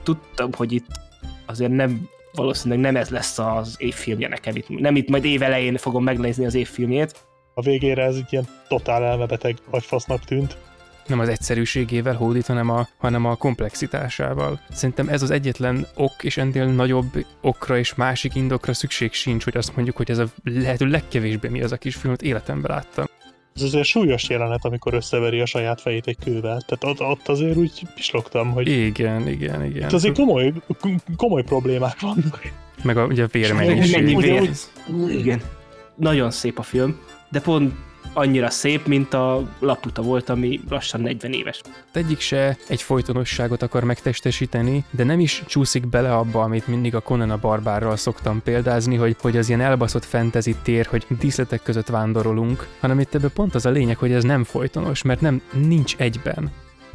tudtam, hogy itt azért valószínűleg nem ez lesz az évfilmje nekem. Nem itt majd év elején fogom megnézni az évfilmjét. A végére ez egy ilyen totál elmebeteg agyfasznak tűnt. Nem az egyszerűségével hódít, hanem a komplexitásával. Szerintem ez az egyetlen ok, és ennél nagyobb okra és másik indokra szükség sincs, hogy azt mondjuk, hogy ez a lehető legkevésbé mi az a kis filmet életemben láttam. Ez azért súlyos jelenet, amikor összeveri a saját fejét egy kővel. Tehát ott azért úgy pislogtam, hogy... Igen. Itt azért komoly problémák vannak. Meg ugye a vérmennyiség. Igen. Nagyon szép a film, de pont annyira szép, mint a Laputa volt, ami lassan 40 éves. Egyik se egy folytonosságot akar megtestesíteni, de nem is csúszik bele abba, amit mindig a Conan a barbárral szoktam példázni, hogy az ilyen elbaszott fantasy tér, hogy díszletek között vándorolunk, hanem itt ebben pont az a lényeg, hogy ez nem folytonos, mert nincs egyben.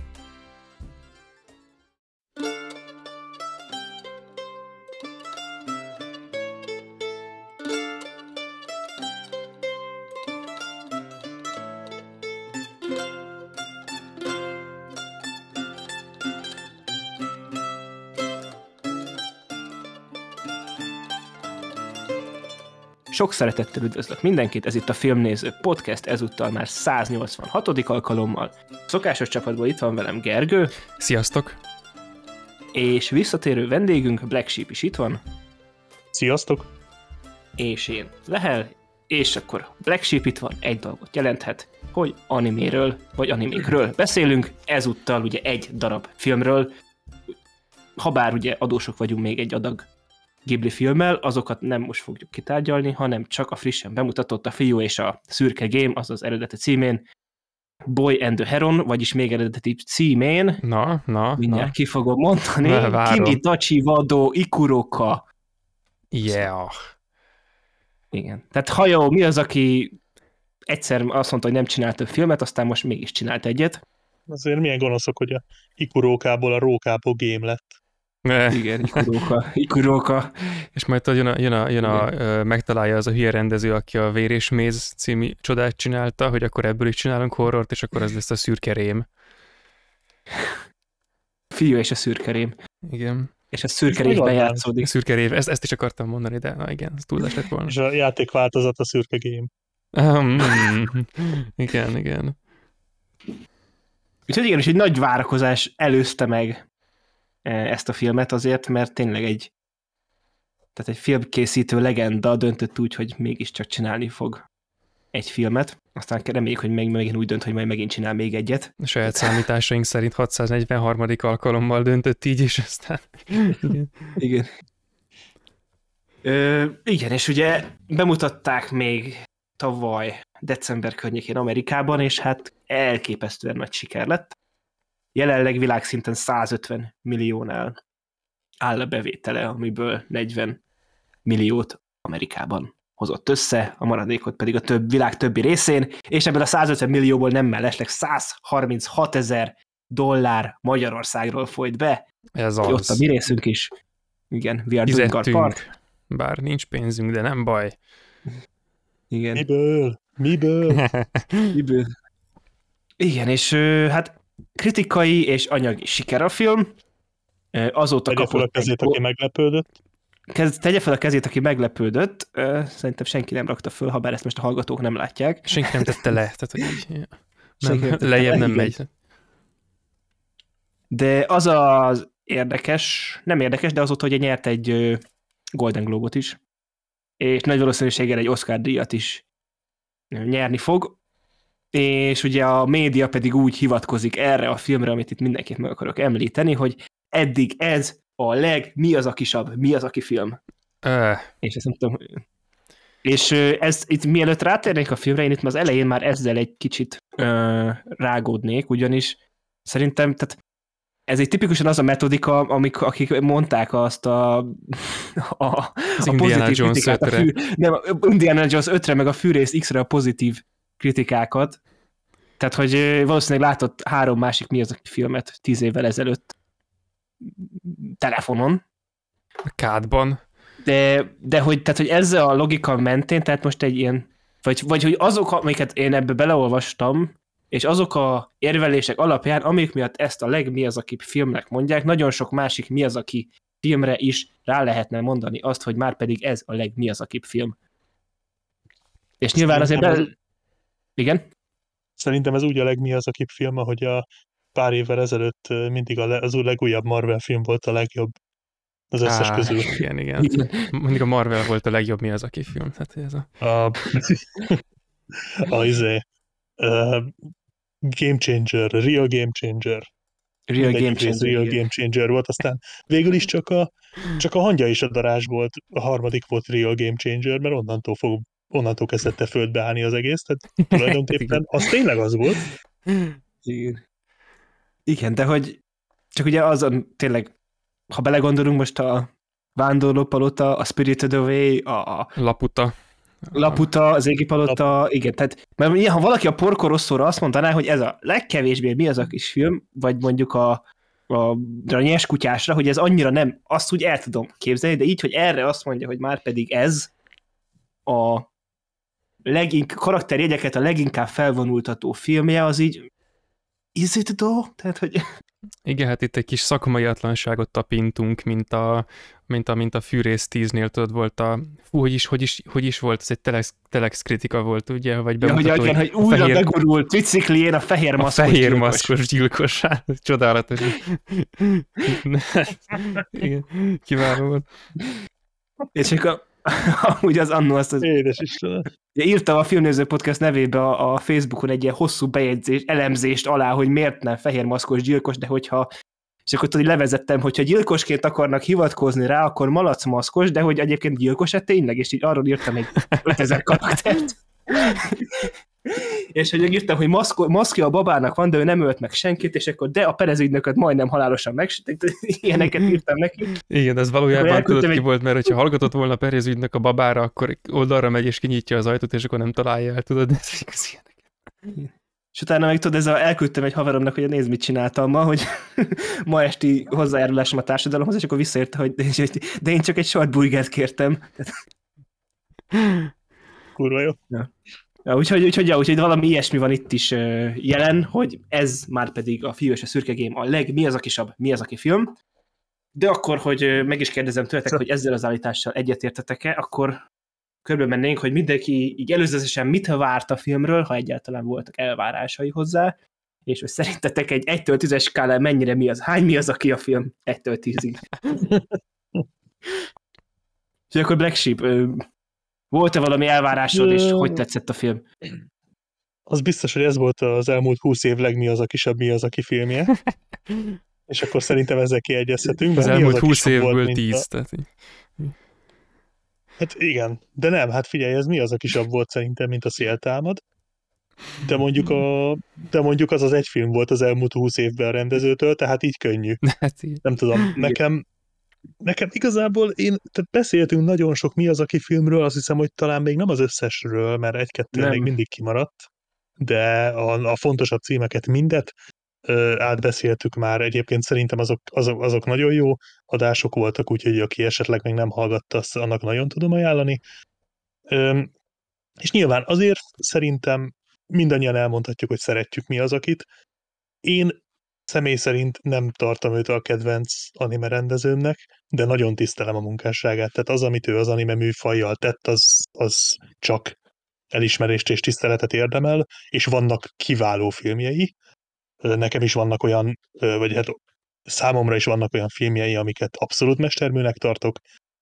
Sok szeretettel üdvözlök mindenkit, ez itt a Filmnéző Podcast, ezúttal már 186. alkalommal. Szokásos csapatból itt van velem Gergő. Sziasztok! És visszatérő vendégünk Black Sheep is itt van. Sziasztok! És én Lehel, és akkor Black Sheep itt van, egy dolgot jelenthet, hogy animéről, vagy animékről beszélünk, ezúttal ugye egy darab filmről, habár ugye adósok vagyunk még egy adag Ghibli filmmel, azokat nem most fogjuk kitárgyalni, hanem csak a frissen bemutatott A fiú és a szürke gém, azaz eredeti címén, Boy and the Heron, vagyis még eredeti címén, mindjárt ki fogom mondani, Kimitachi Wado Ikuroka. Yeah. Igen. Tehát Hayao mi az, aki egyszer azt mondta, hogy nem csinált több filmet, aztán most mégis csinált egyet. Azért milyen gonoszok, hogy a Ikurókából a rókából gém lett. Igen, Ikuróka. És majd megtalálja az a hülye rendező, aki a Vér és Méz című csodát csinálta, hogy akkor ebből is csinálunk horrort, és akkor ez lesz a szürke rém. Fiú és a szürke rém. Igen. És a szürke révben játszódik. A szürke rév, ezt is akartam mondani, de na igen, ez túlzás lett volna. És a játékváltozat a szürke gém. Igen. Úgyhogy igen, és egy nagy várakozás előzte meg ezt a filmet azért, mert tényleg egy filmkészítő legenda döntött úgy, hogy mégiscsak csinálni fog egy filmet. Aztán reméljük, hogy megint úgy dönt, hogy majd megint csinál még egyet. A saját számításaink szerint 643. alkalommal döntött így, és aztán... Igen. Igen, és ugye bemutatták még tavaly december környékén Amerikában, és hát elképesztően nagy siker lett. Jelenleg világszinten 150 milliónál áll a bevétele, amiből 40 milliót Amerikában hozott össze, a maradékot pedig a világ többi részén, és ebből a 150 millióból nem mellesleg $136,000 Magyarországról folyt be. Ez az. Ott a mi részünk is. Igen, we are doing our part. Bár nincs pénzünk, de nem baj. Igen. Miből? Igen, és hát kritikai és anyagi siker a film. Azóta Tegye fel a kezét, aki meglepődött. Tegye fel a kezét, aki meglepődött. Szerintem senki nem rakta föl, ha bár ezt most a hallgatók nem látják. Senki nem tette le. Tehát, hogy lejjebb nem megy. De az az érdekes, nem érdekes, de azóta, hogy nyert egy Golden Globe-ot is, és nagy valószínűséggel egy Oscar-díjat is nyerni fog. És ugye a média pedig úgy hivatkozik erre a filmre, amit itt mindenképp meg akarok említeni, hogy eddig ez a mi az a kisabb, mi az aki film. És ezt nem tudom. És ez itt mielőtt rátérnék a filmre, én itt az elején már ezzel egy kicsit rágódnék, ugyanis szerintem, tehát ez egy tipikusan az a metodika, akik mondták azt a Indiana Jones 5-re. Nem, Indiana Jones 5-re, meg a Fűrész X-re a pozitív kritikákat. Tehát, hogy valószínűleg látott 3 másik mi az a filmet 10 évvel ezelőtt telefonon. A kádban. De hogy ezzel a logika mentén, tehát most egy ilyen, vagy hogy azok, amiket én ebbe beleolvastam, és azok a érvelések alapján, amik miatt ezt a legmiazakibb filmnek mondják, nagyon sok másik Miyazaki filmre is rá lehetne mondani azt, hogy már pedig ez a legmiazakibb film. És nyilván azért... Igen? Szerintem ez úgy a legmiazakibb film, ahogy a pár évvel ezelőtt mindig az legújabb Marvel film volt a legjobb az összes közül. Igen. Mindig a Marvel volt a legjobb Miyazaki film. Hát ez Game Changer, Real Game Changer. Real Game Changer volt, aztán végül is csak a hangya is a darázs volt, a harmadik volt Real Game Changer, mert onnantól kezdett el földbe állni az egész, tehát tulajdonképpen az tényleg az volt. Igen, de hogy csak ugye azon tényleg, ha belegondolunk most a Vándorlópalota, a Spirited Away, a Laputa, az Égi Palota, igen, tehát mert ha valaki a Porco Rosszóra azt mondaná, hogy ez a legkevésbé mi az a kis film, vagy mondjuk a Nyers kutyásra, hogy ez annyira nem, azt úgy el tudom képzelni, de így, hogy erre azt mondja, hogy már pedig ez a karakterjegyeket a leginkább felvonultató filmje, az így is it though? Tehát, hogy... Igen, hát itt egy kis szakmaiatlanságot tapintunk, mint a Fűrész 10-nél tudod volt a... hogy is volt, ez egy telex kritika volt, ugye? Vagy bemutató, hogy újra begurult biciklién a fehér maszkos gyilkos. Csodálatos. Igen, kiváló volt. És akkor amúgy az annó azt az... Édes Istenem. Írtam a Filmnéző Podcast nevébe a Facebookon egy ilyen hosszú elemzést alá, hogy miért nem fehér maszkos gyilkos, de hogyha... És akkor tudod, levezettem, hogyha gyilkosként akarnak hivatkozni rá, akkor malacmaszkos, de hogy egyébként gyilkos-e tényleg, és így arról írtam egy 5000 karaktert. És hogy írtam, hogy maszkja a babának van, de ő nem ölt meg senkit, és akkor de a Perez ügynököt majdnem halálosan megsütött, ilyeneket írtam neki. Igen, ez valójában tudod ki volt, mert hogyha hallgatott volna a Perez ügynök a babára, akkor oldalra megy és kinyitja az ajtót, és akkor nem találja el, tudod? És utána meg tudod, elküldtem egy haveromnak, hogy nézd, mit csináltam ma, hogy ma esti hozzájárulásom a társadalomhoz, és akkor visszaérte, hogy de én csak egy short burgert kértem. Kurva jó. Ja, úgyhogy valami ilyesmi van itt is jelen, hogy ez már pedig a Fiú és a Szürke Game a legmiazakisabb Miyazaki film. De akkor, hogy meg is kérdezem tőletek, hogy ezzel az állítással egyetértetek-e, akkor körbe mennénk, hogy mindenki így előzetesen mit várt a filmről, ha egyáltalán voltak elvárásai hozzá, és hogy szerintetek egy 1-től 10-es skálán mennyire hány Miyazaki a film 1-től 10-ig? És akkor Black Sheep, volt-e valami elvárásod, és hogy tetszett a film? Az biztos, hogy ez volt az elmúlt 20 év legmiazakisabb Miyazaki filmje. És akkor szerintem ezzel kiegyezhetünk. Az elmúlt 20 évből 10. Hát igen, de nem, hát figyelj, ez Miyazakisabb volt szerintem, mint a Széltámad. De mondjuk az egy film volt az elmúlt 20 évben a rendezőtől, tehát így könnyű. Nem tudom, nekem igazából tehát beszéltünk nagyon sok Miyazaki filmről, azt hiszem, hogy talán még nem az összesről, mert egy-kettő még mindig kimaradt, de a fontosabb címeket mindet átbeszéltük már. Egyébként szerintem azok nagyon jó adások voltak, úgyhogy aki esetleg még nem hallgatta, annak nagyon tudom ajánlani. És nyilván azért szerintem mindannyian elmondhatjuk, hogy szeretjük Miyazakit. Én személy szerint nem tartom őt a kedvenc anime rendezőmnek, de nagyon tisztelem a munkásságát. Tehát az, amit ő az anime műfajjal tett, az csak elismerést és tiszteletet érdemel, és vannak kiváló filmjei. Nekem is vannak olyan, vagy hát számomra is vannak olyan filmjei, amiket abszolút mesterműnek tartok.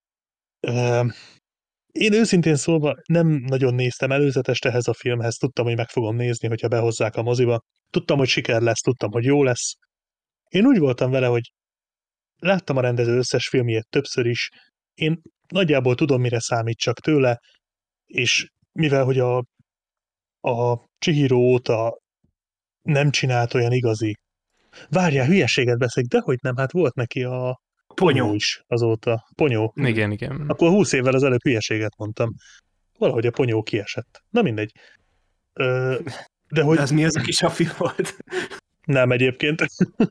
Én őszintén szólva nem nagyon néztem előzetest ehhez a filmhez, tudtam, hogy meg fogom nézni, hogyha behozzák a moziba. Tudtam, hogy siker lesz, tudtam, hogy jó lesz. Én úgy voltam vele, hogy láttam a rendező összes filmjét többször is, én nagyjából tudom, mire számítsak tőle, és mivel, hogy a Chihiro óta nem csinált olyan igazi. Várjál, hülyeséget beszélek, dehogy nem, hát volt neki a Ponyó is azóta. Ponyó. Igen. Akkor 20 évvel az előbb hülyeséget mondtam. Valahogy a Ponyó kiesett. Na mindegy. De hogy... De az mi az a kis afi volt? Nem egyébként.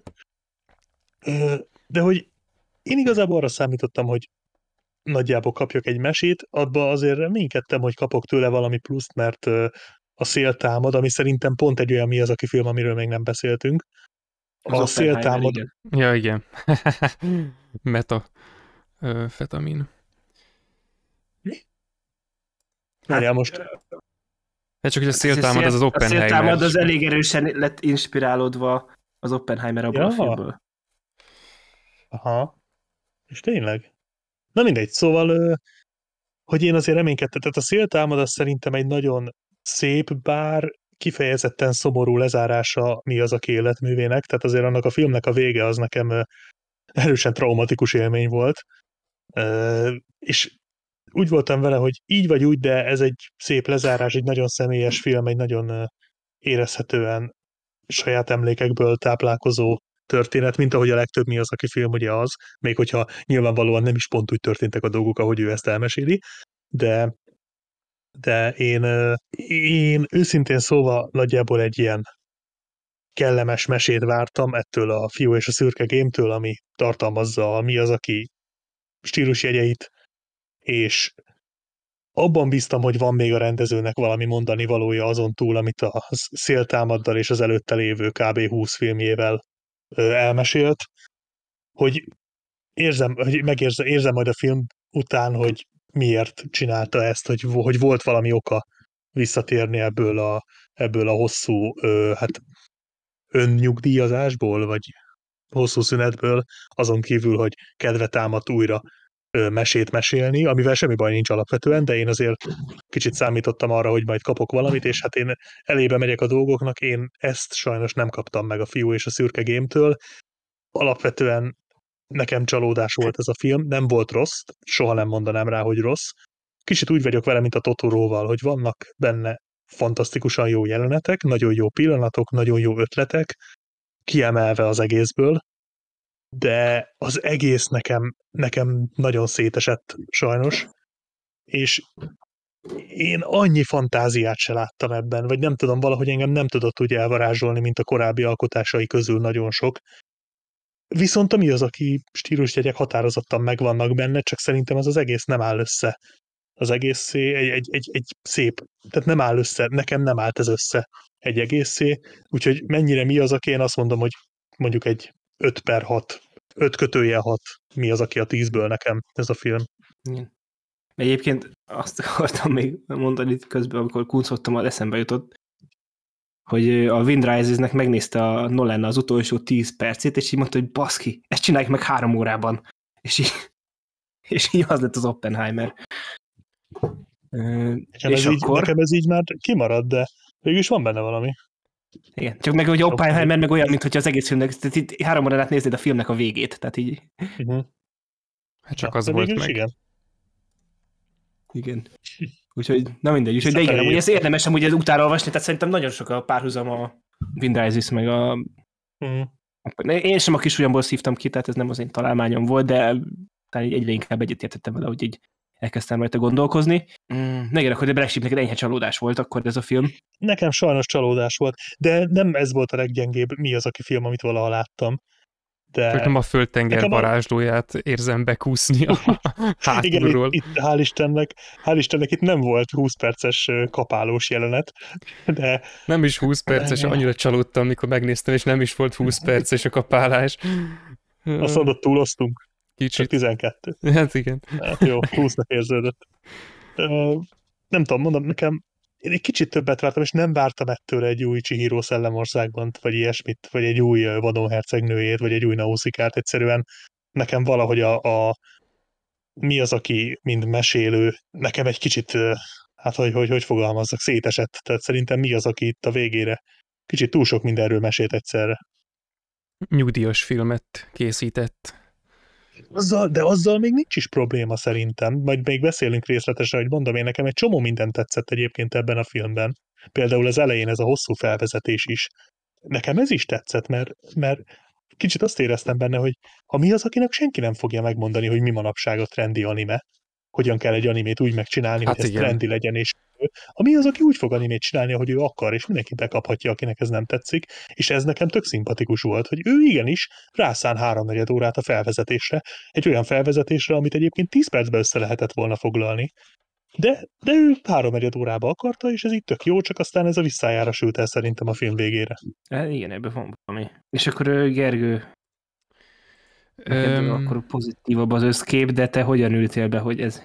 De hogy én igazából arra számítottam, hogy nagyjából kapjak egy mesét, abba azért reménykedtem, hogy kapok tőle valami pluszt, mert a Szél támad, ami szerintem pont egy olyan Miyazaki film, amiről még nem beszéltünk. Az A Szél Oppenheimer, támad, igen. Ja, igen. Fetamin. várjál most, Hát csak, hogy a széltámad az A Oppenheimer. széltámad az elég erősen lett inspirálódva az Oppenheimer abból a Ja. filmből. aha, és tényleg. Na mindegy, szóval, hogy én azért reménykedtem, tehát a Szél támad az szerintem egy nagyon szép, bár kifejezetten szomorú lezárása Miyazaki életművének, tehát azért annak a filmnek a vége az nekem erősen traumatikus élmény volt, és úgy voltam vele, hogy így vagy úgy, de ez egy szép lezárás, egy nagyon személyes film, egy nagyon érezhetően saját emlékekből táplálkozó történet, mint ahogy a legtöbb Miyazaki film ugye az, még hogyha nyilvánvalóan nem is pont úgy történtek a dolgok, ahogy ő ezt elmeséli, de én őszintén szóval nagyjából egy ilyen kellemes mesét vártam ettől a Fiú és a szürke gémtől, ami tartalmazza a Miyazaki stílusjegyeit, és abban bíztam, hogy van még a rendezőnek valami mondani valója azon túl, amit a Széltámaddal és az előtte lévő kb. 20 filmjével elmesélt, hogy érzem majd a film után, hogy miért csinálta ezt, hogy volt valami oka visszatérni ebből a hosszú önnyugdíjazásból, vagy hosszú szünetből, azon kívül, hogy kedve támadt újra mesét mesélni, amivel semmi baj nincs alapvetően, de én azért kicsit számítottam arra, hogy majd kapok valamit, és hát én elébe megyek a dolgoknak, én ezt sajnos nem kaptam meg a Fiú és a szürke gémtől. Alapvetően nekem csalódás volt ez a film, nem volt rossz, soha nem mondanám rá, hogy rossz. Kicsit úgy vagyok vele, mint a Totoróval, hogy vannak benne fantasztikusan jó jelenetek, nagyon jó pillanatok, nagyon jó ötletek, kiemelve az egészből, de az egész nekem nagyon szétesett sajnos, és én annyi fantáziát se láttam ebben, vagy nem tudom, valahogy engem nem tudott úgy elvarázsolni, mint a korábbi alkotásai közül nagyon sok. Viszont ami az, aki stílusjegyek határozottan megvannak benne, csak szerintem az egész nem áll össze. Az egész egy szép, tehát nem áll össze, nekem nem állt ez össze egy egészé, úgyhogy mennyire mi az, aki én azt mondom, hogy mondjuk egy 5/6, 5/6 mi az, aki a 10-ből nekem ez a film. Igen. Egyébként azt akartam még mondani közben, amikor kuncottam, az eszembe jutott, hogy a Wind Rises-nek megnézte a Nolan az utolsó 10 percét, és így mondta, hogy baszki, ezt csináljuk meg 3 órában. És így az lett az Oppenheimer. Nekem ez így már kimarad, de végülis van benne valami. Igen, csak meg hogy Oppenheimer meg olyan, mint hogy az egész filmnek, tehát itt 3 órán át néznéd a filmnek a végét, tehát így. Hát csak az volt meg. Igen. Úgyhogy, na mindegy, úgyhogy, de igen, amúgy ez érdemes amúgy ez utána olvasni, tehát szerintem nagyon sok a párhuzam a Wind Rises, meg a... Én sem a kis ujjamból szívtam ki, tehát ez nem az én találmányom volt, de talán egyre inkább egyetértettem vele, hogy így elkezdtem rajta gondolkozni. Igen, akkor de Black Sheep neked enyhe csalódás volt akkor ez a film. Nekem sajnos csalódás volt, de nem ez volt a leggyengébb mi az, aki film, amit valaha láttam. De csak nem a földtenger varázslóját érzem bekúszni a hátulról. Igen, itt hál' Istennek itt nem volt 20 perces kapálós jelenet, de... Nem is 20 perces, annyira csalódtam, amikor megnéztem, és nem is volt 20 perces a kapálás. Azt mondod, túloztunk. Kicsit. Csak 12. Hát igen. Hát jó, 20-nak érződött. Nem tudom, mondom, nekem én egy kicsit többet vártam, és nem vártam ettől egy új Chihiro Szellemországban, vagy ilyesmit, vagy egy új vadonhercegnőjét, vagy egy új Nauszikát. Egyszerűen nekem valahogy mi az, aki mind mesélő, nekem egy kicsit, hát hogy fogalmazzak, szétesett. Tehát szerintem mi az, aki itt a végére kicsit túl sok mindenről mesélt egyszerre. Nyugdíjas filmet készített. De azzal még nincs is probléma szerintem, majd még beszélünk részletesen, hogy mondom, én nekem egy csomó mindent tetszett egyébként ebben a filmben. Például az elején ez a hosszú felvezetés is. Nekem ez is tetszett, mert kicsit azt éreztem benne, hogy ha mi az, akinek senki nem fogja megmondani, hogy mi manapság a trendi anime, hogyan kell egy animét úgy megcsinálni, hát hogy ez trendi legyen, és ami az, aki úgy fog animét csinálni, ahogy ő akar, és mindenki bekaphatja, akinek ez nem tetszik, és ez nekem tök szimpatikus volt, hogy ő igenis rászán 3/4 órát a felvezetésre, egy olyan felvezetésre, amit egyébként 10 percben össze lehetett volna foglalni, De ő 3 órába akarta, és ez így tök jó, csak aztán ez a visszájára sült el szerintem a film végére. Igen, ebben van valami. És akkor Gergő, neked akkor pozitívabb az összkép, de te hogyan ültél be, hogy ez?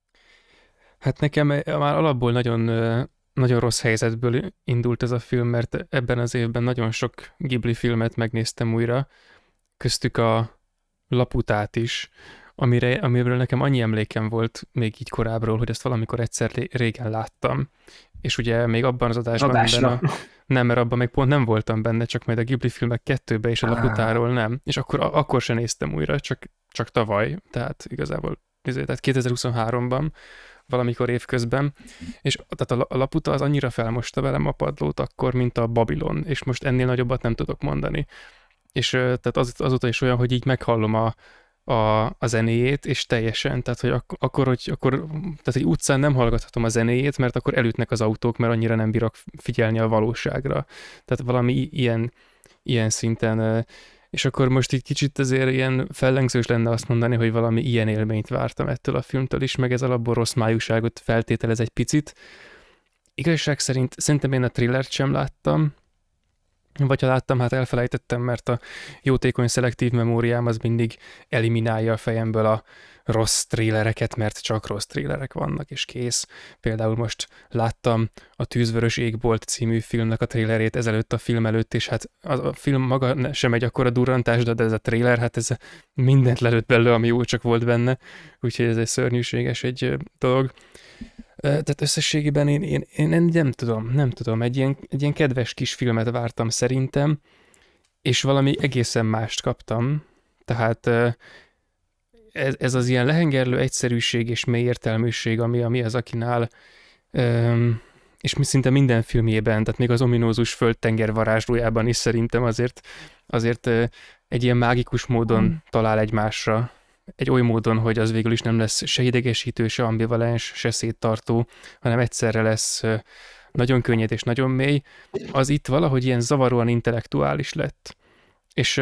Hát nekem már alapból nagyon, nagyon rossz helyzetből indult ez a film, mert ebben az évben nagyon sok Ghibli filmet megnéztem újra, köztük a Laputát is, amiről nekem annyi emlékem volt még így korábbról, hogy ezt valamikor egyszer régen láttam. És ugye még abban az adásban nem, mert abban még pont nem voltam benne, csak majd a Ghibli filmek 2-be és a Laputáról nem. És akkor sem néztem újra, csak tavaly, tehát igazából tehát 2023-ban, valamikor évközben, és tehát a Laputa az annyira felmosta velem a padlót akkor, mint a Babilon, és most ennél nagyobbat nem tudok mondani. És tehát azóta is olyan, hogy így meghallom a zenéjét, és teljesen, tehát hogy akkor tehát egy utcán nem hallgathatom a zenéjét, mert akkor elütnek az autók, mert annyira nem bírok figyelni a valóságra. Tehát valami ilyen szinten, és akkor most így kicsit azért ilyen fellengzős lenne azt mondani, hogy valami ilyen élményt vártam ettől a filmtől is, meg ez alapból rossz májúságot feltételez egy picit. Igazság szerint szerintem én a thrillert sem láttam, vagy ha láttam, hát elfelejtettem, mert a jótékony szelektív memóriám az mindig eliminálja a fejemből a rossz trélereket, mert csak rossz trélerek vannak, és kész. Például most láttam a Tűzvörös égbolt című filmnek a trélerét ezelőtt a film előtt, és hát a film maga sem egy akkora durrantás, de ez a tréler, hát ez mindent lelőtt belőle, ami jó csak volt benne, úgyhogy ez egy szörnyűséges egy dolog. Tehát összességében én nem tudom, egy ilyen kedves kis filmet vártam szerintem, és valami egészen mást kaptam, tehát ez az ilyen lehengerlő egyszerűség és mély értelműség, ami az Akinál, és szinte minden filmjében, tehát még az ominózus földtenger varázslójában is szerintem azért egy ilyen mágikus módon talál egymásra, egy oly módon, hogy az végül is nem lesz se idegesítő, se ambivalens, se széttartó, hanem egyszerre lesz nagyon könnyed és nagyon mély, az itt valahogy ilyen zavaróan intellektuális lett. És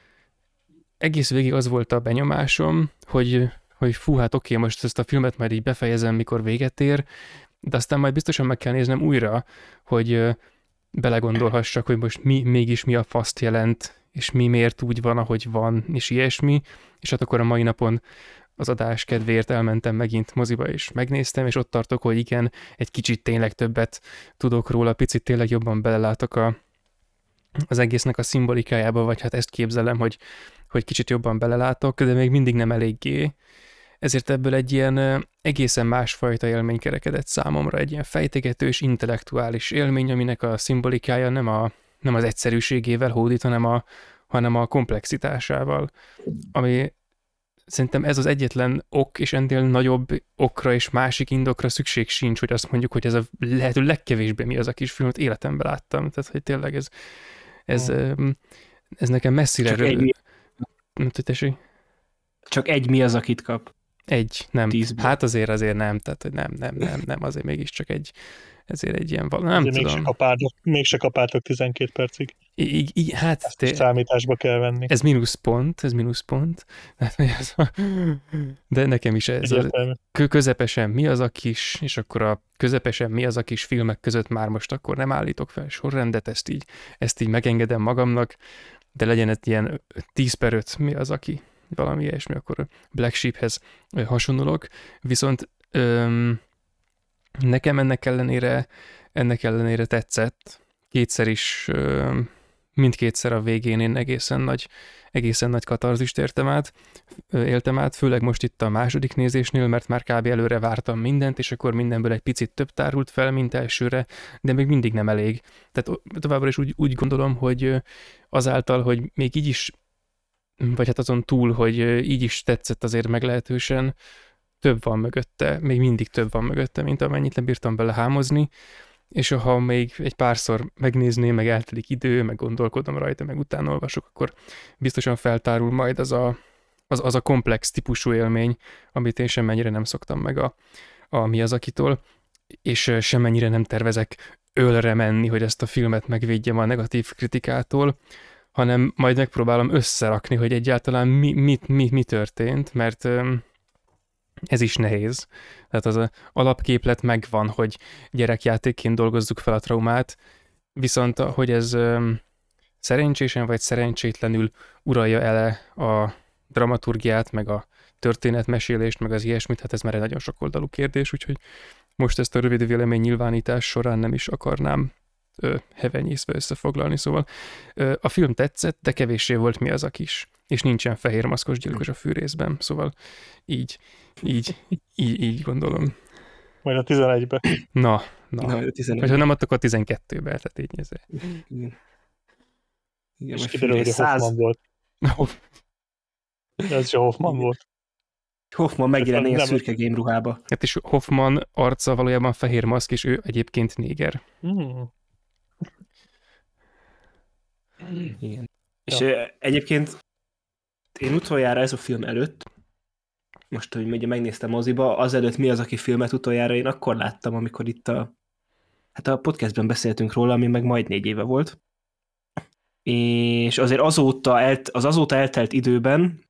egész végig az volt a benyomásom, hogy fú, hát oké, most ezt a filmet majd így befejezem, mikor véget ér, de aztán majd biztosan meg kell néznem újra, hogy belegondolhassak, hogy most mégis mi a faszt jelent, és mi miért úgy van, ahogy van, és ilyesmi, és hát akkor a mai napon az adás kedvéért elmentem megint moziba, és megnéztem, és ott tartok, hogy igen, egy kicsit tényleg többet tudok róla, picit tényleg jobban belelátok az egésznek a szimbolikájába, vagy hát ezt képzelem, hogy kicsit jobban belelátok, de még mindig nem eléggé. Ezért ebből egy ilyen egészen másfajta élmény kerekedett számomra, egy ilyen fejtegetős, intellektuális élmény, aminek a szimbolikája nem az egyszerűségével hódít, hanem a komplexitásával, ami szerintem ez az egyetlen ok, és ennél nagyobb okra és másik indokra szükség sincs, hogy azt mondjuk, hogy ez a lehető legkevésbé mi az a kis filmet életemben láttam. Tehát, hogy tényleg ez nekem messzire... Csak egy mi az, akit kap? Egy, nem. 10-ből. Hát azért nem, tehát hogy nem, azért mégiscsak ezért egy ilyen valami, nem tudom. Mégse kapátok 12 percig. Hát számításba kell venni. Ez mínuszpont. De nekem is ez közepesen mi az a kis, és akkor a közepesen mi az a kis filmek között már most akkor nem állítok fel sorrendet, ezt így megengedem magamnak, de legyen egy ilyen 10/5 mi az, aki valami ilyesmi, akkor Black Sheephez hasonlulok. Viszont nekem ennek ellenére tetszett. Kétszer is, mindkétszer a végén én egészen nagy katarzist éltem át, főleg most itt a második nézésnél, mert már kb. Előre vártam mindent, és akkor mindenből egy picit több tárult fel, mint elsőre, de még mindig nem elég. Tehát továbbra is úgy gondolom, hogy azáltal, hogy még így is, vagy hát azon túl, hogy így is tetszett azért meglehetősen, több van mögötte, még mindig több van mögötte, mint amennyit lebírtam bele hámozni, és ha még egy párszor megnézném, meg eltelik idő, meg gondolkodom rajta, meg utána olvasok, akkor biztosan feltárul majd az a komplex típusú élmény, amit én semmennyire nem szoktam meg a Miyazakitól, és semmennyire nem tervezek ölre menni, hogy ezt a filmet megvédjem a negatív kritikától, hanem majd megpróbálom összerakni, hogy egyáltalán mi történt, mert ez is nehéz. Tehát az alapképlet megvan, hogy gyerekjátékként dolgozzuk fel a traumát, viszont hogy ez szerencsésen vagy szerencsétlenül uralja el a dramaturgiát, meg a történetmesélést, meg az ilyesmit, hát ez már egy nagyon sokoldalú kérdés, úgyhogy most ezt a rövid véleménynyilvánítás során nem is akarnám hevenyészve összefoglalni, szóval a film tetszett, de kevéssé volt mi az a kis, és nincsen fehér maszkos gyilkos a fűrészben, szóval így gondolom. Majd a 11-be. Na. a 11. Vagy ha nem adtak a 12-be, tehát így nézze. Igen, És kiderül, hogy a Hoffman volt. Ez is a Hoffman volt. Hoffman megjelent ilyen szürke game ruhába. Hát és Hoffman arca valójában fehér maszk, és ő egyébként néger. Igen. És egyébként én utoljára ez a film előtt, most, hogy ugye megnéztem moziba, azelőtt Mi az, aki filmet utoljára én akkor láttam, amikor itt a podcastben beszéltünk róla, ami meg majd 4 éve volt. És azért azóta eltelt időben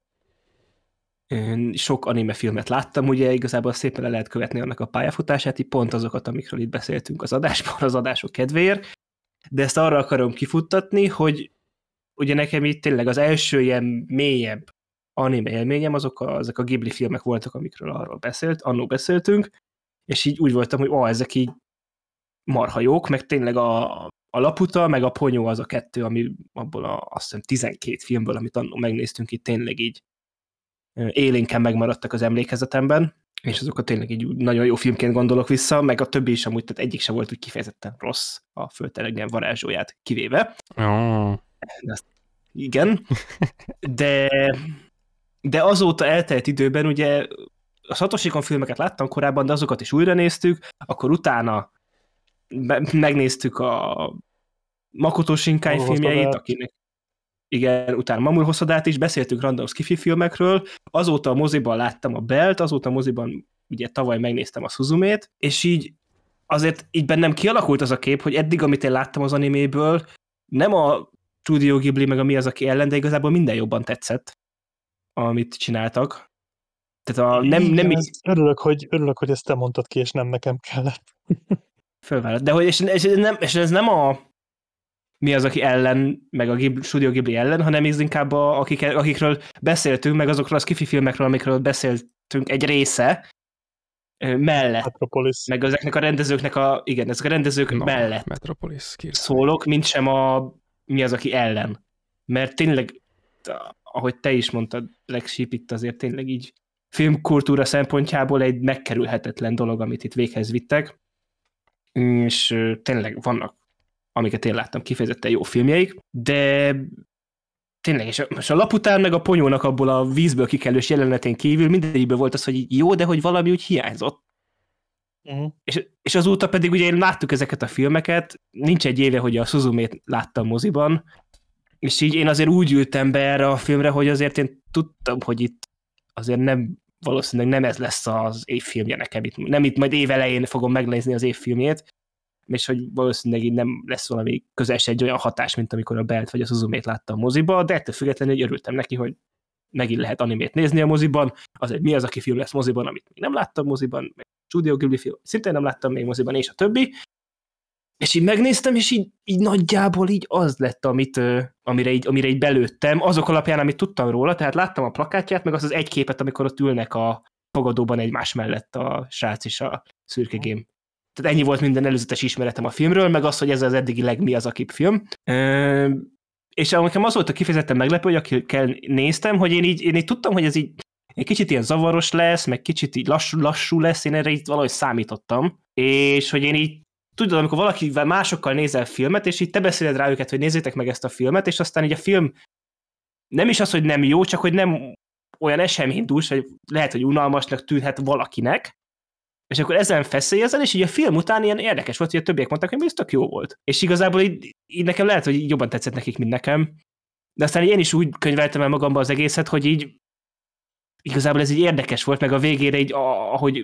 sok anime filmet láttam, ugye igazából szépen le lehet követni annak a pályafutását, így pont azokat, amikről itt beszéltünk az adásban, az adások kedvéért, de ezt arra akarom kifuttatni, hogy ugye nekem itt tényleg az első ilyen mélyebb anime élményem, ezek a Ghibli filmek voltak, amikről annó beszéltünk, és így úgy voltam, hogy ezek így marha jók, meg tényleg a Laputa, meg a Ponyó az a 2, ami abból azt hiszem 12 filmből, amit annó megnéztünk, itt tényleg így élénken megmaradtak az emlékezetemben, és azokat tényleg így nagyon jó filmként gondolok vissza, meg a többi is amúgy, tehát egyik sem volt úgy kifejezetten rossz a Földtelegyen varázslóját kivéve. Igen, de azóta eltelt időben ugye a Satoshi-kon filmeket láttam korábban, de azokat is újra néztük, akkor utána megnéztük a Makoto Shinkai filmjeit, akinek igen, utána Mamoru Hoszodát is, beszéltünk random sci-fi filmekről, azóta a moziban láttam a Belt, azóta a moziban ugye tavaly megnéztem a Suzumét, és így azért így bennem kialakult az a kép, hogy eddig, amit én láttam az animéből, nem a Studio Ghibli meg a Mi az, aki ellen, de igazából minden jobban tetszett, amit csináltak. Tehát nem így... Örülök, hogy ezt te mondtad ki, és nem nekem kellett. Fölvállalt. De hogy és ez nem a Mi az, aki ellen, meg a Studio Ghibli ellen, hanem ez inkább akikről beszéltünk, meg azokról a sci-fi filmekről, amikről beszéltünk egy része mellett. Metropolis. Meg ezeknek a rendezőknek ezek a rendezők mellett Metropolis szólok, mint sem a Mi az, aki ellen. Mert tényleg, ahogy te is mondtad, Legsíp, itt azért tényleg így filmkultúra szempontjából egy megkerülhetetlen dolog, amit itt véghez vittek. És tényleg vannak, amiket én láttam, kifejezetten jó filmjeik, de tényleg, és a Lapután meg a Ponyónak abból a vízből kikelős jelenetén kívül mindegyikből volt az, hogy jó, de hogy valami úgy hiányzott. És azóta pedig ugye én láttuk ezeket a filmeket, nincs egy éve, hogy a Suzumét láttam moziban, és így én azért úgy ültem be erre a filmre, hogy azért én tudtam, hogy itt azért valószínűleg nem ez lesz az évfilmje nekem, nem itt majd év elején fogom megnézni az évfilmjét, és hogy valószínűleg így nem lesz valami közel se egy olyan hatás, mint amikor a Belt vagy a Suzumét láttam moziba, de ettől függetlenül örültem neki, hogy megint lehet animét nézni a moziban, azért Mi az, aki film lesz moziban, amit még nem láttam moziban, meg Studio Ghibli film, szintén nem láttam még moziban, és a többi. És így megnéztem, és így nagyjából így az lett, amire így belőttem, azok alapján, amit tudtam róla, tehát láttam a plakátját, meg az egy képet, amikor ott ülnek a fogadóban egymás mellett a srác és a szürke gém. Tehát ennyi volt minden előzetes ismeretem a filmről, meg az, hogy ez az eddigi Mi az, aki film. És nekem az volt a kifejezetten meglepő, hogy akikkel néztem, hogy én így tudtam, hogy ez így egy kicsit ilyen zavaros lesz, meg kicsit így lassú lesz, én erre így valahogy számítottam. És hogy én így tudod, amikor valakivel másokkal nézel filmet, és így te beszéled rá őket, hogy nézzétek meg ezt a filmet, és aztán így a film nem is az, hogy nem jó, csak hogy nem olyan eseménydús, hogy lehet, hogy unalmasnak tűnhet valakinek, és akkor ezen feszélyezel, és így a film után ilyen érdekes volt, hogy a többiek mondták, hogy ez tök jó volt. És igazából így nekem lehet, hogy jobban tetszett nekik, mint nekem, de aztán én is úgy könyveltem el magamba az egészet, hogy így igazából ez így érdekes volt, meg a végére így, ahogy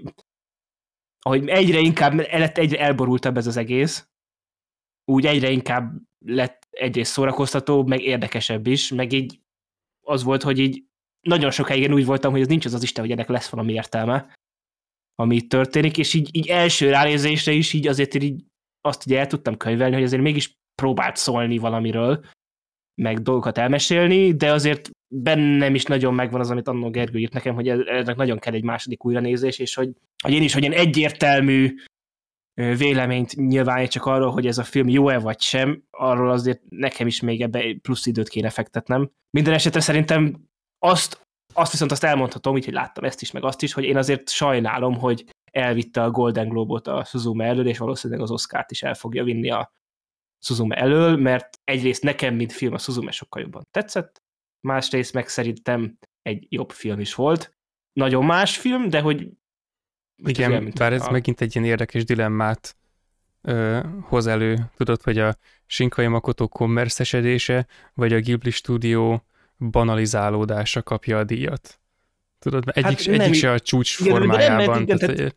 egyre inkább lett egyre elborultabb ez az egész, úgy egyre inkább lett egyrészt szórakoztatóbb, meg érdekesebb is, meg így az volt, hogy így nagyon sokáig én úgy voltam, hogy ez nincs az Isten, hogy ennek lesz valami értelme, ami itt történik, és így első ránézésre is így azért így azt így el tudtam könyvelni, hogy azért mégis próbált szólni valamiről, meg dolgokat elmesélni, de azért bennem is nagyon megvan az, amit annól Gergő írt nekem, hogy ennek nagyon kell egy második újranézés, és hogy én is, hogy én egyértelmű véleményt nyilvánítsak arról, hogy ez a film jó-e vagy sem, arról azért nekem is még ebbe plusz időt kéne fektetnem. Minden esetre szerintem azt viszont azt elmondhatom, így, hogy láttam ezt is, meg azt is, hogy én azért sajnálom, hogy elvitte a Golden Globe-ot a Suzume elől, és valószínűleg az Oscart is el fogja vinni a Suzume elől, mert egyrészt nekem, mint film, a Suzume sokkal jobban tetszett, másrészt meg szerintem egy jobb film is volt. Nagyon más film, de hogy... Igen, olyan, bár ez megint egy ilyen érdekes dilemmát hoz elő. Tudod, hogy a Shinkai Makoto kommerszesedése, vagy a Ghibli stúdió banalizálódása kapja a díjat. Tudod, egyik se a csúcs formájában.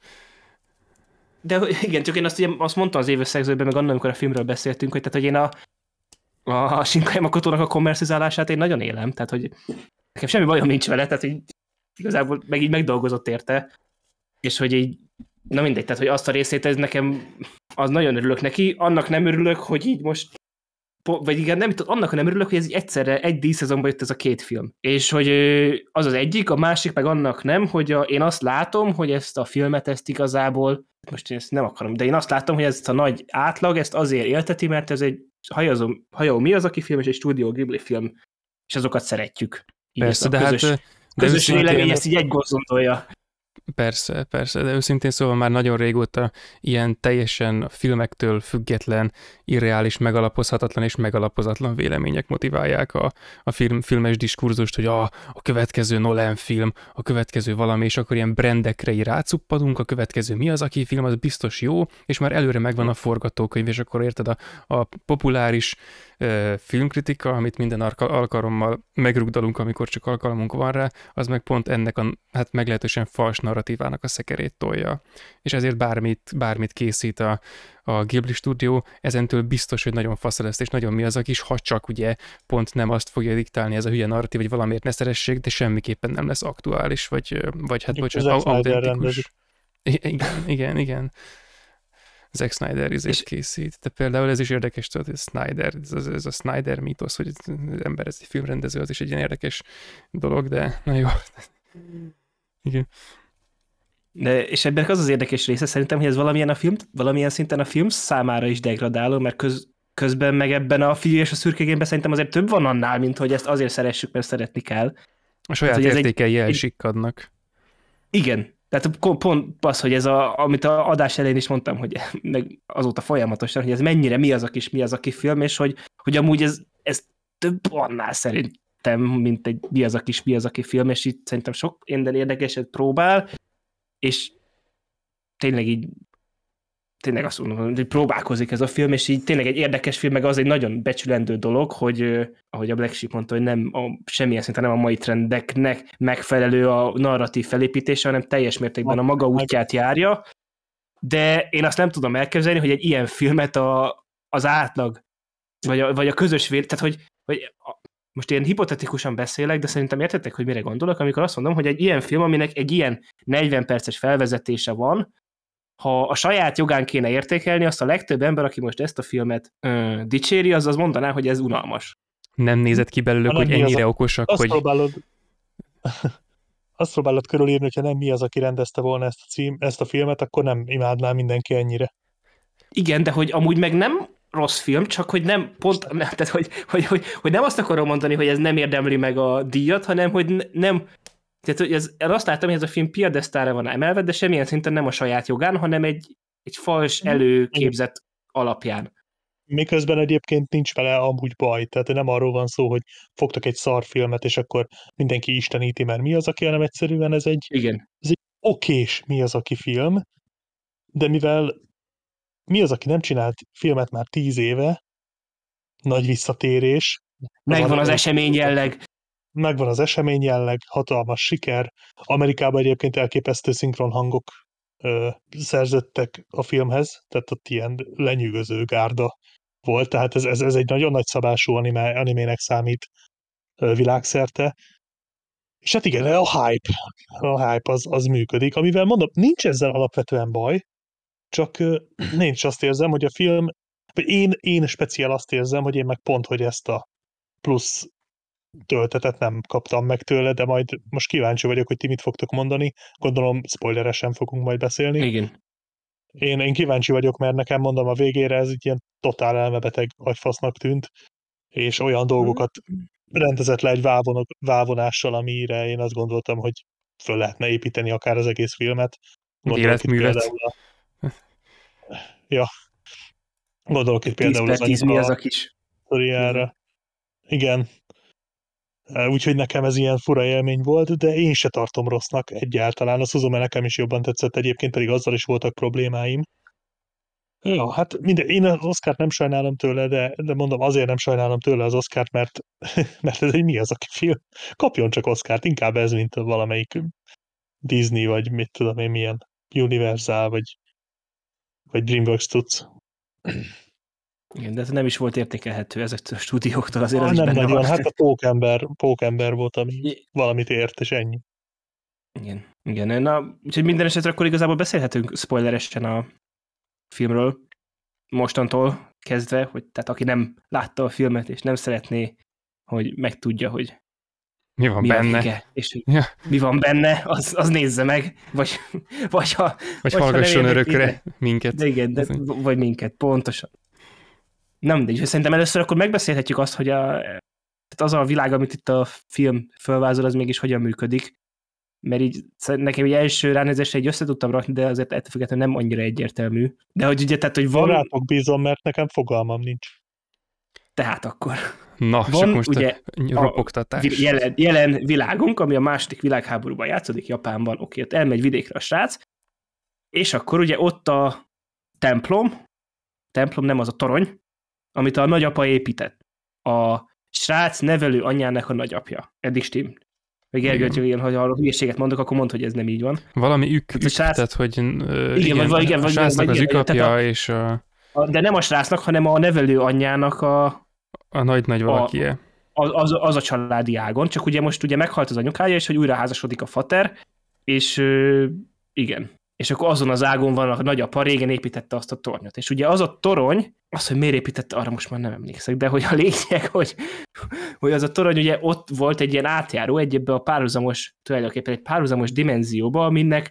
De igen, csak én azt mondtam az évösszegzőben, meg annak, amikor a filmről beszéltünk, hogy, tehát, hogy én a Shinkai Makotónak a kommerszizálását én nagyon élem, tehát hogy nekem semmi bajom nincs vele, tehát hogy igazából meg így megdolgozott érte, és hogy így, na mindegy, tehát hogy azt a részét ez nekem, az nagyon örülök neki, annak nem örülök, hogy így most, vagy igen, nem tudom, annak nem örülök, hogy ez így egyszerre egy díjszezonban jött ez a két film. És hogy az az egyik, a másik meg annak nem, hogy én azt látom, hogy ezt a filmet, ezt igazából, most én ezt nem akarom, de én azt látom, hogy ezt a nagy átlag, ezt azért élteti, mert ez egy Hayao Miyazaki film és egy Studio Ghibli film, és azokat szeretjük. Így persze, de közös vélemény ezt így egy gondolja. Persze, de őszintén szóval már nagyon régóta ilyen teljesen filmektől független, irreális, megalapozhatatlan és megalapozatlan vélemények motiválják a filmes diskurzust, hogy a következő Nolan film, a következő valami, és akkor ilyen brandekre így rácuppadunk, a következő Miyazaki film, az biztos jó, és már előre megvan a forgatókönyv, és akkor érted a populáris filmkritika, amit minden alkalommal megrugdalunk, amikor csak alkalmunk van rá, az meg pont ennek a meglehetősen fals narratívának a szekerét tolja. És ezért bármit készít a Ghibli stúdió, ezentől biztos, hogy nagyon fasz lesz, és nagyon Miyazaki is, ha csak ugye pont nem azt fogja diktálni ez a hülye narratív, hogy valamiért ne szeressék, de semmiképpen nem lesz aktuális, vagy hát bocsánat, autentikus. Igen. Zack Snyder izét készít. De például ez is érdekes, tudod, ez Snyder, ez a Snyder mítosz, hogy az ember, ez egy filmrendező, az is egy ilyen érdekes dolog, de na jó. Igen. De, és ebben az az érdekes része szerintem, hogy ez valamilyen szinten a film számára is degradáló, mert közben meg ebben a Fiú és a szürkegémben szerintem azért több van annál, mint hogy ezt azért szeressük, mert szeretni kell. A saját értékei elsikkadnak. Igen. Tehát pont az, hogy ez amit az adás elején is mondtam, hogy meg azóta folyamatosan, hogy ez mennyire mi az a film, és hogy amúgy ez több annál szerintem, mint egy mi az a film, és itt szerintem sok minden érdekeset próbál, és tényleg azt mondom, hogy próbálkozik ez a film, és így tényleg egy érdekes film, meg az egy nagyon becsülendő dolog, hogy ahogy a Black Sheep mondta, hogy nem semmilyen szinten nem a mai trendeknek megfelelő a narratív felépítése, hanem teljes mértékben a maga útját járja, de én azt nem tudom elképzelni, hogy egy ilyen filmet az átlag, vagy a közös tehát hogy most én hipotetikusan beszélek, de szerintem értettek, hogy mire gondolok, amikor azt mondom, hogy egy ilyen film, aminek egy ilyen 40 perces felvezetése van, ha a saját jogán kéne értékelni, azt a legtöbb ember, aki most ezt a filmet dicséri, az mondaná, hogy ez unalmas. Nem nézett ki belőlük, hogy ennyire okosak, azt hogy... Azt próbálod körülírni, hogyha nem mi az, aki rendezte volna ezt a filmet, akkor nem imádná mindenki ennyire. Igen, de hogy amúgy meg nem rossz film, csak hogy nem pont, tehát hogy nem azt akarom mondani, hogy ez nem érdemli meg a díjat, hanem hogy nem. Tehát hogy azt láttam, hogy ez a film piedesztára van emelve, de semmilyen szinten nem a saját jogán, hanem egy fals előképzett alapján. Miközben egyébként nincs vele amúgy baj, tehát nem arról van szó, hogy fogtak egy szarfilmet, és akkor mindenki isteníti, mert mi az, aki, hanem egyszerűen ez egy okés mi az, aki film, de mivel mi az, aki nem csinált filmet már 10 éve, nagy visszatérés. Megvan az esemény jelleg. Megvan az esemény jelleg, hatalmas siker. Amerikában egyébként elképesztő szinkronhangok szerzettek a filmhez, tehát ott ilyen lenyűgöző gárda volt, tehát ez egy nagyon nagy szabású animének számít világszerte, És hát igen, a hype az működik, amivel mondom, nincs ezzel alapvetően baj, csak én is azt érzem, hogy a film, vagy én speciál azt érzem, hogy én meg pont, hogy ezt a plusz töltetet nem kaptam meg tőle, de majd most kíváncsi vagyok, hogy ti mit fogtok mondani. Gondolom spoileresen fogunk majd beszélni. Igen. Én kíváncsi vagyok, mert nekem mondom a végére ez egy ilyen totál elmebeteg agyfasznak tűnt, és olyan dolgokat rendezett le egy vávonással, amire én azt gondoltam, hogy föl lehetne építeni akár az egész filmet. Gondolok itt például gondolok itt például az 10 mi az a kis sztoriára. Igen. Úgyhogy nekem ez ilyen fura élmény volt, de én se tartom rossznak egyáltalán. A Suzume nekem is jobban tetszett, egyébként pedig azzal is voltak problémáim. Ja, hát én az Oscart nem sajnálom tőle, de mondom, azért nem sajnálom tőle az Oscart, mert ez egy mi az, aki film. Kapjon csak Oscart, inkább ez, mint valamelyik Disney, vagy mit tudom én milyen Universal, vagy DreamWorks tudsz. Igen, de ez nem is volt értékelhető ezektől a stúdióktól, azért az is nem benne nagyon, van. hát a Pókember volt, ami valamit ért, és ennyi. Igen. Na, úgyhogy minden esetre akkor igazából beszélhetünk spoileresen a filmről, mostantól kezdve, hogy tehát aki nem látta a filmet, és nem szeretné, hogy megtudja, hogy mi van benne, a vége, és mi van benne, az nézze meg, vagy hallgasson örökre minket. De igen, vagy minket, pontosan. Nem, de szerintem először akkor megbeszélhetjük azt, hogy tehát az a világ, amit itt a film fölvázol, az mégis hogyan működik, mert így nekem egy első ránézésre így össze tudtam rakni, de azért ettől függetlenül nem annyira egyértelmű. De hogy ugye, tehát, hogy van... Rátok bízom, mert nekem fogalmam nincs. Tehát akkor... Na, van, csak most ugye, a ropogtatás. Jelen világunk, ami a második világháborúban játszódik Japánban, oké, ott elmegy vidékre a srác, és akkor ugye ott a templom nem az a torony, amit a nagyapa épített. A srác nevelő anyjának a nagyapja. Eddig stimm. Meg Gergő, hogy ha hülyeséget mondok, akkor mondd, hogy ez nem így van. Valami tehát hogy a srácnak az ükapja, és de nem a srácnak, hanem a nevelő anyjának a nagy valakie. Az a családi ágon, csak ugye most ugye meghalt az anyukája, és hogy újra házasodik a fater, és igen. És akkor azon az ágon van a nagyapa, régen építette azt a tornyot. És ugye az a torony, az, hogy miért építette, arra most már nem emlékszek, de hogy a lényeg, hogy az a torony, ugye ott volt egy ilyen átjáró, ebbe a tulajdonképpen egy párhuzamos dimenzióba,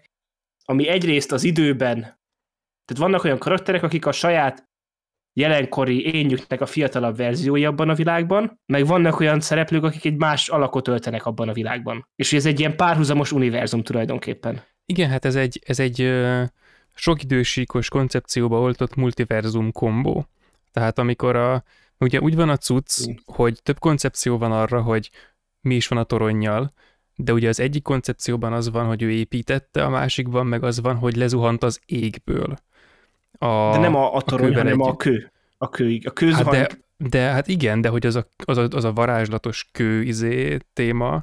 ami egyrészt az időben, tehát vannak olyan karakterek, akik a saját jelenkori énjüknek a fiatalabb verziói abban a világban, meg vannak olyan szereplők, akik egy más alakot öltenek abban a világban. És ez egy ilyen párhuzamos univerzum tulajdonképpen. Igen, hát ez egy sokidősíkos koncepcióba oltott multiverzum kombó. Tehát amikor ugye úgy van a cucc, hogy több koncepció van arra, hogy mi is van a toronnyal, de ugye az egyik koncepcióban az van, hogy ő építette, a másikban meg az van, hogy lezuhant az égből. De nem a torony, hanem a kő. A kő zuhant. Hát hát igen, de hogy az a varázslatos kő téma,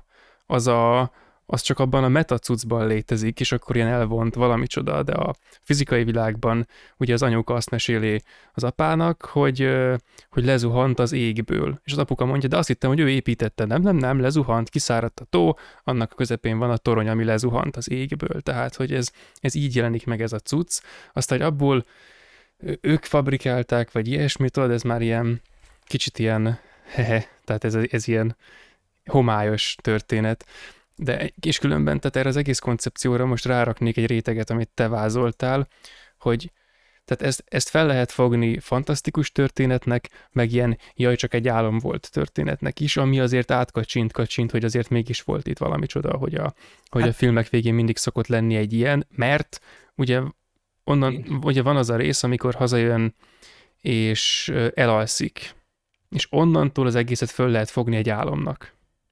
az csak abban a metacucban létezik, és akkor ilyen elvont valami csoda, de a fizikai világban ugye az anyuka azt meséli az apának, hogy lezuhant az égből. És az apuka mondja, de azt hittem, hogy ő építette. Nem, lezuhant, kiszáradt a tó, annak a közepén van a torony, ami lezuhant az égből. Tehát, hogy ez így jelenik meg ez a cucc. Aztán, hogy abból ők fabrikálták, vagy ilyesmit, ez már ilyen kicsit ilyen tehát ez ilyen homályos történet. De és különben, tehát erre az egész koncepcióra most ráraknék egy réteget, amit te vázoltál, hogy tehát ezt fel lehet fogni fantasztikus történetnek, meg ilyen csak egy álom volt történetnek is, ami azért átkacsint, hogy azért mégis volt itt valami csoda, hogy a filmek végén mindig szokott lenni egy ilyen, mert ugye ugye van az a rész, amikor hazajön és elalszik, és onnantól az egészet föl lehet fogni egy álomnak.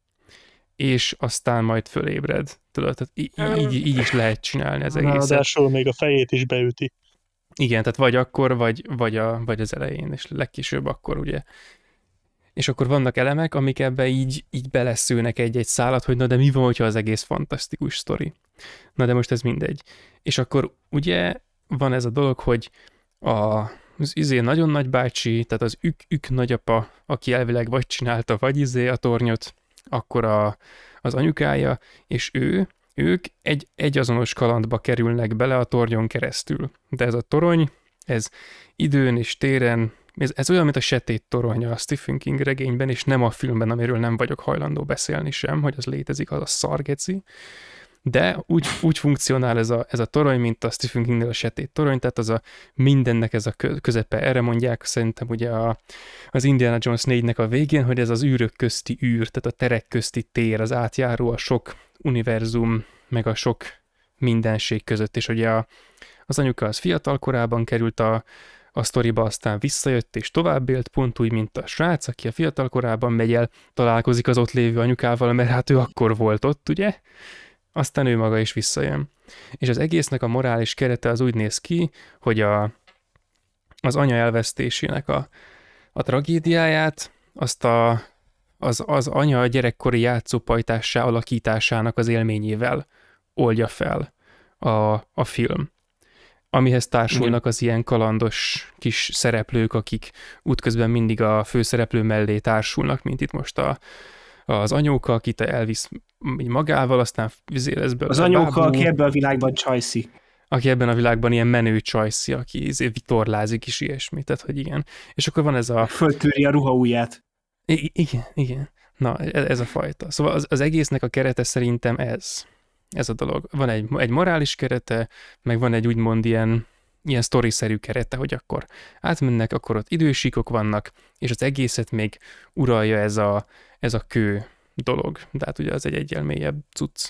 És aztán majd fölébred. Tudod, tehát így is lehet csinálni az egészet. Ráadásul még a fejét is beüti. Igen, tehát vagy akkor, vagy az elején, és legkésőbb akkor, ugye. És akkor vannak elemek, amik ebbe így beleszőnek egy-egy szálat, hogy na de mi van, hogyha az egész fantasztikus sztori. Na de most ez mindegy. És akkor ugye van ez a dolog, hogy az nagyon nagybácsi, tehát az ük nagyapa, aki elvileg vagy csinálta, vagy a tornyot, akkor az anyukája, és ők egy azonos kalandba kerülnek bele a tornyon keresztül. De ez a torony, ez időn és téren, ez olyan, mint a Sötét torony a Stephen King regényben, és nem a filmben, amiről nem vagyok hajlandó beszélni sem, hogy az létezik, az a szargeci. De úgy funkcionál ez a torony, mint a Stephen Kingnél a Sötét torony, tehát az a mindennek ez a közepe. Erre mondják szerintem ugye az Indiana Jones 4-nek a végén, hogy ez az űrök közti űr, tehát a terek közti tér, az átjáró a sok univerzum, meg a sok mindenség között. És ugye az anyuka az fiatal korában került a sztoriba, aztán visszajött és tovább élt, pont úgy, mint a srác, aki a fiatal korában megy el, találkozik az ott lévő anyukával, mert hát ő akkor volt ott, ugye? Aztán ő maga is visszajön. És az egésznek a morális kerete az úgy néz ki, hogy az anya elvesztésének a tragédiáját, azt az anya gyerekkori játszópajtássá alakításának az élményével oldja fel a film. Amihez társulnak az ilyen kalandos kis szereplők, akik útközben mindig a főszereplő mellé társulnak, mint itt most az anyóka, akit elvisz magával, aztán lesz belőle az anyóka, aki ebben a világban csajszi. Aki ebben a világban ilyen menő csajszi, aki vitorlázik is ilyesmi, tehát hogy igen. És akkor van ez a... Föltűri a ruhaujját. Igen. Na, ez a fajta. Szóval az egésznek a kerete szerintem ez a dolog. Van egy morális kerete, meg van egy úgymond ilyen sztoriszerű kerete, hogy akkor átmennek, akkor ott idősíkok vannak, és az egészet még uralja ez a kő dolog. De hát ugye az egy egyel mélyebb cucc.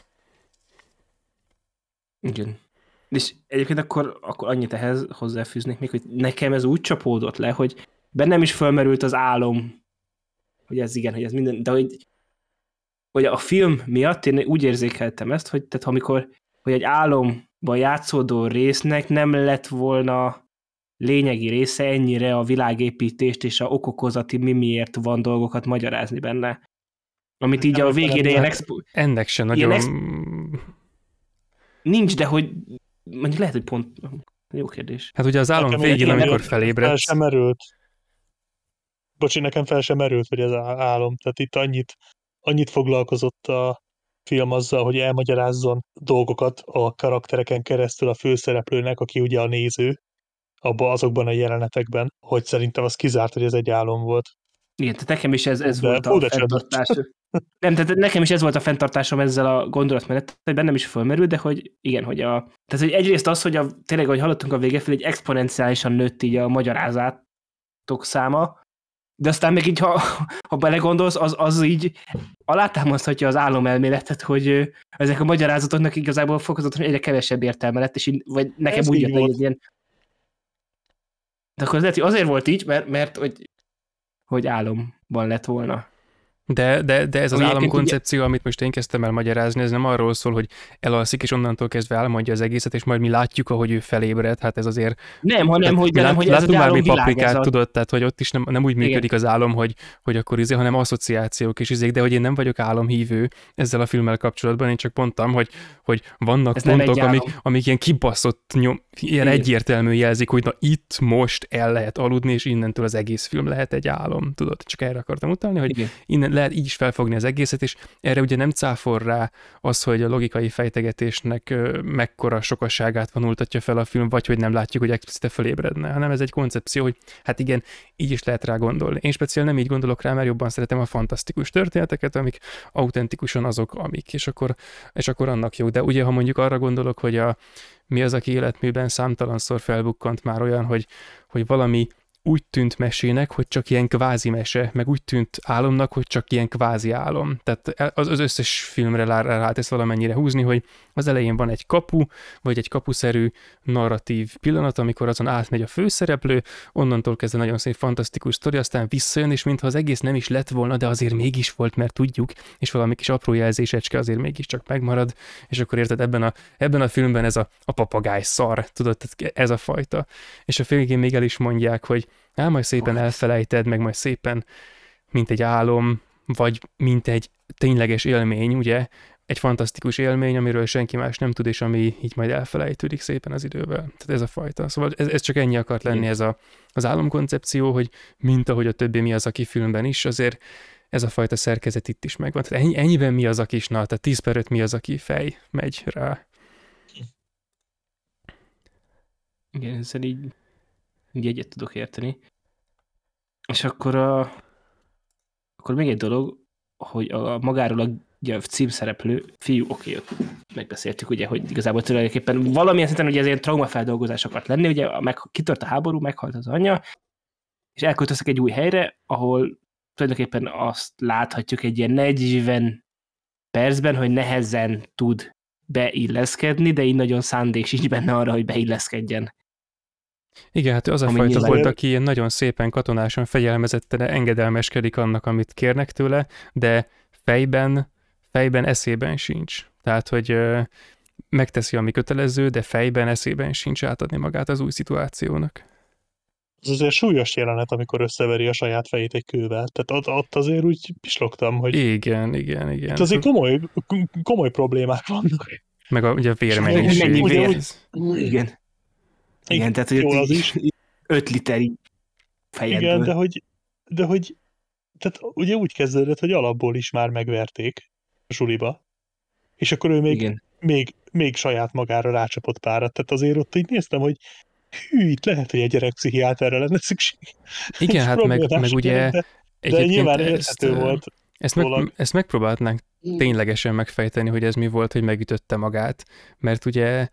Igen. És egyébként akkor annyit ehhez hozzáfűznék még, hogy nekem ez úgy csapódott le, hogy bennem is fölmerült az álom, hogy ez igen, hogy ez minden, de hogy a film miatt én úgy érzékeltem ezt, hogy tehát amikor hogy egy álomban játszódó résznek nem lett volna lényegi része ennyire a világépítést és a okokozati miért van dolgokat magyarázni benne. Amit így a végére ilyen ennek sem nagyon... Nincs, de hogy mondjuk lehet, hogy pont... Jó kérdés. Hát ugye az álom végén, amikor felébredsz... Fel sem merült. Bocsi, nekem fel sem merült, hogy ez álom. Tehát itt annyit foglalkozott a film azzal, hogy elmagyarázzon dolgokat a karaktereken keresztül a főszereplőnek, aki ugye a néző, azokban a jelenetekben, hogy szerintem az kizárt, hogy ez egy álom volt. Igen, tehát nekem is ez volt a fenntartás. Nem, tehát nekem is ez volt a fenntartásom ezzel a gondolatmenet, hogy bennem is fölmerül, de hogy igen, hogy tehát hogy egyrészt az, hogy tényleg, ahogy hallottunk a vége felé, egy exponenciálisan nőtt így a magyarázatok száma, de aztán még így, ha belegondolsz, az így alátámaszthatja az álomelméletet, hogy ezek a magyarázatoknak igazából fokozatosan egyre kevesebb értelme lett, és így, vagy nekem ez úgy jött, hogy ilyen... De akkor lehet, hogy azért volt így, mert hogy álomban lett volna. De ez az álomkoncepció, amit most én kezdtem el magyarázni, ez nem arról szól, hogy elalszik, és onnantól kezdve elmondja az egészet, és majd mi látjuk, ahogy ő felébred, hát ez azért... Nem, hanem, hogy ez az álom világ. Paprikát, tudod, tehát hogy ott is nem úgy működik az álom, hogy akkor hanem asszociációk és de hogy én nem vagyok álomhívő ezzel a filmmel kapcsolatban, én csak mondtam, hogy vannak ez pontok, amik ilyen kibaszott ilyen egyértelmű jelzik, hogy na itt most el lehet aludni, és innentől az egész film lehet egy álom, tudod? Csak erre akartam utalni, hogy innen lehet így is felfogni az egészet, és erre ugye nem cáfol rá az, hogy a logikai fejtegetésnek mekkora sokasságát vonultatja fel a film, vagy hogy nem látjuk, hogy explicite felébredne, hanem ez egy koncepció, hogy hát igen, így is lehet rá gondolni. Én speciál nem így gondolok rá, mert jobban szeretem a fantasztikus történeteket, amik autentikusan azok, amik, és akkor annak jó. De ugye, ha mondjuk arra gondolok, hogy mi az, aki életműben számtalanszor felbukkant már olyan, hogy valami úgy tűnt mesének, hogy csak ilyen kvázi mese, meg úgy tűnt álomnak, hogy csak ilyen kvázi álom. Tehát az összes filmre lehet ezt valamennyire húzni, hogy az elején van egy kapu, vagy egy kapuszerű narratív pillanat, amikor azon átmegy a főszereplő, onnantól kezdve nagyon szép fantasztikus sztori, aztán visszajön, és mintha az egész nem is lett volna, de azért mégis volt, mert tudjuk, és valami kis apró jelzésecske azért mégiscsak megmarad, és akkor érted, ebben a filmben ez a papagáj szar, tudod, ez a fajta. És a végén még el is mondják, hogy majd szépen elfelejted, meg majd szépen, mint egy álom, vagy mint egy tényleges élmény, ugye, egy fantasztikus élmény, amiről senki más nem tud, és ami így majd elfelejtődik szépen az idővel. Tehát ez a fajta. Szóval ez csak ennyi akart lenni, ez az álomkoncepció, hogy mint ahogy a többi mi az, aki filmben is, azért ez a fajta szerkezet itt is megvan. Tehát ennyiben mi az, aki isna, tehát 10/5 mi az, aki fej megy rá. Igen, ezzel így egyet tudok érteni. És akkor még egy dolog, hogy magáról a címszereplő fiú, oké, megbeszéltük, ugye, hogy igazából tulajdonképpen valamilyen szinten ugye ez ilyen traumafeldolgozás akart lenni, ugye kitört a háború, meghalt az anyja, és elköltöztek egy új helyre, ahol tulajdonképpen azt láthatjuk egy ilyen 40 percben, hogy nehezen tud beilleszkedni, de így nagyon szándék sincs benne arra, hogy beilleszkedjen. Igen, hát az a Ami fajta nyilván- volt, aki ilyen nagyon szépen katonásan, fegyelmezetten engedelmeskedik annak, amit kérnek tőle, de fejben eszében sincs. Tehát, hogy megteszi, ami kötelező, de fejben eszében sincs átadni magát az új szituációnak. Ez azért súlyos jelenet, amikor összeveri a saját fejét egy kővel. Tehát ott azért úgy pislogtam, hogy Igen. itt azért komoly problémák vannak. Meg ugye a Mennyi vérmennyiség. vér? Úgy- Igen. Igen, tehát hogy jó, ott az is. 5 literi fejedből. Igen, de hogy tehát ugye úgy kezdődött, hogy alapból is már megverték a suliba, és akkor ő Igen. még saját magára rácsapott párat. Tehát azért ott így néztem, hogy hű, itt lehet, hogy egy gyerekpszichiáterre lenne szükség. Igen, Ez hát meg problémás ugye gyerek, de egyébként nyilván érthető volt. ezt megpróbáltnánk ténylegesen megfejteni, hogy ez mi volt, hogy megütötte magát, mert ugye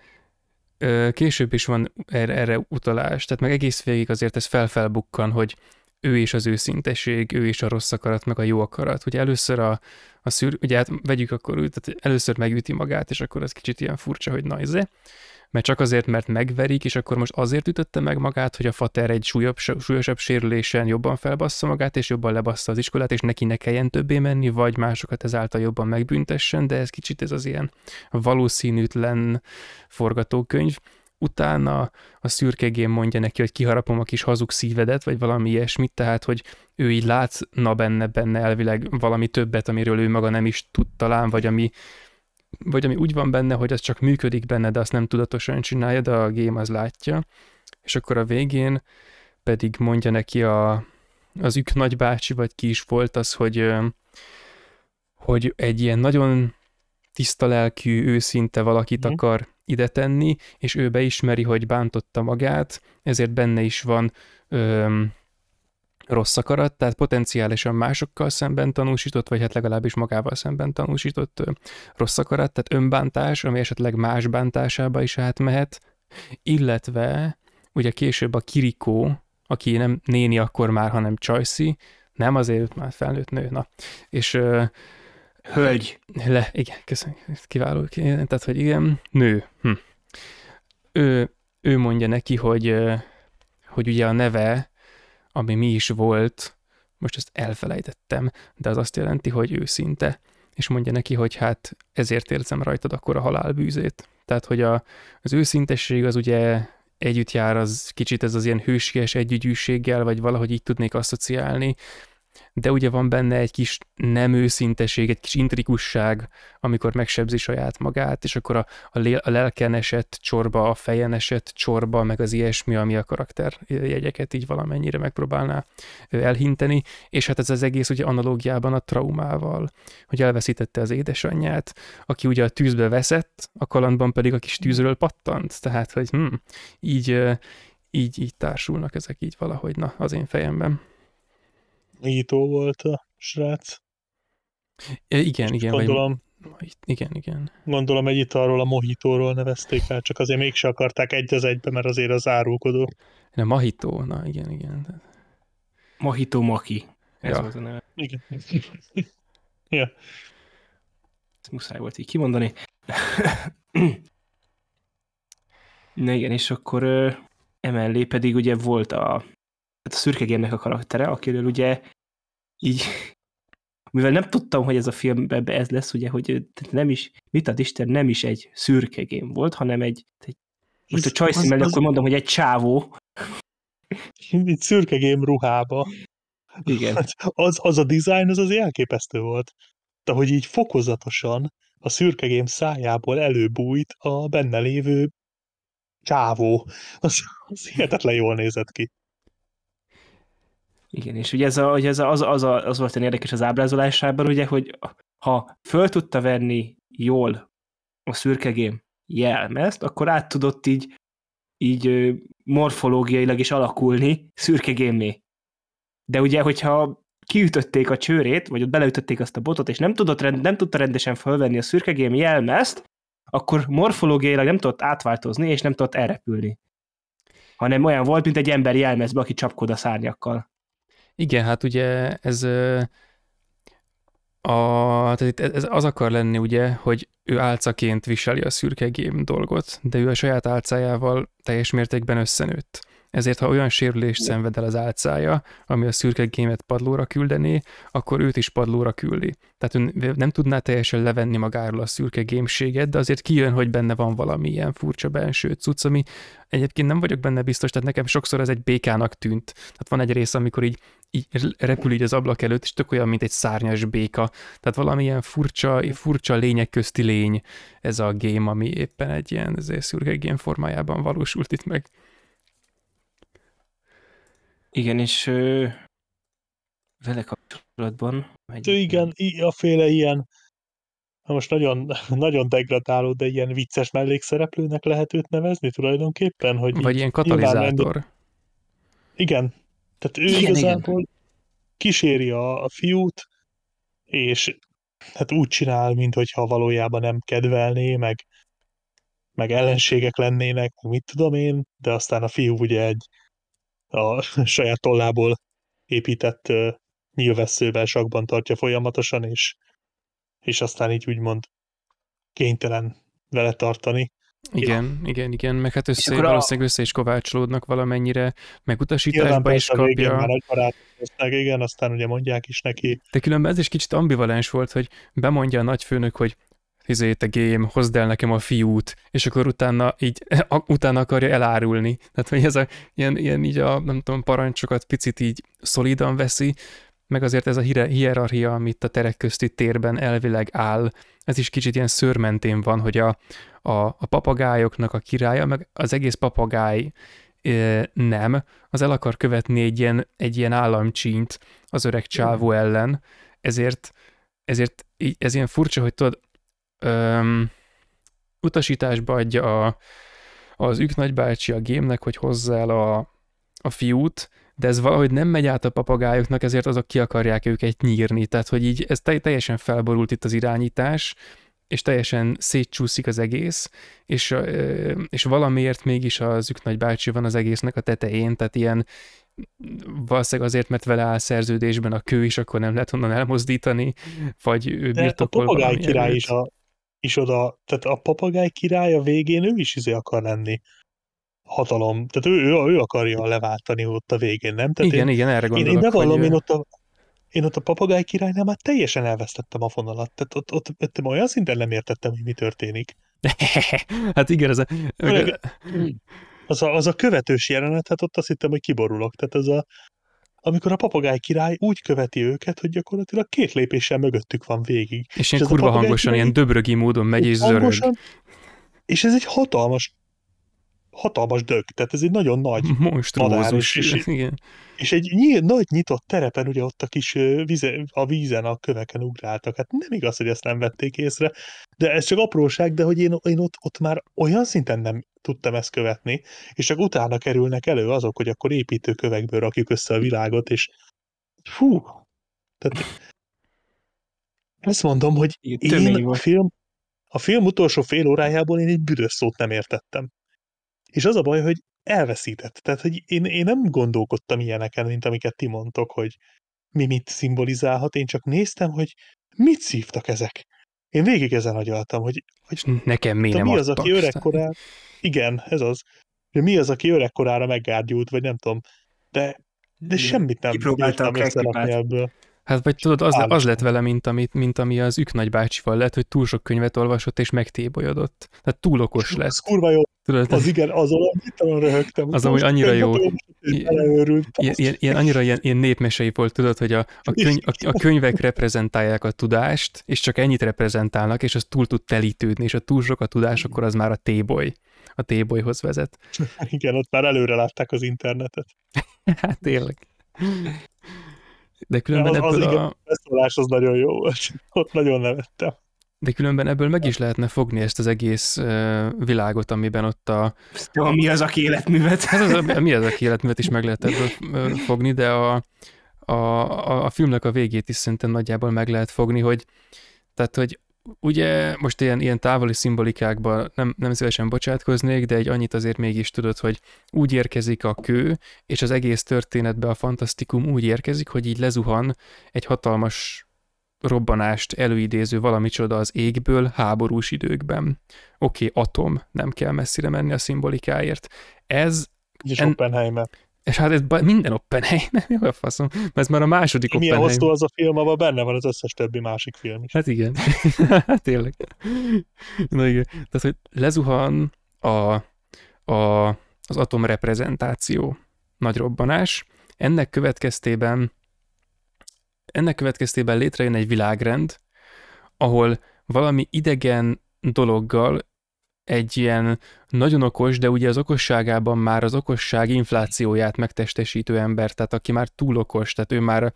később is van erre utalás, tehát meg egész végig azért ez felbukkan, hogy ő is az őszintesség, ő is a rossz akarat, meg a jó akarat. Ugye először ugye hát vegyük akkor úgy, tehát először megüti magát, és akkor az kicsit ilyen furcsa, hogy mert csak azért, mert megverik, és akkor most azért ütötte meg magát, hogy a fater egy súlyosabb sérülésen jobban felbassza magát, és jobban lebassza az iskolát, és neki ne kelljen többé menni, vagy másokat ezáltal jobban megbüntessen, de ez kicsit ez az ilyen valószínűtlen forgatókönyv. Utána a szürkegén mondja neki, hogy kiharapom a kis hazug szívedet, vagy valami ilyesmit, tehát, hogy ő így látna benne elvileg valami többet, amiről ő maga nem is tud talán, vagy ami úgy van benne, hogy az csak működik benne, de azt nem tudatosan csinálja, de a game az látja. És akkor a végén pedig mondja neki az Ük nagybácsi, vagy ki is volt az, hogy egy ilyen nagyon tiszta lelkű, őszinte valakit akar ide tenni, és ő beismeri, hogy bántotta magát, ezért benne is van rossz akarat, tehát potenciálisan másokkal szemben tanúsított, vagy hát legalábbis magával szemben tanúsított rossz akarat, tehát önbántás, ami esetleg más bántásába is átmehet, illetve ugye később a Kiriko, aki nem néni akkor már, hanem Csajci, nem azért már felnőtt nő, na, és Hölgy. igen, köszönjük, kiváló, tehát, hogy igen, nő. Ő mondja neki, hogy ugye a neve, ami mi is volt, most ezt elfelejtettem, de az azt jelenti, hogy őszinte, és mondja neki, hogy hát ezért érzem rajtad akkor a halálbűzét. Tehát, hogy az őszintesség az ugye együtt jár, az kicsit ez az ilyen hősies együgyűséggel, vagy valahogy így tudnék asszociálni, de ugye van benne egy kis nem őszinteség, egy kis intrikusság, amikor megsebzi saját magát, és akkor a lelken esett csorba, a fejen esett csorba, meg az ilyesmi, ami a karakterjegyeket így valamennyire megpróbálná elhinteni, és hát ez az egész ugye analógiában a traumával, hogy elveszítette az édesanyját, aki ugye a tűzbe veszett, a kalandban pedig a kis tűzről pattant, tehát hogy így társulnak ezek így valahogy, na, az én fejemben. Mojito volt a srác. Igen. Gondolom, igen. Gondolom egy italról, a mojitóról nevezték el, csak azért mégse akarták egy az egybe, mert azért az árulkodó. A Mahito, na igen. Mahito Maki. Ez Ja. volt a neve. Igen. Ja. Ezt muszáj volt így kimondani. Na igen, és akkor emellé pedig ugye volt a szürkegémnek a karaktere, akiről ugye így, mivel nem tudtam, hogy ez a filmben ez lesz, ugye, hogy nem is, mit ad Isten, nem is egy szürkegém volt, hanem most a Csajci mellett akkor mondom, hogy egy csávó. Itt szürkegém ruhába. Igen. Az a design, az azért elképesztő volt. De hogy így fokozatosan a szürkegém szájából előbújt a benne lévő csávó. Az hihetetlen jól nézett ki. Igen, és ugye az volt olyan érdekes az ábrázolásában, ugye, hogy ha föl tudta venni jól a szürkegém jelmezt, akkor át tudott így morfológiailag is alakulni szürkegémmé. De ugye, hogyha kiütötték a csőrét, vagy ott beleütötték azt a botot, és nem tudta rendesen fölvenni a szürkegém jelmezt, akkor morfológiailag nem tudott átváltozni, és nem tudott elrepülni. Hanem olyan volt, mint egy ember jelmezbe, aki csapkod a szárnyakkal. Igen, hát ugye tehát ez az akar lenni ugye, hogy ő álcaként viseli a szürkegém dolgot, de ő a saját álcájával teljes mértékben összenőtt. Ezért, ha olyan sérülést szenved el az álcája, ami a szürkegémet padlóra küldené, akkor őt is padlóra küldi. Tehát ő nem tudná teljesen levenni magáról a szürkegémséget, de azért kijön, hogy benne van valami ilyen furcsa benső cucc, ami egyébként nem vagyok benne biztos, tehát nekem sokszor ez egy békának tűnt. Tehát van egy rész, amikor így repül így az ablak előtt, és tök olyan, mint egy szárnyas béka. Tehát valamilyen furcsa lények közti lény ez a game, ami éppen egy ilyen szürkegém formájában valósult itt meg. Igen, és vele kapcsolatban... Igen, a féle ilyen, most nagyon, nagyon degradáló, de ilyen vicces mellékszereplőnek lehet őt nevezni tulajdonképpen, hogy vagy ilyen katalizátor. Igen, tehát ő igazából kíséri a fiút, és hát úgy csinál, minthogyha valójában nem kedvelné, meg ellenségek lennének, mit tudom én, de aztán a fiú ugye a saját tollából épített nyílvesszővel sakban tartja folyamatosan, és aztán így úgymond kénytelen vele tartani. Igen, meg hát valószínűleg össze is kovácsolódnak valamennyire, meg utasításba is kapja. Végén már nagy barátok, igen, aztán ugye mondják is neki. De különben ez is kicsit ambivalens volt, hogy bemondja a nagyfőnök, hogy te game, hozd el nekem a fiút, és akkor utána akarja elárulni. Tehát, hogy ez ilyen így nem tudom, parancsokat picit így szolidan veszi, meg azért ez a hierarchia, amit a terek közti térben elvileg áll, ez is kicsit ilyen szőrmentén van, hogy a papagájoknak a királya, meg az egész papagáj nem, az el akar követni egy ilyen államcsínyt az öreg csávó ellen, ezért ez ilyen furcsa, hogy tudod, utasításba adja az nagybácsi a gémnek, hogy hozza el a fiút, de ez valahogy nem megy át a papagájoknak, ezért azok ki akarják őket nyírni. Tehát, hogy így ez teljesen felborult itt az irányítás, és teljesen szétcsúszik az egész, és valamiért mégis az nagybácsi van az egésznek a tetején, tehát ilyen valószínűleg azért, mert vele áll szerződésben a kő, és akkor nem lehet onnan elmozdítani, vagy ő birtokol valami. A papagáj király is oda, tehát a papagáj király a végén ő is akar lenni hatalom. Tehát ő akarja leváltani ott a végén, nem? Tehát igen, erre gondolok. Én bevallom, én ott a papagáj királynál már teljesen elvesztettem a fonalat. Tehát ott olyan szinten nem értettem, hogy mi történik. Hát igen, az a követős jelenet, hát ott azt hittem, hogy kiborulok. Tehát amikor a papagáj király úgy követi őket, hogy gyakorlatilag 2 lépéssel mögöttük van végig. És ilyen kurva hangosan, ilyen döbrögi módon megy és zörög. És ez egy hatalmas dög, tehát ez egy nagyon nagy monstruózus, és egy nagy nyitott terepen ugye ott a kis vízen a köveken ugráltak. Hát nem igaz, hogy ezt nem vették észre, de ez csak apróság, de hogy én ott már olyan szinten nem tudtam ezt követni, és csak utána kerülnek elő azok, hogy akkor építőkövekből rakjuk össze a világot, és fú, tehát ezt mondom, hogy én a film utolsó fél órájából én egy büdös szót nem értettem. És az a baj, hogy elveszített. Tehát, hogy én nem gondolkodtam ilyeneken, mint amiket ti mondtok, hogy mi mit szimbolizálhat. Én csak néztem, hogy mit szívtak ezek. Én végig ezen agyaltam, hogy nekem mi nem az, aki öregkorán... Igen, ez az. Mi az, aki öregkorára meggárgyult, vagy nem tudom. De semmit nem bírtam összerakni ebből. Hát vagy tudod, az lett vele, mint ami az nagybácsival lett, hogy túl sok könyvet olvasott és megtébolyodott. Tehát túl okos lett. Ez kurva jó. Tudod, az igen, azon röhögtem. Az amúgy annyira jó. Annyira ilyen népmesei volt, tudod, hogy a könyvek reprezentálják a tudást, és csak ennyit reprezentálnak, és az túl tud telítődni, és a túl sok a tudás, akkor az már a tébolyhoz vezet. Igen, ott már előre látták az internetet. Hát tényleg. De különben az ebből igen, beszólás az nagyon jó volt. Ott nagyon nevettem. De különben ebből meg is lehetne fogni ezt az egész világot, amiben ott Mi az, aki életművet? Hát mi az, aki életművet is meg lehet ebből fogni, de a filmnek a végét is szerintem nagyjából meg lehet fogni, hogy ugye most ilyen távoli szimbolikákban nem szívesen bocsátkoznék, de egy annyit azért mégis tudod, hogy úgy érkezik a kő, és az egész történetbe a fantasztikum úgy érkezik, hogy így lezuhan egy hatalmas robbanást előidéző valamicsoda az égből háborús időkben. Oké, atom, nem kell messzire menni a szimbolikáért. És Oppenheimer. És hát ez minden Oppenheimer, mi a faszom? Mert ez már a második Milyen Oppenheimer. hosszú az a film, abban benne van az összes többi másik film is. Hát igen. Hát tényleg. Na igen. Tehát, hogy lezuhan az atomreprezentáció, nagy robbanás. Ennek következtében létrejön egy világrend, ahol valami idegen dologgal egy ilyen nagyon okos, de ugye az okosságában már az okosság inflációját megtestesítő ember, tehát aki már túl okos, tehát ő már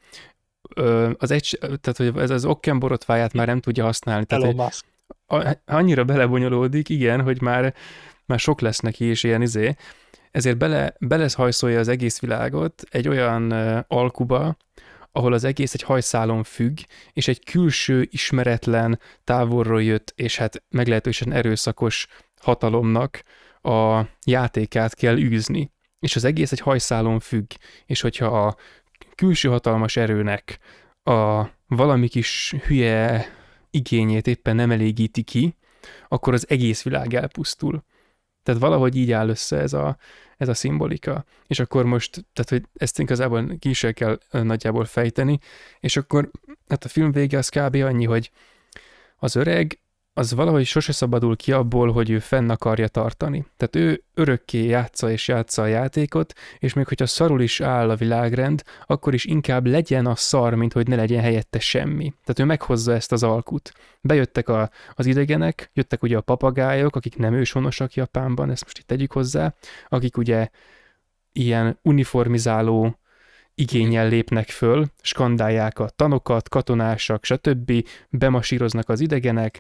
tehát hogy ez az okkenborotváját már nem tudja használni. Elon Tehát, Musk. annyira belebonyolódik, igen, hogy már sok lesz neki is ilyen ezért belehajszolja az egész világot egy olyan alkuba, ahol az egész egy hajszálon függ, és egy külső, ismeretlen, távolról jött, és hát meglehetősen erőszakos hatalomnak a játékát kell űzni. És az egész egy hajszálon függ, és hogyha a külső hatalmas erőnek a valami kis hülye igényét éppen nem elégíti ki, akkor az egész világ elpusztul. Tehát valahogy így áll össze ez a szimbolika. És akkor most, tehát hogy ezt igazából ki is kell nagyjából fejteni, és akkor hát a film vége az kb. Annyi, hogy az öreg az valahogy sose szabadul ki abból, hogy ő fenn akarja tartani. Tehát ő örökké játsza a játékot, és még hogyha szarul is áll a világrend, akkor is inkább legyen a szar, mint hogy ne legyen helyette semmi. Tehát ő meghozza ezt az alkut. Bejöttek az idegenek, jöttek ugye a papagájok, akik nem őshonosak Japánban, ezt most itt tegyük hozzá, akik ugye ilyen uniformizáló igénnyel lépnek föl, skandálják a tanokat, katonásak, stb. Bemasíroznak az idegenek,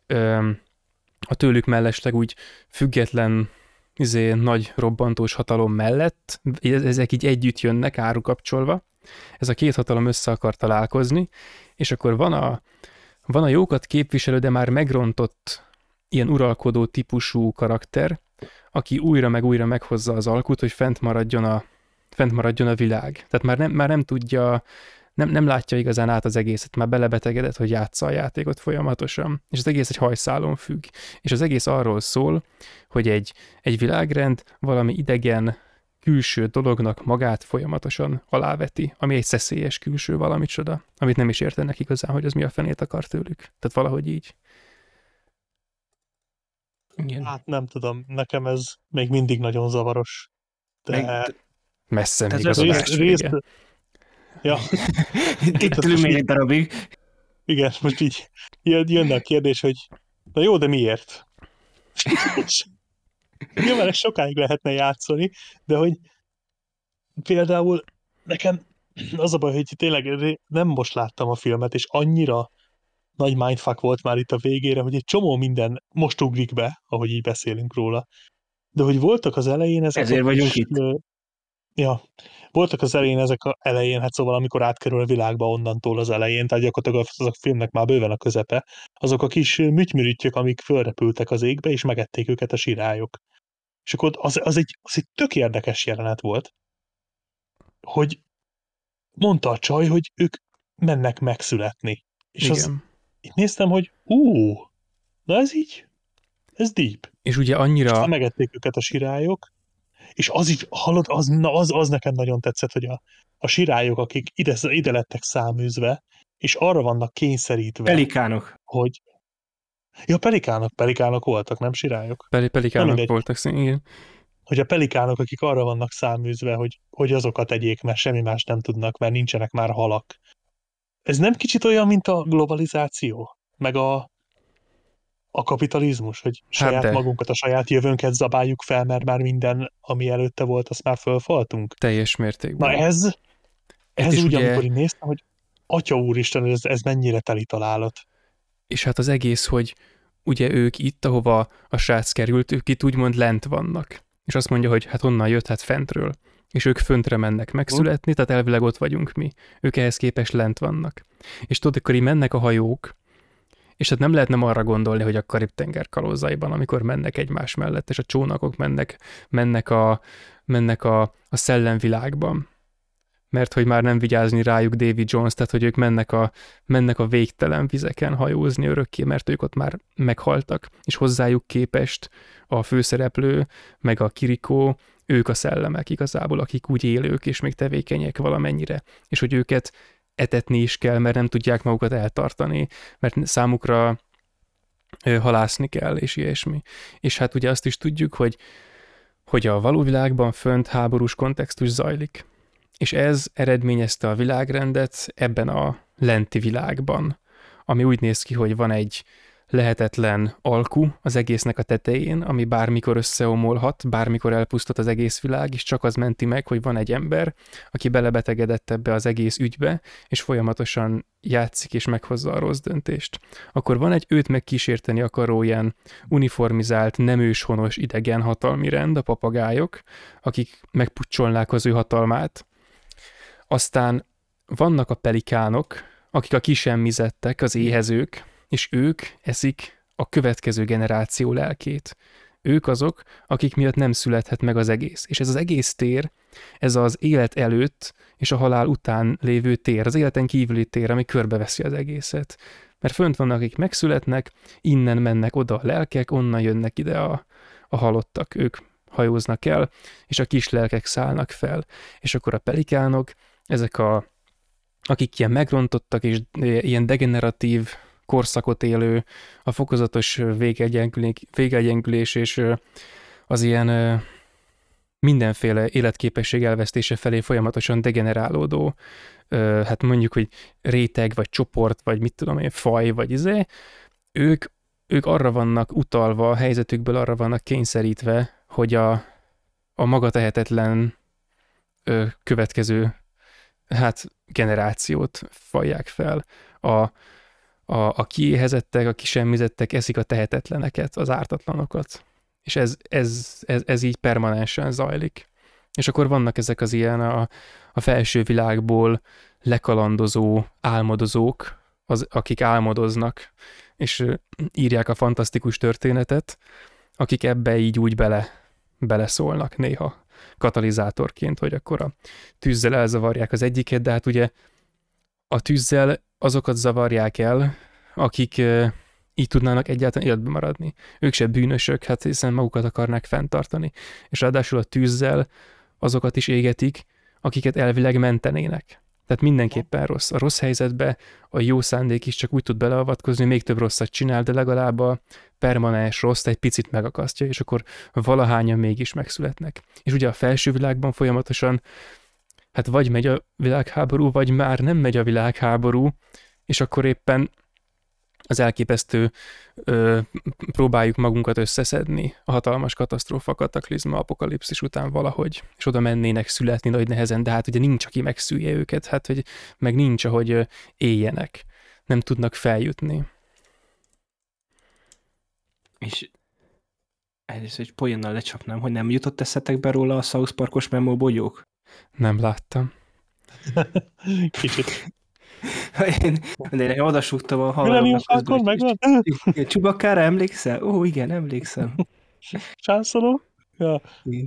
a tőlük mellesleg úgy független nagy robbantós hatalom mellett, ezek így együtt jönnek árukapcsolva, ez a két hatalom össze akar találkozni, és akkor van a jókat képviselő, de már megrontott ilyen uralkodó típusú karakter, aki újra meg újra meghozza az alkut, hogy fent maradjon a világ. Tehát már nem tudja, nem látja igazán át az egészet, már belebetegedett, hogy játsza a játékot folyamatosan, és az egész egy hajszálon függ. És az egész arról szól, hogy egy világrend valami idegen, külső dolognak magát folyamatosan aláveti, ami egy szeszélyes külső valamicsoda, amit nem is értenek igazán, hogy az mi a fenét akar tőlük. Tehát valahogy így. Igen. Hát nem tudom, nekem ez még mindig nagyon zavaros. De... Messze még Tehát az adás vége. Ja. Itt ülünk még egy darabig. Igen, most így jönne a kérdés, hogy na jó, de miért? Nyilván ezt sokáig lehetne játszani, de hogy például nekem az a baj, hogy tényleg nem most láttam a filmet, és annyira nagy mindfuck volt már itt a végére, hogy egy csomó minden most ugrik be, ahogy így beszélünk róla. De hogy voltak az elején ezek Ezért vagyunk itt. Ja, voltak az elején hát szóval amikor átkerül a világba onnantól az elején, tehát gyakorlatilag az a filmnek már bőven a közepe, azok a kis műtymürüttyök, amik fölrepültek az égbe, és megették őket a sirályok. És akkor az egy tök érdekes jelenet volt, hogy mondta a csaj, hogy ők mennek megszületni. És így néztem, hogy na ez deep. És ugye annyira... És megették őket a sirályok, és az így, hallod, az nekem nagyon tetszett, hogy a sirályok, akik ide lettek száműzve, és arra vannak kényszerítve. Pelikánok. Hogy... Ja, pelikánok voltak, nem sirályok? Pelikánok voltak, igen. Hogy a pelikánok, akik arra vannak száműzve, hogy azokat tegyék, mert semmi más nem tudnak, mert nincsenek már halak. Ez nem kicsit olyan, mint a globalizáció? Meg a kapitalizmus, hogy saját magunkat, a saját jövőnket zabáljuk fel, mert már minden, ami előtte volt, azt már fölfaltunk? Teljes mértékben. Na Ez és úgy, ugye, amikor én néztem, hogy Atya úristen, ez mennyire teli találat. és hát az egész, hogy ugye ők itt, ahova a srác került, ők itt úgymond lent vannak. És azt mondja, hogy hát honnan jött, hát fentről. És ők föntre mennek megszületni, tehát elvileg ott vagyunk mi. Ők ehhez képest lent vannak. És tudod, akkor így mennek a hajók, és hát nem lehet nem arra gondolni, hogy a Karib-tenger kalózaiban, amikor mennek egymás mellett, és a csónakok mennek a szellemvilágban, mert hogy már nem vigyázni rájuk Davy Jones, tehát hogy ők mennek a végtelen vizeken hajózni örökké, mert ők ott már meghaltak, és hozzájuk képest a főszereplő, meg a Kiriko, ők a szellemek igazából, akik úgy élők, és még tevékenyek valamennyire, és hogy őket etetni is kell, mert nem tudják magukat eltartani, mert számukra halászni kell, és ilyesmi. És hát ugye azt is tudjuk, hogy a való világban fönt háborús kontextus zajlik. És ez eredményezte a világrendet ebben a lenti világban, ami úgy néz ki, hogy van egy lehetetlen alku az egésznek a tetején, ami bármikor összeomolhat, bármikor elpusztult az egész világ, és csak az menti meg, hogy van egy ember, aki belebetegedett ebbe az egész ügybe, és folyamatosan játszik és meghozza a rossz döntést. Akkor van egy őt megkísérteni akaró ilyen uniformizált, nem őshonos idegen hatalmi rend, a papagájok, akik megpucsolnák az ő hatalmát. Aztán vannak a pelikánok, akik a kisemmizettek, az éhezők, és ők eszik a következő generáció lelkét. Ők azok, akik miatt nem születhet meg az egész. És ez az egész tér, ez az élet előtt és a halál után lévő tér, az életen kívüli tér, ami körbeveszi az egészet. Mert fönt vannak, akik megszületnek, innen mennek oda a lelkek, onnan jönnek ide a halottak, ők hajóznak el, és a kis lelkek szállnak fel. És akkor a pelikánok, ezek akik ilyen megrontottak és ilyen degeneratív korszakot élő, a fokozatos végegyengülés és az ilyen mindenféle életképesség elvesztése felé folyamatosan degenerálódó, hát mondjuk, hogy réteg, vagy csoport, vagy mit tudom én, faj, vagy ők arra vannak utalva, a helyzetükből arra vannak kényszerítve, hogy a maga tehetetlen következő generációt fajják fel. A kiéhezettek, a kisemmizettek eszik a tehetetleneket, az ártatlanokat. És ez így permanensen zajlik. És akkor vannak ezek az ilyen a felső világból lekalandozó álmodozók, akik álmodoznak, és írják a fantasztikus történetet, akik ebbe így úgy beleszólnak néha katalizátorként, hogy akkor a tűzzel elzavarják az egyiket, de hát ugye a tűzzel azokat zavarják el, akik így tudnának egyáltalán életben maradni. Ők se bűnösök, hát hiszen magukat akarnák fenntartani. És ráadásul a tűzzel azokat is égetik, akiket elvileg mentenének. Tehát mindenképpen rossz. A rossz helyzetbe a jó szándék is csak úgy tud beleavatkozni, még több rosszat csinál, de legalább a permanens rossz egy picit megakasztja, és akkor valahányan mégis megszületnek. És ugye a felső világban folyamatosan hát vagy megy a világháború, vagy már nem megy a világháború, és akkor éppen az elképesztő próbáljuk magunkat összeszedni a hatalmas katasztrófa, kataklizma, apokalipszis után valahogy, és oda mennének születni nagy nehezen, de hát ugye nincs, aki megszülje őket, hát hogy meg nincs, ahogy éljenek. Nem tudnak feljutni. És ez egy poénnal lecsapnám, hogy nem jutott eszetekbe róla a South Parkos Memo bogyók? Nem láttam. Kicsit. De én odasúgtam a Millennium Falcon megvan? Csubakkára emlékszel? Ó, igen, emlékszem. Sánszoló? Ja.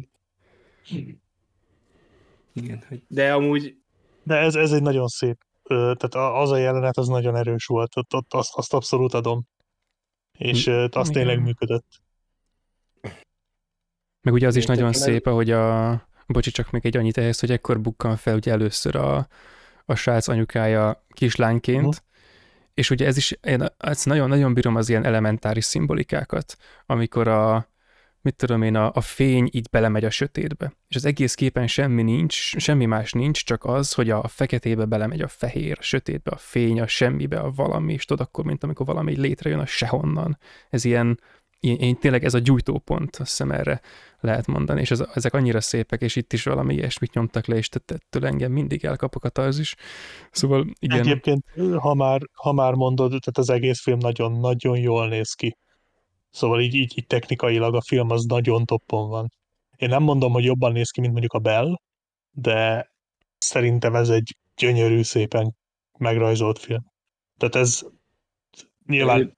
Igen. De amúgy... De ez egy nagyon szép, tehát az a jelenet az nagyon erős volt, azt abszolút adom. És az tényleg működött. Meg ugye az is nagyon szép, ahogy bocsi, csak még egy annyit ehhez, hogy ekkor bukkan fel ugye először a srác anyukája kislányként, és ugye ez is, én ezt nagyon-nagyon bírom az ilyen elementáris szimbolikákat, amikor a fény így belemegy a sötétbe, és az egész képen semmi más nincs, csak az, hogy a feketébe belemegy a fehér, a sötétbe a fény, a semmibe a valami, és tudod akkor, mint amikor valami létrejön a sehonnan. Ez ilyen én tényleg ez a gyújtópont, azt hiszem erre lehet mondani, és ezek annyira szépek, és itt is valami ilyesmit nyomtak le, és ettől engem mindig elkapok a tarzis. Szóval igen. Egyébként, ha már mondod, tehát az egész film nagyon-nagyon jól néz ki. Szóval így technikailag a film az nagyon toppon van. Én nem mondom, hogy jobban néz ki, mint mondjuk a Bell, de szerintem ez egy gyönyörű, szépen megrajzolt film. Tehát ez nyilván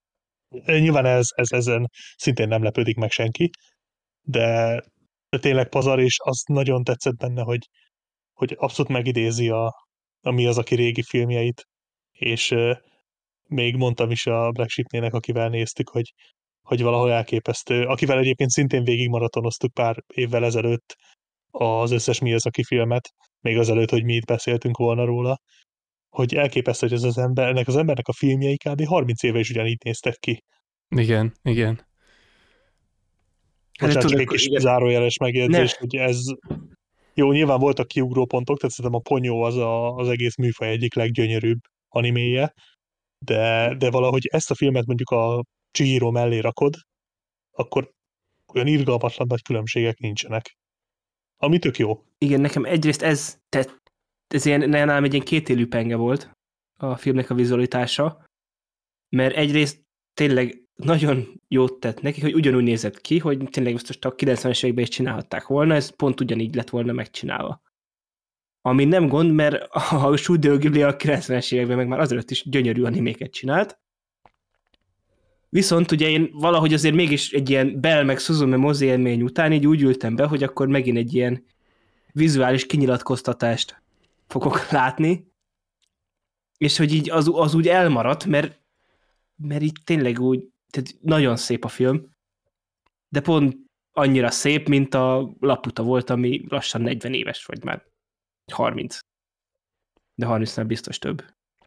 ezen szintén nem lepődik meg senki, de tényleg pazar, és azt nagyon tetszett benne, hogy abszolút megidézi mi az, aki régi filmjeit, és még mondtam is a Black Sheep-nének, akivel néztük, hogy valahol elképesztő, akivel egyébként szintén végigmaratonoztuk pár évvel ezelőtt az összes Miyazaki filmet, még azelőtt, hogy mi itt beszéltünk volna róla, hogy elképesztő, hogy ennek az embernek a filmjei kb. 30 éve is ugyanígy néztek ki. Igen. Bocsánat, csak egy kis zárójeles megjegyzés, hogy ez jó, nyilván voltak kiugró pontok, tehát szerintem a Ponyó az egész műfaj egyik leggyönyörűbb animéje, de valahogy ezt a filmet mondjuk a Chihiro mellé rakod, akkor olyan irgalmatlan nagy különbségek nincsenek. Ami tök jó. Igen, nekem egyrészt ez ilyen, nálam egy ilyen kétélű penge volt a filmnek a vizualitása, mert egyrészt tényleg nagyon jót tett neki, hogy ugyanúgy nézett ki, hogy tényleg most a 90-es években is csinálhatták volna, ez pont ugyanígy lett volna megcsinálva. Ami nem gond, mert a Studio Ghibli a 90-es években meg már azelőtt is gyönyörű animéket csinált. Viszont ugye én valahogy azért mégis egy ilyen Bell meg Suzume mozi élmény után így úgy ültem be, hogy akkor megint egy ilyen vizuális kinyilatkoztatást fogok látni, és hogy így az úgy elmaradt, mert így tényleg úgy, tehát nagyon szép a film, de pont annyira szép, mint a Laputa volt, ami lassan 40 éves, vagy már 30. De 30-nál biztos több.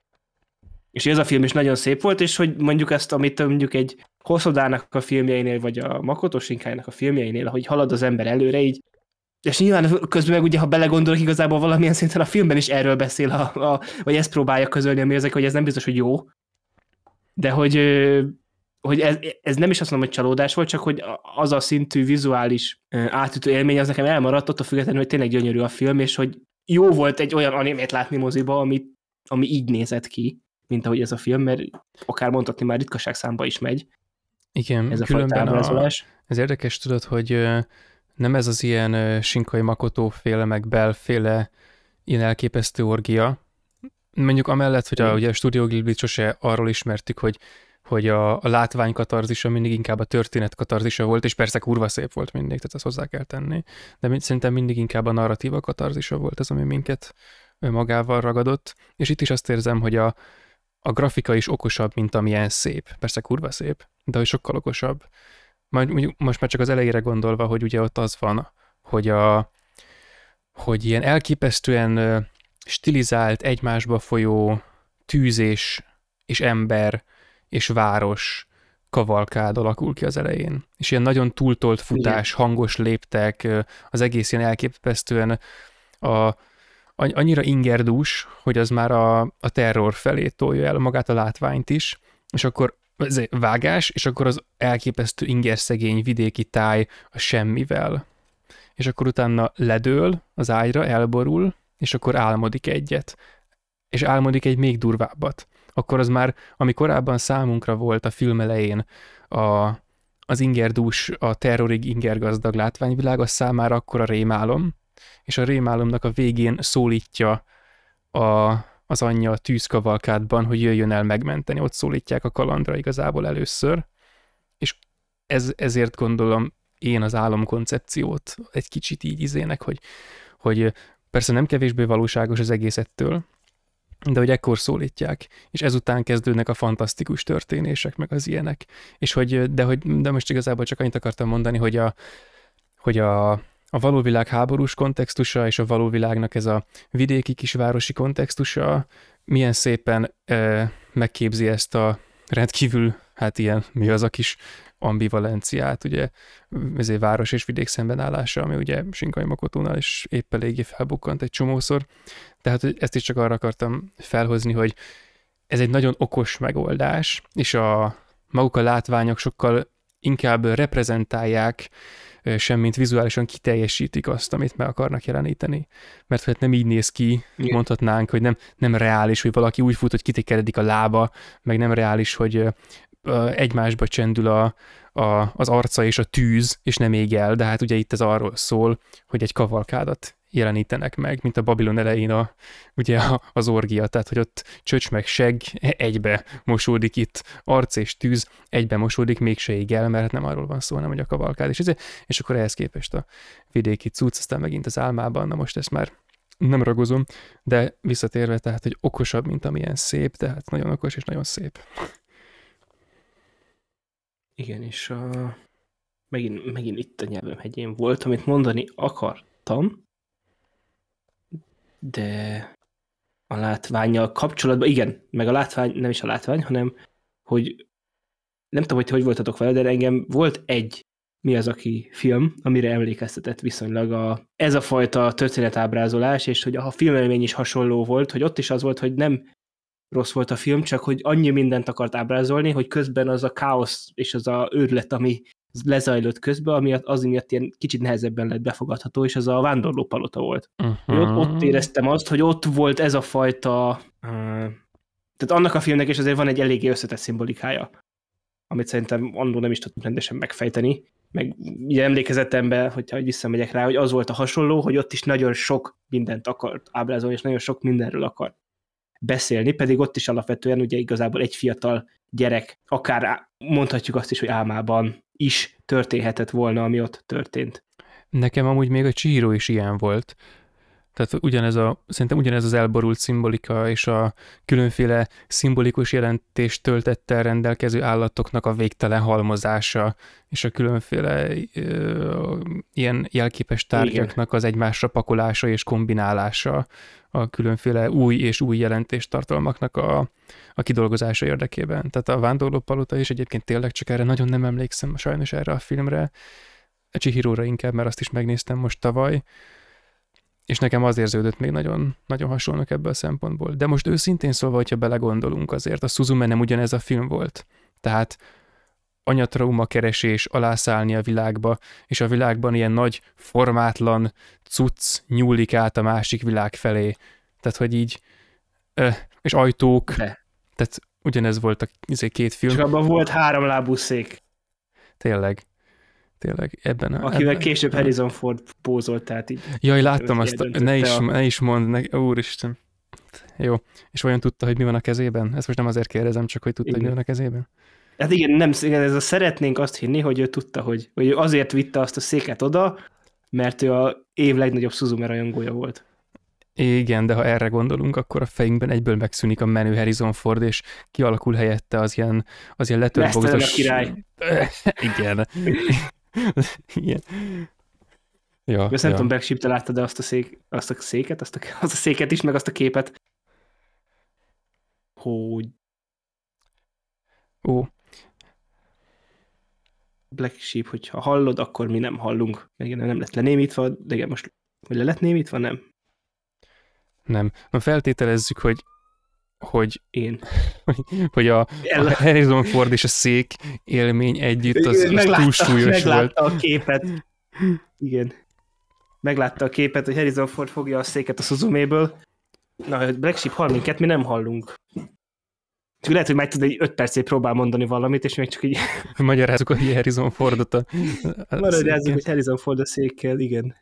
És ez a film is nagyon szép volt, és hogy mondjuk ezt, amit mondjuk egy Hosodának a filmjeinél, vagy a Makoto Shinkai-nak a filmjeinél, ahogy halad az ember előre így, és nyilván közben meg ugye, ha belegondolok, igazából valamilyen szinten a filmben is erről beszél, vagy ezt próbálja közölni a Miyazaki, hogy ez nem biztos, hogy jó, de hogy ez nem is azt mondom, hogy csalódás volt, csak hogy az a szintű vizuális átütő élmény az nekem elmaradt, attól függetlenül, hogy tényleg gyönyörű a film, és hogy jó volt egy olyan animét látni moziba, ami így nézett ki, mint ahogy ez a film, mert akár mondhatni már ritkaság számba is megy. Igen, ez a különben ez érdekes, tudod, hogy nem ez az ilyen Shinkai Makoto féle, meg Bell féle ilyen elképesztő orgia. Mondjuk amellett, hogy ugye a Studio Ghiblit sose arról ismertük, hogy a látvány katarzisa mindig inkább a történet katarzisa volt, és persze kurva szép volt mindig, tehát azt hozzá kell tenni. De szerintem mindig inkább a narratíva katarzisa volt az, ami minket magával ragadott. És itt is azt érzem, hogy a grafika is okosabb, mint amilyen szép. Persze kurva szép, de hogy sokkal okosabb. Most már csak az elejére gondolva, hogy ugye ott az van, hogy ilyen elképesztően stilizált, egymásba folyó tűz és ember és város kavalkád alakul ki az elején. És ilyen nagyon túltolt futás, hangos léptek, az egész ilyen elképesztően annyira ingerdús, hogy az már a terror felé tolja el magát a látványt is, és akkor vágás, és akkor az elképesztő ingerszegény vidéki táj a semmivel. És akkor utána ledől az ágyra, elborul, és akkor álmodik egyet. És álmodik egy még durvábbat. Akkor az már, ami korábban számunkra volt a film elején az ingerdús, a terrorig ingergazdag látványvilág, az számára akkor a rémálom, és a rémálomnak a végén szólítja az anyja a tűzkavalkádban, hogy jöjjön el megmenteni. Ott szólítják a kalandra igazából először, és ezért gondolom én az álomkoncepciót egy kicsit így izének, hogy persze nem kevésbé valóságos az egész ettől, de hogy ekkor szólítják, és ezután kezdődnek a fantasztikus történések, meg az ilyenek. És de most igazából csak annyit akartam mondani, hogy a való világ háborús kontextusa és a való világnak ez a vidéki kisvárosi kontextusa milyen szépen megképzi ezt a rendkívül, hát ilyen, mi az a kis ambivalenciát, ugye ezért város és vidék szembenállása, ami ugye Shinkai Makotónál is épp eléggé felbukkant egy csomószor. Tehát ezt is csak arra akartam felhozni, hogy ez egy nagyon okos megoldás, és maguk a látványok sokkal inkább reprezentálják, semmint vizuálisan kiteljesítik azt, amit meg akarnak jeleníteni. Mert hát nem így néz ki, mondhatnánk, hogy nem reális, hogy valaki úgy fut, hogy kitekeredik a lába, meg nem reális, hogy egymásba csendül az arca és a tűz, és nem ég el, de hát ugye itt ez arról szól, hogy egy kavalkádat jelenítenek meg, mint a Babilon elején ugye az orgia, tehát hogy ott csöcs meg segg egybe mosódik, itt arc és tűz egybe mosódik, mégse ég el, mert nem arról van szó, hanem hogy a kavalkád. És akkor ehhez képest a vidéki cucc, aztán megint az álmában, na most ezt már nem ragozom, de visszatérve, tehát, hogy okosabb, mint amilyen szép, tehát nagyon okos és nagyon szép. Igen, és megint itt a nyelvem hegyén volt, amit mondani akartam, de a látvánnyal kapcsolatban, igen, meg a látvány, nem is a látvány, hanem, hogy nem tudom, hogy voltatok vele, de engem volt egy Mi az aki film, amire emlékeztetett viszonylag ez a fajta történetábrázolás, és hogy a filmélmény is hasonló volt, hogy ott is az volt, hogy nem rossz volt a film, csak hogy annyi mindent akart ábrázolni, hogy közben az a káosz és az a őrület, ami lezajlott közben, ami az miatt ilyen kicsit nehezebben lett befogadható, és az a Vándorló palota volt. Ott éreztem azt, hogy ott volt ez a fajta... tehát annak a filmnek is azért van egy eléggé összetett szimbolikája, amit szerintem annól nem is tudtam rendesen megfejteni, meg ugye emlékezetemben, hogyha visszamegyek rá, hogy az volt a hasonló, hogy ott is nagyon sok mindent akart ábrázolni, és nagyon sok mindenről akart beszélni, pedig ott is alapvetően ugye igazából egy fiatal gyerek, akár mondhatjuk azt is, hogy álmában is történhetett volna, ami ott történt. Nekem amúgy még a Chihiro is ilyen volt. Tehát szerintem ugyanez az elborult szimbolika és a különféle szimbolikus jelentést töltettel rendelkező állatoknak a végtelen halmozása, és a különféle ilyen jelképes tárgyaknak az egymásra pakolása és kombinálása, a különféle új és új jelentéstartalmaknak a kidolgozása érdekében. Tehát a Vándorló palota is egyébként tényleg csak erre nagyon nem emlékszem sajnos erre a filmre, a Chihiróra inkább, mert azt is megnéztem most tavaly, és nekem az érződött még nagyon, nagyon hasonlók ebből a szempontból. De most őszintén szólva, hogyha belegondolunk azért, a Suzume nem ugyanez a film volt. Tehát anyatrauma keresés, alászállni a világba, és a világban ilyen nagy, formátlan cucc nyúlik át a másik világ felé. Tehát, hogy így, és ajtók, tehát ugyanez volt a két film. És abban volt 3 lábú szék. Tényleg ebben. Akivel később Harrison Ford pózolt, tehát így. Jaj, láttam azt, ne is mondd, úristen. Jó, és vajon tudta, hogy mi van a kezében? Ezt most nem azért kérdezem, csak hogy tudta, hogy mi van a kezében? Hát igen, ez a szeretnénk azt hinni, hogy ő tudta, hogy azért vitte azt a széket oda, mert ő a év legnagyobb Suzume rajongója volt. Igen, de ha erre gondolunk, akkor a fejünkben egyből megszűnik a menő Harrison Ford, és kialakul helyette az ilyen letterboxdos... király. Igen. Igen. Ja, nem tudom, Black Sheep, te láttad azt a széket, azt a széket is, meg azt a képet, hogy Black Sheep, hogyha hallod, akkor mi nem hallunk. Igen, nem lett lenémítva, de igen, most hogy le lett némítva, nem? Nem. Na feltételezzük, hogy hogy a Harrison Ford és a szék élmény együtt az túlsúlyos volt. Meglátta a képet. Igen. Meglátta a képet, hogy Harrison Ford fogja a széket a Suzuméből. Na, Black Sheep hall minket, mi nem hallunk. Csak lehet, hogy meg tud egy 5 percig próbál mondani valamit, és még csak így... Magyarázzuk a Harrison Fordot Magyarázzuk, hogy Harrison Ford a székkel, igen.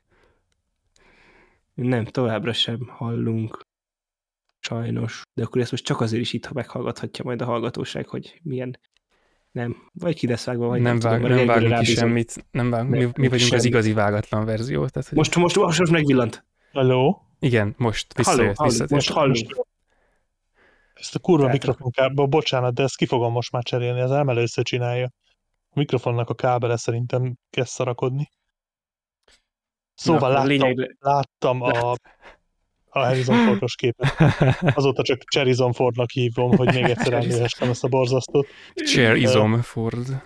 Nem, továbbra sem hallunk. Sajnos. De akkor ezt most csak azért is itt, ha meghallgathatja majd a hallgatóság, hogy milyen... Nem. Vagy ki lesz vágva, vagy nem vágunk ki semmit. Mi vagyunk semmi. Az igazi vágatlan verzió. Tehát, hogy... Most megvillant. Halló? Igen, most visszatért. Most hallunk. Ezt a kurva mikrofonkába, bocsánat, de ezt ki fogom most már cserélni, az emelő összecsinálja. A mikrofonnak a kábele szerintem kezd szarakodni. Szóval láttam a Harrison Fordos képet. Azóta csak Harrison Fordnak hívom, hogy még egyszer elnézhessem ezt a borzasztót. Harrison Ford.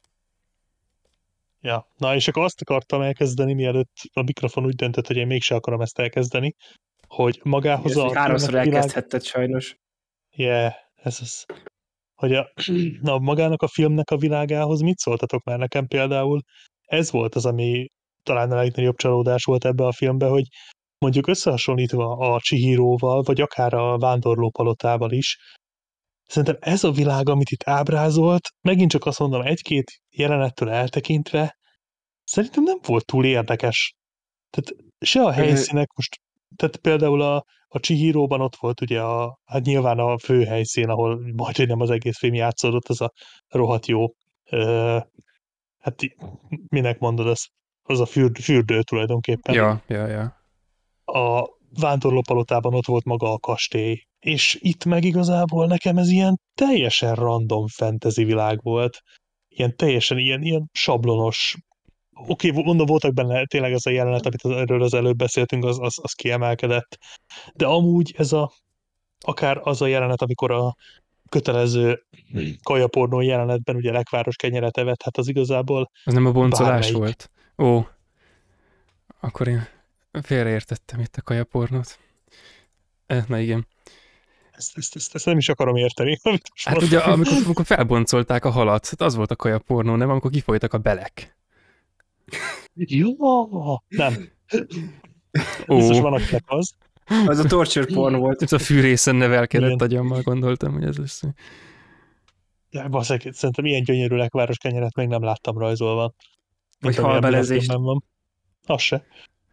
Ja, na és akkor azt akartam elkezdeni, mielőtt a mikrofon úgy döntött, hogy én mégse akarom ezt elkezdeni, hogy magához a... 3-szor elkezdhetted sajnos. Yeah, ez az. hogy a magának a filmnek a világához mit szóltatok már nekem például? Ez volt az, ami talán a legnagyobb csalódás volt ebbe a filmbe, hogy mondjuk összehasonlítva a Chihiróval, vagy akár a Vándorlópalotával is, szerintem ez a világ, amit itt ábrázolt, megint csak azt mondom, egy-két jelenettől eltekintve, szerintem nem volt túl érdekes. Tehát se a helyszínek most, tehát például a Chihiróban ott volt ugye hát nyilván a fő helyszín, ahol majdnem nem az egész film játszódott, az a rohadt jó, hát minek mondod, az a fürdő tulajdonképpen. Ja. A Vándorlópalotában ott volt maga a kastély, és itt meg igazából nekem ez ilyen teljesen random fantasy világ volt. Ilyen teljesen ilyen sablonos. Oké, mondom, voltak benne tényleg ez a jelenet, amit erről az előbb beszéltünk, az kiemelkedett. De amúgy akár az a jelenet, amikor a kötelező kajapornó jelenetben ugye lekváros kenyeret evett, hát az igazából az nem a boncolás bármelyik. volt? Ó, akkor én félreértettem itt a kajapornót. Na igen. Ezt nem is akarom érteni. Hát ugye, amikor felboncolták a halat, hát az volt a kajapornó, nem? Amikor kifolytak a belek. Jó, nem. Biztos van, akinek az. Az a torture porn volt. Ez a fűrészen nevelkedett agyammal gondoltam, hogy ez lesz. Ja, baszek, szerintem ilyen gyönyörű lekváros kenyeret még nem láttam rajzolva. Vagy halbelezést. Van. Az se.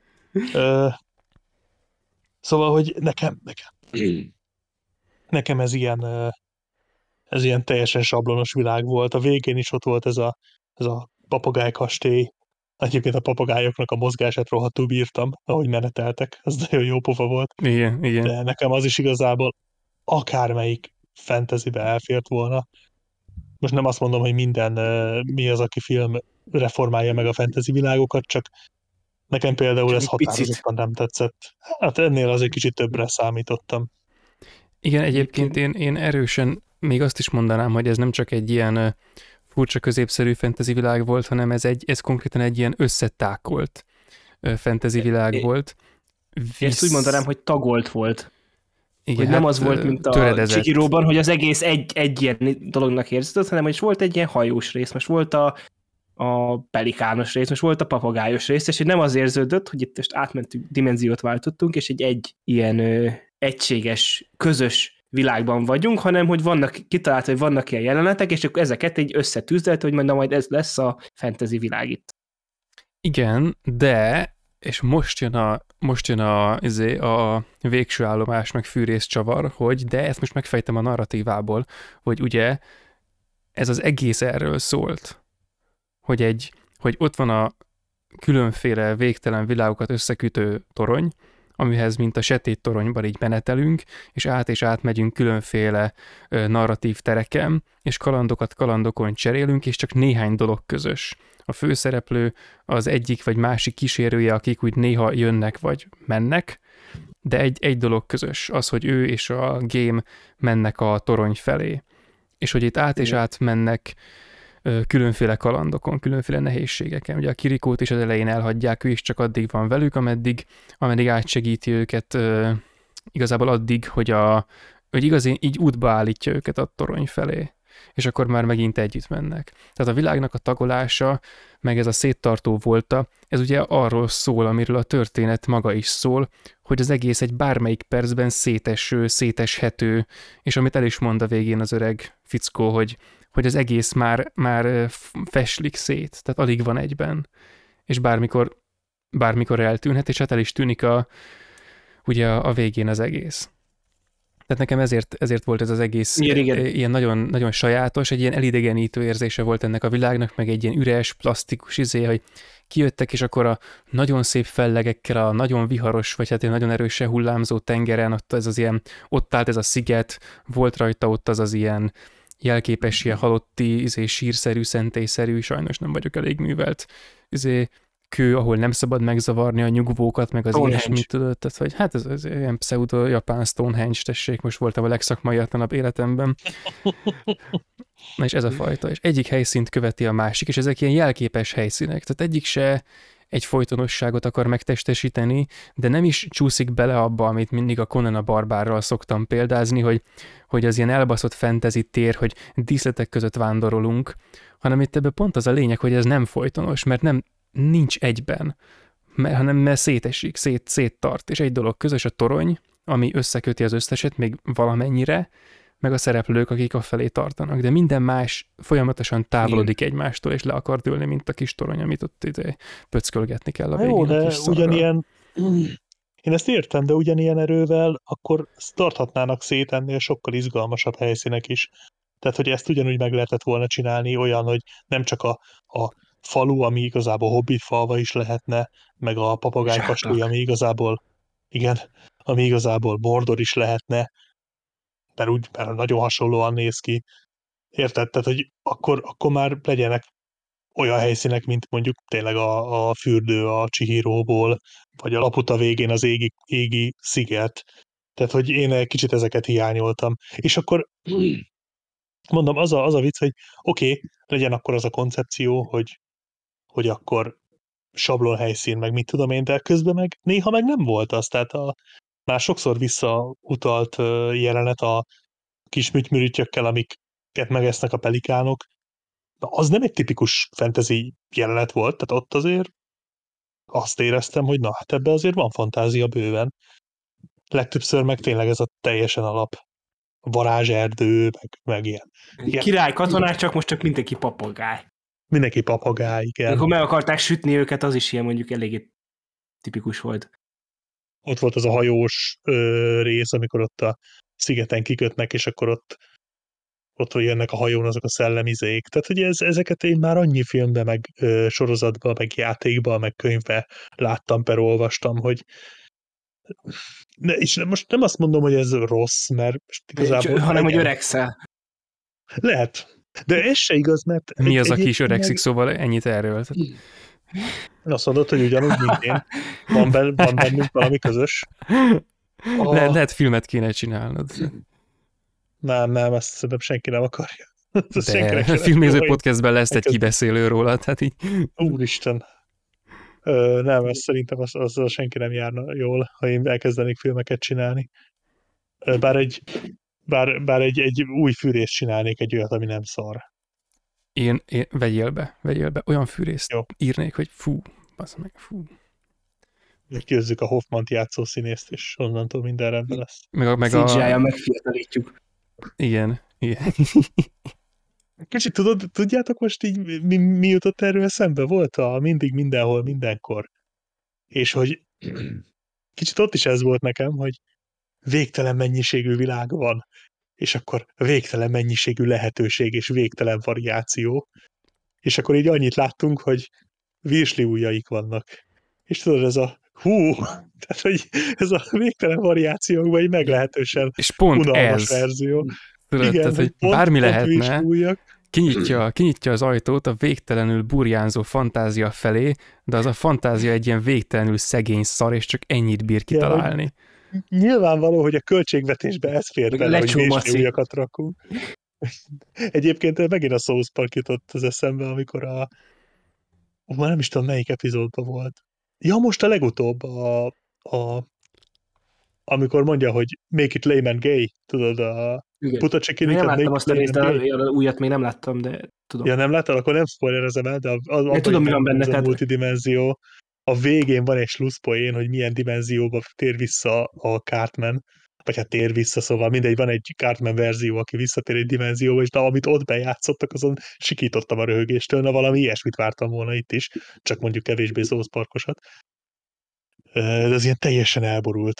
Szóval, hogy nekem ez ilyen teljesen sablonos világ volt. A végén is ott volt ez a papagálykastély. Egyébként a papagályoknak a mozgását rohadtul bírtam, ahogy meneteltek. Az nagyon jó pofa volt. Igen. De nekem az is igazából akármelyik fantasybe elfért volna. Most nem azt mondom, hogy minden mi az, aki film reformálja meg a fantasy világokat, csak nekem például ez határozottan nem tetszett. Hát ennél azért kicsit többre számítottam. Igen, egyébként én erősen még azt is mondanám, hogy ez nem csak egy ilyen furcsa középszerű fantasy világ volt, hanem ez konkrétan egy ilyen összetákolt fantasy világ volt. Én ezt úgy mondanám, hogy tagolt volt. Igen, hogy nem az volt, mint a Chihiróban, hogy az egész egy ilyen dolognak érződött, hanem hogy volt egy ilyen hajós rész, most volt a pelikános rész, most volt a papagájos rész, és hogy nem az érződött, hogy itt most átmentünk, dimenziót váltottunk, és egy ilyen egységes, közös világban vagyunk, hanem hogy kitalált, hogy vannak ilyen jelenetek, és akkor ezeket egy összetűzelt, hogy majd ez lesz a fantasy világ itt. Igen, de és most jön a végső állomás, meg fűrész csavar, de ezt most megfejtem a narratívából, hogy ugye ez az egész erről szólt, hogy ott van a különféle végtelen világokat összekütő torony, amihez mint a sötét toronyban így menetelünk, és átmegyünk különféle narratív tereken, és kalandokon cserélünk, és csak néhány dolog közös. A főszereplő az egyik vagy másik kísérője, akik úgy néha jönnek vagy mennek, de egy dolog közös, az, hogy ő és a game mennek a torony felé. És hogy itt át mennek különféle kalandokon, különféle nehézségeken. Ugye a Kirikót is az elején elhagyják, ő is csak addig van velük, ameddig átsegíti őket igazából addig, hogy igazán így útba állítja őket a torony felé. És akkor már megint együtt mennek. Tehát a világnak a tagolása, meg ez a széttartó volta, ez ugye arról szól, amiről a történet maga is szól, hogy az egész egy bármelyik percben széteshető, és amit el is mond a végén az öreg fickó, hogy az egész már feslik szét, tehát alig van egyben, és bármikor eltűnhet, és hát el is tűnik ugye a végén az egész. Tehát nekem ezért volt ez az egész ilyen nagyon, nagyon sajátos, egy ilyen elidegenítő érzése volt ennek a világnak, meg egy ilyen üres, plastikus hogy kijöttek, és akkor a nagyon szép fellegekkel, a nagyon viharos, vagy hát egy nagyon erősen hullámzó tengeren, ott állt ez a sziget, volt rajta ott az ilyen jelképes, ilyen halotti, sírszerű, szentélyszerű, sajnos nem vagyok elég művelt, kő, ahol nem szabad megzavarni a nyugvókat, meg az ilyesmit, tudod, tehát, hogy hát ez ilyen pseudo-japán Stonehenge, tessék, most voltam a legszakmaiatlanabb életemben. Na és ez a fajta, és egyik helyszínt követi a másik, és ezek ilyen jelképes helyszínek, tehát egyik se egy folytonosságot akar megtestesíteni, de nem is csúszik bele abba, amit mindig a Conan a barbárral szoktam példázni, hogy az ilyen elbaszott fantasy tér, hogy díszletek között vándorolunk, hanem itt ebben pont az a lényeg, hogy ez nem folytonos, mert nincs egyben, mert szétesik, széttart, és egy dolog közös, a torony, ami összeköti az összeset még valamennyire, meg a szereplők, akik afelé tartanak, de minden más folyamatosan távolodik egymástól, és le akar dőlni, mint a kis torony, amit ott pöckölgetni kell a végén. Jó, a de kis szarral. ugyanilyen, én ezt értem, de ugyanilyen erővel akkor tarthatnának szét ennél sokkal izgalmasabb helyszínek is. Tehát, hogy ezt ugyanúgy meg lehetett volna csinálni olyan, hogy nem csak a falu, ami igazából Hobbit falva is lehetne, meg a papagáj kastély, ami igazából, igen, ami igazából Mordor is lehetne, mert nagyon hasonlóan néz ki. Érted? Tehát, hogy akkor már legyenek olyan helyszínek, mint mondjuk tényleg a fürdő a Chihiróból, vagy a Laputa végén az égi sziget. Tehát, hogy én egy kicsit ezeket hiányoltam. És akkor mondom, az a vicc, hogy oké, legyen akkor az a koncepció, hogy akkor sablon helyszín, meg mit tudom én, de közben meg néha meg nem volt az. Tehát már sokszor visszautalt jelenet a kis műtymürüttyökkel, amiket megesznek a pelikánok, na, az nem egy tipikus fantasy jelenet volt, tehát ott azért azt éreztem, hogy na, hát ebbe azért van fantázia bőven. Legtöbbször meg tényleg ez a teljesen alap varázserdő, meg ilyen. Király katonák, csak most csak mindenki papagáj. Mindenki papagáj, igen. Amikor meg akarták sütni őket, az is ilyen mondjuk eléggé tipikus volt. Ott volt az a hajós rész, amikor ott a szigeten kikötnek, és akkor ott hogy jönnek a hajón azok a szellemizék. Tehát, hogy ezeket én már annyi filmben, meg sorozatban, meg játékban, meg könyvben láttam, per olvastam, hogy és most nem azt mondom, hogy ez rossz, mert igazából... Hanem, hogy öregszel. Lehet. De ez se igaz, mert... Mi az, aki is öregszik, szóval ennyit erről. Azt mondod, hogy ugyanúgy, mint én. Van bennünk valami közös. Lehet filmet kéne csinálnod. Nem, ezt szerintem senki nem akarja. De a Filmnéző podcastben lesz egy kibeszélő róla, tehát így... Úristen. Nem, ezt szerintem azzal senki nem járna jól, ha én elkezdenék filmeket csinálni. Bár egy új fűrészt csinálnék, egy olyat, ami nem szar. Én vegyél be. Olyan fűrészt írnék, hogy fú. Megkérdezzük a Hoffmant játszó színészt, és onnantól minden rendben lesz. Meg CGI-jal megfiatalítjuk. Igen. Kicsit tudjátok most így, mi jutott erről eszembe? Volt a mindig, mindenhol, mindenkor. És hogy kicsit ott is ez volt nekem, hogy végtelen mennyiségű világ van, és akkor végtelen mennyiségű lehetőség és végtelen variáció. És akkor így annyit láttunk, hogy virsli ujjaik vannak. És tudod, ez a tehát, hogy ez a végtelen variációkban egy meglehetősen és pont unalmas ez. verzió. Tudod, igen, tehát, hogy pont, bármi pont lehetne, kinyitja az ajtót a végtelenül burjánzó fantázia felé, de az a fantázia egy ilyen végtelenül szegény szar, és csak ennyit bír kitalálni. Nyilvánvaló, hogy a költségvetésbe ez fér bele, hogy virsli ujjakat rakunk. Egyébként megint a South Park jutott az eszembe, amikor már nem is tudom, melyik epizódban volt. Ja, most a legutóbb, amikor mondja, hogy make it lame and gay, tudod, put a chicken nem láttam azt a részt, a újat még nem láttam, de tudom. Ja, nem láttad? Akkor nem spoilerezem el, de tudom, mi van benne. Ez a multidimenzió. A végén van egy slusszpoén, hogy milyen dimenzióba tér vissza a Cartman, vagy hát tér vissza, szóval mindegy, van egy Cartman verzió, aki visszatér egy dimenzióba, és de amit ott bejátszottak, azon sikítottam a röhögéstől, na valami ilyesmit vártam volna itt is, csak mondjuk kevésbé South Parkosat. De ez ilyen teljesen elborult.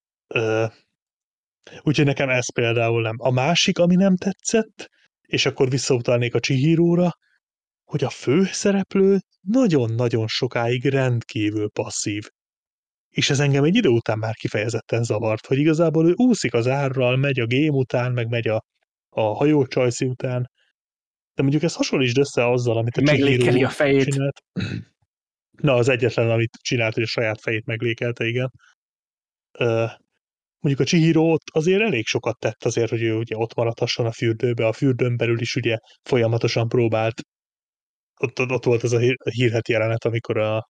Úgyhogy nekem ez például nem. A másik, ami nem tetszett, és akkor visszautalnék a Chihiróra, hogy a főszereplő nagyon-nagyon sokáig rendkívül passzív. És ez engem egy idő után már kifejezetten zavart, hogy igazából ő úszik az árral, megy a game után, meg megy a hajócsajszi után. De mondjuk ez hasonlítsd össze azzal, amit a Meglékeli a fejét. Csinált. Na, az egyetlen, amit csinált, hogy a saját fejét meglékelte, igen. Mondjuk a Chihiro ott azért elég sokat tett azért, hogy ő ugye ott maradhasson a fürdőbe. A fürdőn belül is ugye folyamatosan próbált. Ott volt az a hírhet jelenet, amikor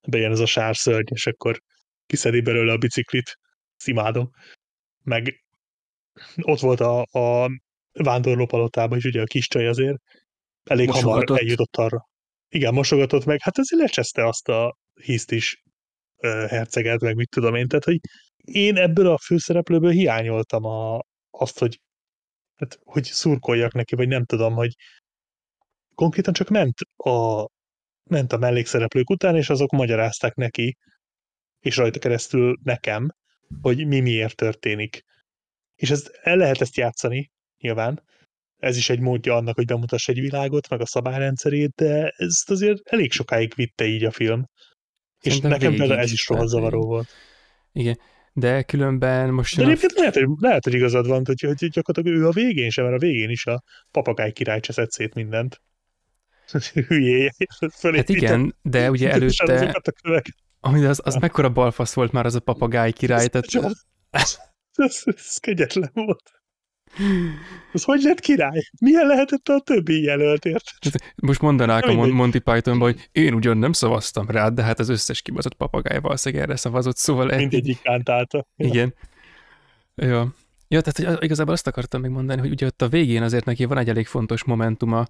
bejön ez a sárszörny, és akkor kiszedi belőle a biciklit. Ezt imádom. Meg ott volt a vándorlópalotában is, ugye a kis csaj azért elég hamar eljutott arra. Igen, mosogatott meg, hát ezért lecseszte azt a hiszt is herceget, meg mit tudom én, tehát hogy én ebből a főszereplőből hiányoltam azt, hogy szurkoljak neki, vagy nem tudom, hogy konkrétan csak ment a mellékszereplők után, és azok magyarázták neki, és rajta keresztül nekem, hogy miért történik. És el lehet ezt játszani, nyilván. Ez is egy módja annak, hogy bemutassa egy világot, meg a szabályrendszerét, de ezt azért elég sokáig vitte így a film. Szerintem és nekem végig például ez is rohadt zavaró volt. Igen, de különben most... De egyébként lehet, hogy igazad van, hogy gyakorlatilag ő a végén sem, mert a végén is a papagáj király cseszett szét mindent. Hülyéje. Hát igen, de ugye előtte... Az mekkora balfasz volt már az a papagáj király, tehát... Ez kegyetlen volt. Az hogy lett király? Milyen lehetett a többi jelöltért? Most mondanák a Monty Pythonban, hogy én ugyan nem szavaztam rá, de hát az összes kibaszott papagáj valószínűleg erre szavazott, szóval... Mindegyik kántálta. Igen. Ja, tehát hogy igazából azt akartam még mondani, hogy ugye ott a végén azért neki van egy elég fontos momentuma,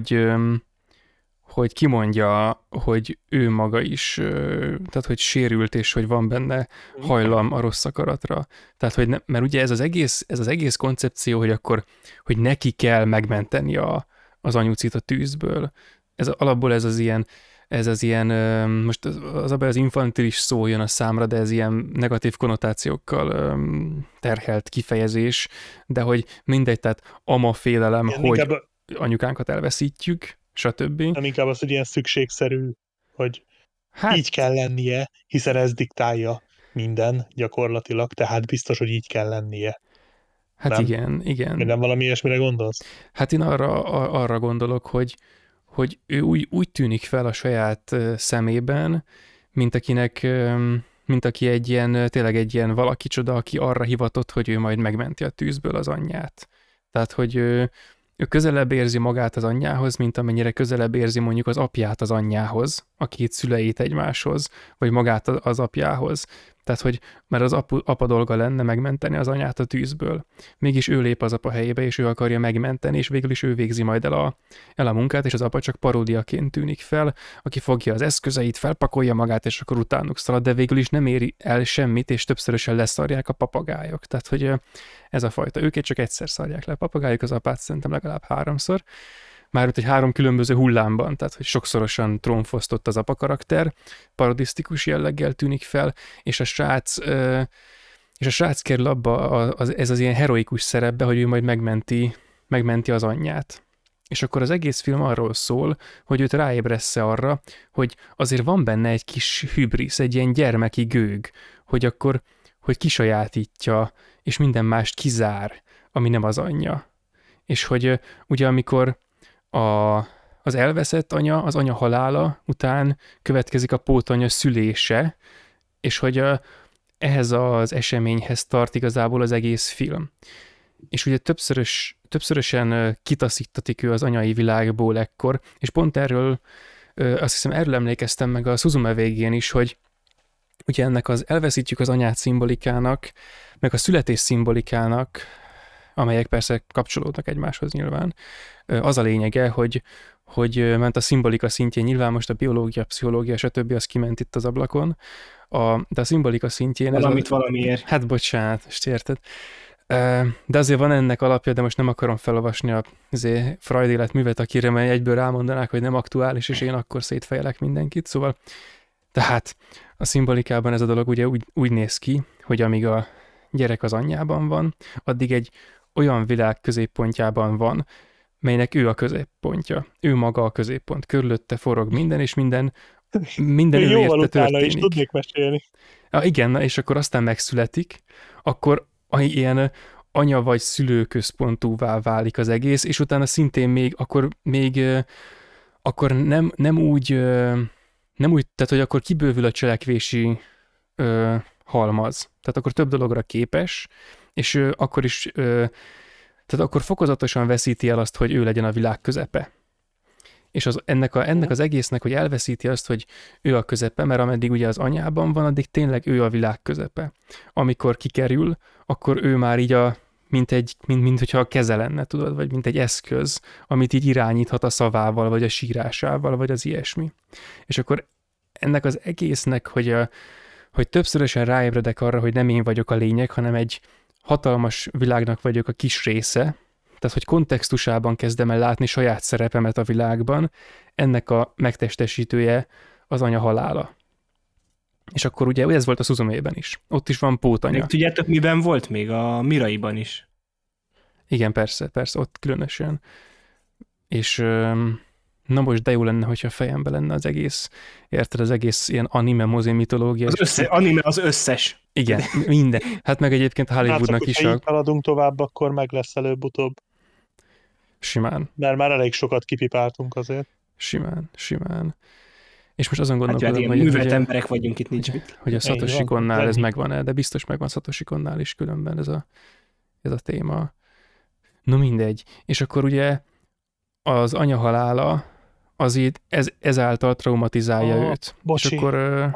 hogy kimondja, hogy ő maga is, tehát hogy sérült, és hogy van benne hajlam a rossz akaratra. Tehát, hogy mert ugye ez az egész koncepció, hogy akkor, hogy neki kell megmenteni az anyucit a tűzből. Alapból ez az ilyen, most az infantilis szó jön a számra, de ez ilyen negatív konnotációkkal terhelt kifejezés, de hogy mindegy, tehát ama félelem, igen, hogy anyukánkat elveszítjük, stb. Nem inkább az, hogy ilyen szükségszerű, hogy így kell lennie, hiszen ez diktálja minden gyakorlatilag, tehát biztos, hogy így kell lennie. Hát nem? Igen. Nem valami ilyesmire gondolsz? Hát én arra gondolok, hogy ő úgy tűnik fel a saját szemében, mint aki tényleg egy ilyen valaki csoda, aki arra hivatott, hogy ő majd megmenti a tűzből az anyját. Tehát, hogy ő közelebb érzi magát az anyjához, mint amennyire közelebb érzi mondjuk az apját az anyjához, a két szüleit egymáshoz, vagy magát az apjához. Tehát, hogy mert az apa dolga lenne megmenteni az anyát a tűzből. Mégis ő lép az apa helyébe, és ő akarja megmenteni, és végül is ő végzi majd el a munkát, és az apa csak paródiaként tűnik fel, aki fogja az eszközeit, felpakolja magát, és akkor utánuk szalad, de végül is nem éri el semmit, és többszörösen leszarják a papagájok. Tehát, hogy ez a fajta. Őket csak egyszer szarják le a papagájok, az apát szerintem legalább 3-szor. Már egy 3 különböző hullámban, tehát hogy sokszorosan trónfosztott az apa karakter, parodisztikus jelleggel tűnik fel, és a srác kerül abba ez az ilyen heroikus szerepbe, hogy ő majd megmenti az anyját. És akkor az egész film arról szól, hogy őt ráébressze arra, hogy azért van benne egy kis hübrisz, egy ilyen gyermeki gőg, hogy kisajátítja, és minden mást kizár, ami nem az anyja. És hogy ugye amikor az elveszett anya, az anya halála után következik a pótanya szülése, és hogy ehhez az eseményhez tart igazából az egész film. És ugye többszörösen kitaszítatik ő az anyai világból ekkor, és pont erről emlékeztem meg a Suzume végén is, hogy ugye ennek az elveszítjük az anyát szimbolikának, meg a születés szimbolikának, amelyek persze kapcsolódnak egymáshoz nyilván. Az a lényege, hogy ment a szimbolika szintjén, nyilván most a biológia, pszichológia, stb. Az kiment itt az ablakon, de a szimbolika szintjén... Valamiért. Hát bocsánat, most érted. De azért van ennek alapja, de most nem akarom felolvasni a Freud életművet, akire mert egyből rámondanák, hogy nem aktuális, és én akkor szétfejelek mindenkit. Szóval, tehát a szimbolikában ez a dolog ugye úgy néz ki, hogy amíg a gyerek az anyjában van, addig egy olyan világ középpontjában van, melynek ő a középpontja. Ő maga a középpont. Körülötte forog minden, és minden ő érte történik. Is tudnék mesélni. Igen, és akkor aztán megszületik, akkor ilyen anya vagy szülőközpontúvá válik az egész, és utána szintén akkor nem úgy, tehát hogy akkor kibővül a cselekvési halmaz. Tehát akkor több dologra képes, és akkor is, tehát akkor fokozatosan veszíti el azt, hogy ő legyen a világ közepe. És ennek az egésznek, hogy elveszíti azt, hogy ő a közepe, mert ameddig ugye az anyában van, addig tényleg ő a világ közepe. Amikor kikerül, akkor ő már így mint hogyha a keze lenne, tudod, vagy mint egy eszköz, amit így irányíthat a szavával, vagy a sírásával, vagy az ilyesmi. És akkor ennek az egésznek, hogy többszörösen ráébredek arra, hogy nem én vagyok a lényeg, hanem egy hatalmas világnak vagyok a kis része, tehát hogy kontextusában kezdem el látni saját szerepemet a világban, ennek a megtestesítője az anya halála. És akkor ugye ez volt a Suzume-ben is. Ott is van pótanya. Még tudjátok, miben volt még? A Miraiban is. Igen, persze, ott különösen. És na most de jó lenne, hogyha a fejemben lenne az egész, érted, az egész ilyen anime, mozi, mitológia. Anime az összes. Igen, minden. Hát meg egyébként Hollywoodnak is. Ha így haladunk tovább, akkor meg lesz előbb-utóbb. Simán. Mert már elég sokat kipipáltunk azért. Simán. És most azon gondolkodom, hogy művelt emberek vagyunk itt, nincs mit. Hogy a Satoshi Konnál ez megvan-e, de biztos megvan Satoshi Konnál is különben ez a téma. No mindegy. És akkor ugye az anya halála az így ezáltal traumatizálja őt. Bocsi, és akkor,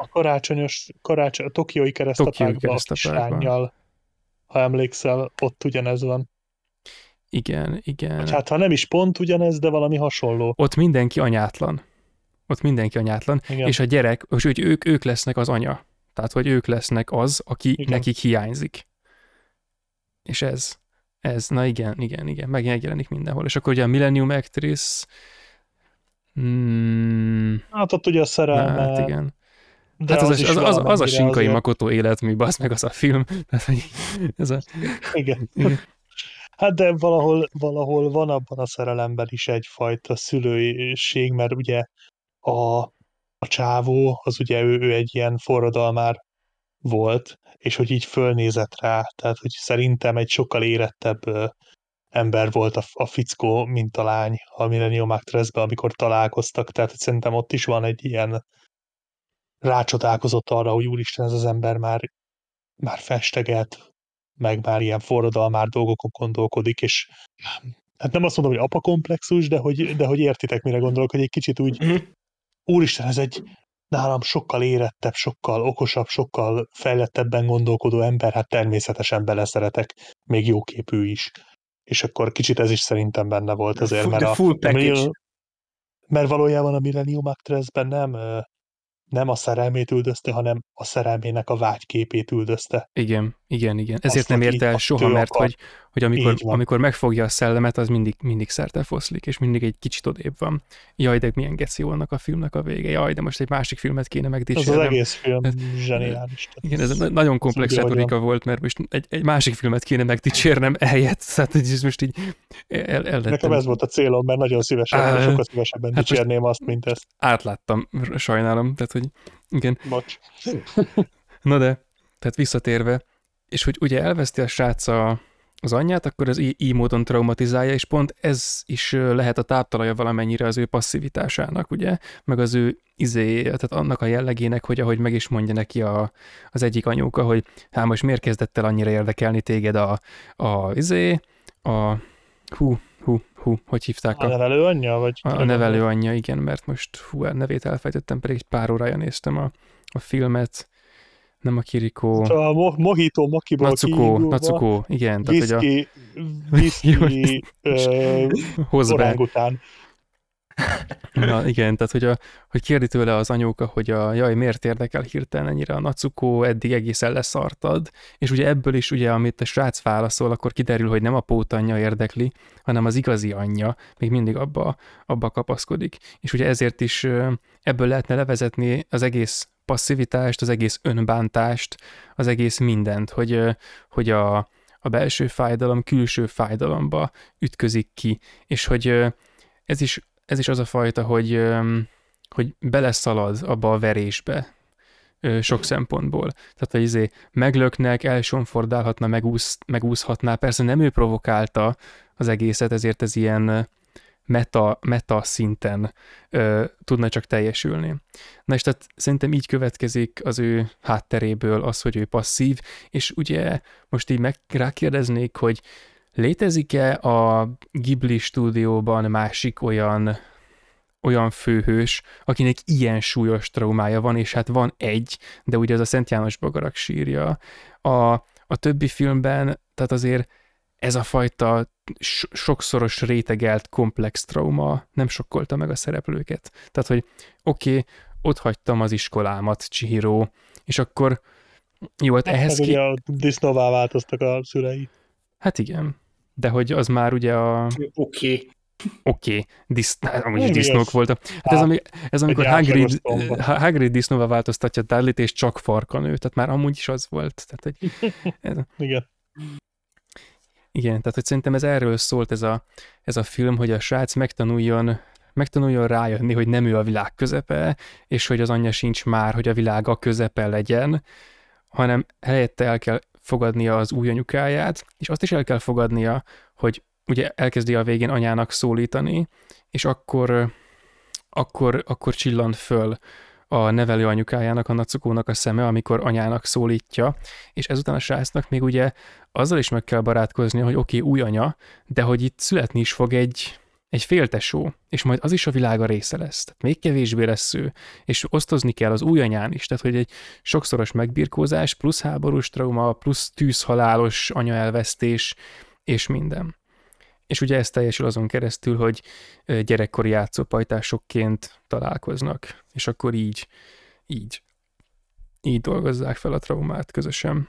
a tokiói keresztapákban a kislánnyal, ha emlékszel, ott ugyanez van. Igen. Hát ha nem is pont ugyanez, de valami hasonló. Ott mindenki anyátlan. Igen. És a gyerek, és hogy ők lesznek az anya. Tehát, hogy ők lesznek az, aki nekik hiányzik. És na igen, megjelenik mindenhol. És akkor ugye a Millennium Actress... Hát ott ugye a szerelme... Hát igen. De hát az a Shinkai Makoto életmű, az meg az a film. Igen. Hát de valahol van abban a szerelemben is egyfajta szülőség, mert ugye a csávó, az ugye ő egy ilyen forradalmár volt, és hogy így fölnézett rá, tehát hogy szerintem egy sokkal érettebb ember volt a fickó, mint a lány a Millennium Actress-ben, amikor találkoztak, tehát hogy szerintem ott is van egy ilyen rácsodálkozott arra, hogy úristen, ez az ember már festeget, meg már ilyen forradalmár dolgokon gondolkodik, és hát nem azt mondom, hogy apakomplexus, de hogy értitek, mire gondolok, hogy egy kicsit úgy úristen, ez egy nálam sokkal érettebb, sokkal okosabb, sokkal fejlettebben gondolkodó ember, hát természetesen beleszeretek, még jóképű is. És akkor kicsit ez is szerintem benne volt azért, mert valójában a Millennium Actress-ben nem a szerelmét üldözte, hanem a szerelmének a vágyképét üldözte. Igen. Ezért nem ért el soha, mert hogy amikor megfogja a szellemet, az mindig szerte foszlik, és mindig egy kicsit odébb van. Jaj, de milyen geci volnak a filmnek a vége. Jaj, de most egy másik filmet kéne megdicsérnem. Az egész film zseniális. Igen, ez nagyon komplex retorika volt, mert most egy másik filmet kéne megdicsérnem eljött. Tehát ez most így Nekem ez volt a célom, mert nagyon szívesen, sokkal szívesebben dicsérném azt, mint ezt. Átláttam, sajnálom. Tehát, hogy igen. Bocs. Na de, tehát visszatérve, és hogy ugye elveszti a srác az anyját, akkor az így módon traumatizálja, és pont ez is lehet a táptalaja valamennyire az ő passzivitásának, ugye, meg az ő tehát annak a jellegének, hogy ahogy meg is mondja neki az egyik anyóka, hogy hát most miért kezdett el annyira érdekelni téged hogy hívták? A nevelőanyja? Vagy a nevelőanyja, igen, mert most a nevét elfejtettem, pedig egy pár órája néztem a filmet. Nem a Kiriko. A Mojito Makiból Natsuko, igen. Whisky orangután. Na igen, tehát hogy kérdi tőle az anyóka, hogy jaj, miért érdekel hirtelen ennyire a Natsuko, eddig egészen leszartad, és ugye ebből is, ugye, amit a srác válaszol, akkor kiderül, hogy nem a pótanyja érdekli, hanem az igazi anyja, még mindig abba kapaszkodik. És ugye ezért is ebből lehetne levezetni az egész passzivitást, az egész önbántást, az egész mindent, hogy a belső fájdalom külső fájdalomba ütközik ki, és hogy ez is az a fajta, hogy beleszalad abba a verésbe sok szempontból. Tehát, hogy meglöknek, elsonfordálhatna, megúszhatná. Persze nem ő provokálta az egészet, ezért ez ilyen meta szinten tudna csak teljesülni. Na és tehát szerintem így következik az ő hátteréből az, hogy ő passzív, és ugye most így rákérdeznék, hogy létezik-e a Ghibli stúdióban másik olyan olyan főhős, akinek ilyen súlyos traumája van, és hát van egy, de ugye ez a Szent János Bogarak sírja. A többi filmben, tehát azért ez a fajta sokszoros rétegelt komplex trauma nem sokkolta meg a szereplőket. Tehát, hogy oké, ott hagytam az iskolámat, Chihiro, és akkor jó, hát ehhez ugye a disznóvá változtak a szülei. Hát igen, de hogy az már ugye a... Oké, amúgy is disznók voltak. Hát ez amikor Hagrid disznóvá változtatja Dudleyt, és csak farkanő, tehát már amúgy is az volt. Tehát, hogy Igen. Igen, tehát hogy szerintem ez erről szólt ez a film, hogy a srác megtanuljon rájönni, hogy nem ő a világ közepe, és hogy az anyja sincs már, hogy a világ a közepe legyen, hanem helyette el kell fogadnia az új anyukáját, és azt is el kell fogadnia, hogy ugye elkezdi a végén anyának szólítani, és akkor csillant föl a nevelő anyukájának, a Natsuko-nak a szeme, amikor anyának szólítja, és ezután a srácnak még ugye azzal is meg kell barátkozni, hogy oké, új anya, de hogy itt születni is fog egy féltesó, és majd az is a világa része lesz. Tehát még kevésbé lesz ő, és osztozni kell az új anyán is, tehát hogy egy sokszoros megbirkózás, plusz háborús trauma, plusz tűzhalálos anyaelvesztés, és minden. És ugye ez teljesül azon keresztül, hogy gyerekkori játszópajtásokként találkoznak, és akkor így dolgozzák fel a traumát közösen.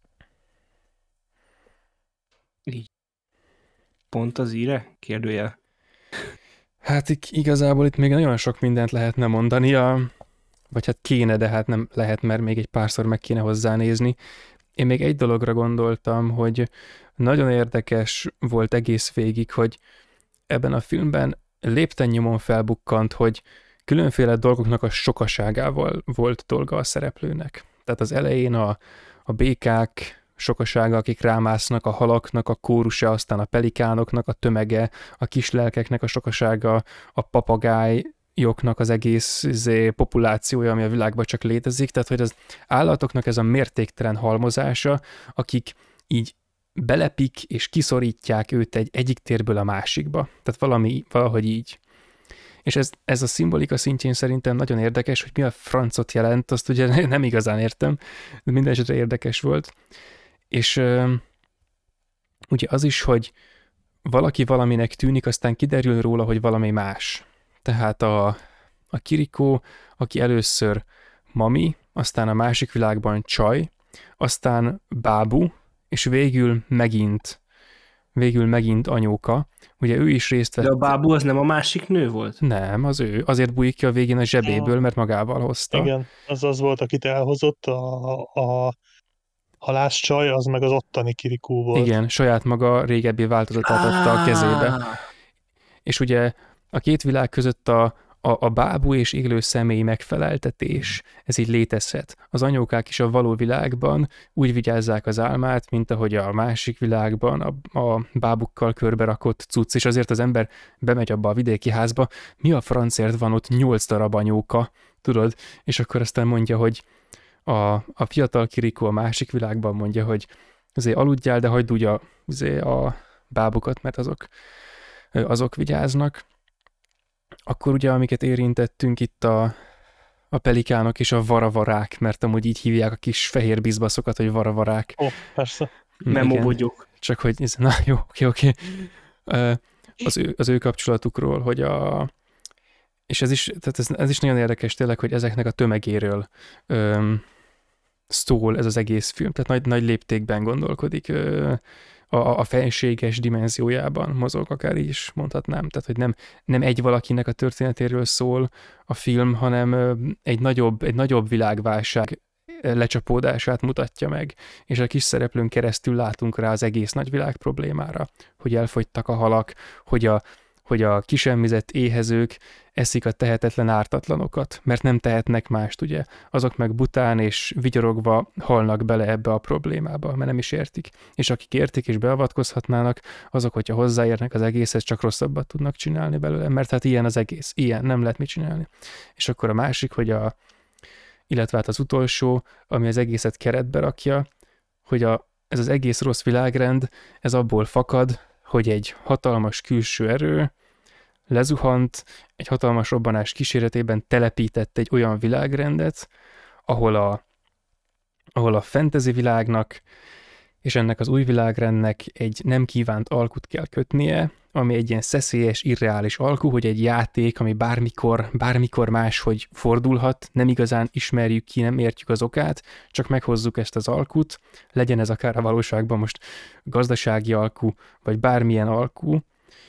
Így. Pont az íre? Kérdőjel. Hát igazából itt még nagyon sok mindent lehetne mondani, vagy hát kéne, de hát nem lehet, mert még egy párszor meg kéne hozzánézni. Én még egy dologra gondoltam, hogy nagyon érdekes volt egész végig, hogy ebben a filmben lépten nyomon felbukkant, hogy különféle dolgoknak a sokaságával volt dolga a szereplőnek. Tehát az elején a békák sokasága, akik rámásznak, a halaknak a kórusa, aztán a pelikánoknak a tömege, a kislelkeknek a sokasága, a papagájoknak az egész populációja, ami a világban csak létezik, tehát hogy az állatoknak ez a mértéktelen halmozása, akik így belepik és kiszorítják őt egyik térből a másikba. Tehát valahogy így. És ez a szimbolika szintjén szerintem nagyon érdekes, hogy mi a francot jelent, azt ugye nem igazán értem, de minden esetre érdekes volt. És ugye az is, hogy valaki valaminek tűnik, aztán kiderül róla, hogy valami más. Tehát a Kiriko, aki először mami, aztán a másik világban csaj, aztán bábu, és végül megint anyóka. Ugye ő is részt vett. De a bábu az nem a másik nő volt? Nem, az ő. Azért bújik ki a végén a zsebéből, mert magával hozta. Igen, az volt, akit elhozott, a halászcsaj, az meg az ottani Kirikó volt. Igen, saját maga régebbi változatát adta a kezébe. És ugye a két világ között a bábú és élő személy megfeleltetés, ez így létezhet. Az anyókák is a való világban úgy vigyázzák az álmát, mint ahogy a másik világban a bábukkal körbe rakott cucc, és azért az ember bemegy abba a vidéki házba, mi a francért van ott 8 darab anyóka, tudod? És akkor aztán mondja, hogy a fiatal Kiriko a másik világban mondja, hogy azért aludjál, de hagyd úgy a bábukat, mert azok vigyáznak. Akkor ugye, amiket érintettünk itt a pelikánok és a varavarák, mert amúgy így hívják a kis fehér bizbaszokat, hogy varavarák. Ó, persze. Memobogyok. Csak hogy, na jó, oké. Az ő kapcsolatukról, hogy és ez is nagyon érdekes tényleg, hogy ezeknek a tömegéről szól ez az egész film, tehát nagy léptékben gondolkodik, a fenséges dimenziójában mozog, akár így is mondhatnám, tehát hogy nem egy valakinek a történetéről szól a film, hanem egy nagyobb világválság lecsapódását mutatja meg, és a kis szereplőn keresztül látunk rá az egész nagyvilág problémára, hogy elfogytak a halak, hogy a kisemmizett éhezők eszik a tehetetlen ártatlanokat, mert nem tehetnek mást, ugye? Azok meg bután és vigyorogva halnak bele ebbe a problémába, mert nem is értik. És akik értik és beavatkozhatnának, azok, hogyha hozzáérnek az egészhez, csak rosszabbat tudnak csinálni belőle, mert hát ilyen az egész, ilyen, nem lehet mit csinálni. És akkor a másik, illetve hát az utolsó, ami az egészet keretbe rakja, hogy ez az egész rossz világrend, ez abból fakad, hogy egy hatalmas külső erő lezuhant, egy hatalmas robbanás kíséretében telepített egy olyan világrendet, ahol a fantasy világnak és ennek az új világrendnek egy nem kívánt alkut kell kötnie, ami egy ilyen szeszélyes, irreális alkú, hogy egy játék, ami bármikor máshogy fordulhat, nem igazán ismerjük ki, nem értjük az okát, csak meghozzuk ezt az alkut, legyen ez akár a valóságban most gazdasági alkú, vagy bármilyen alkú,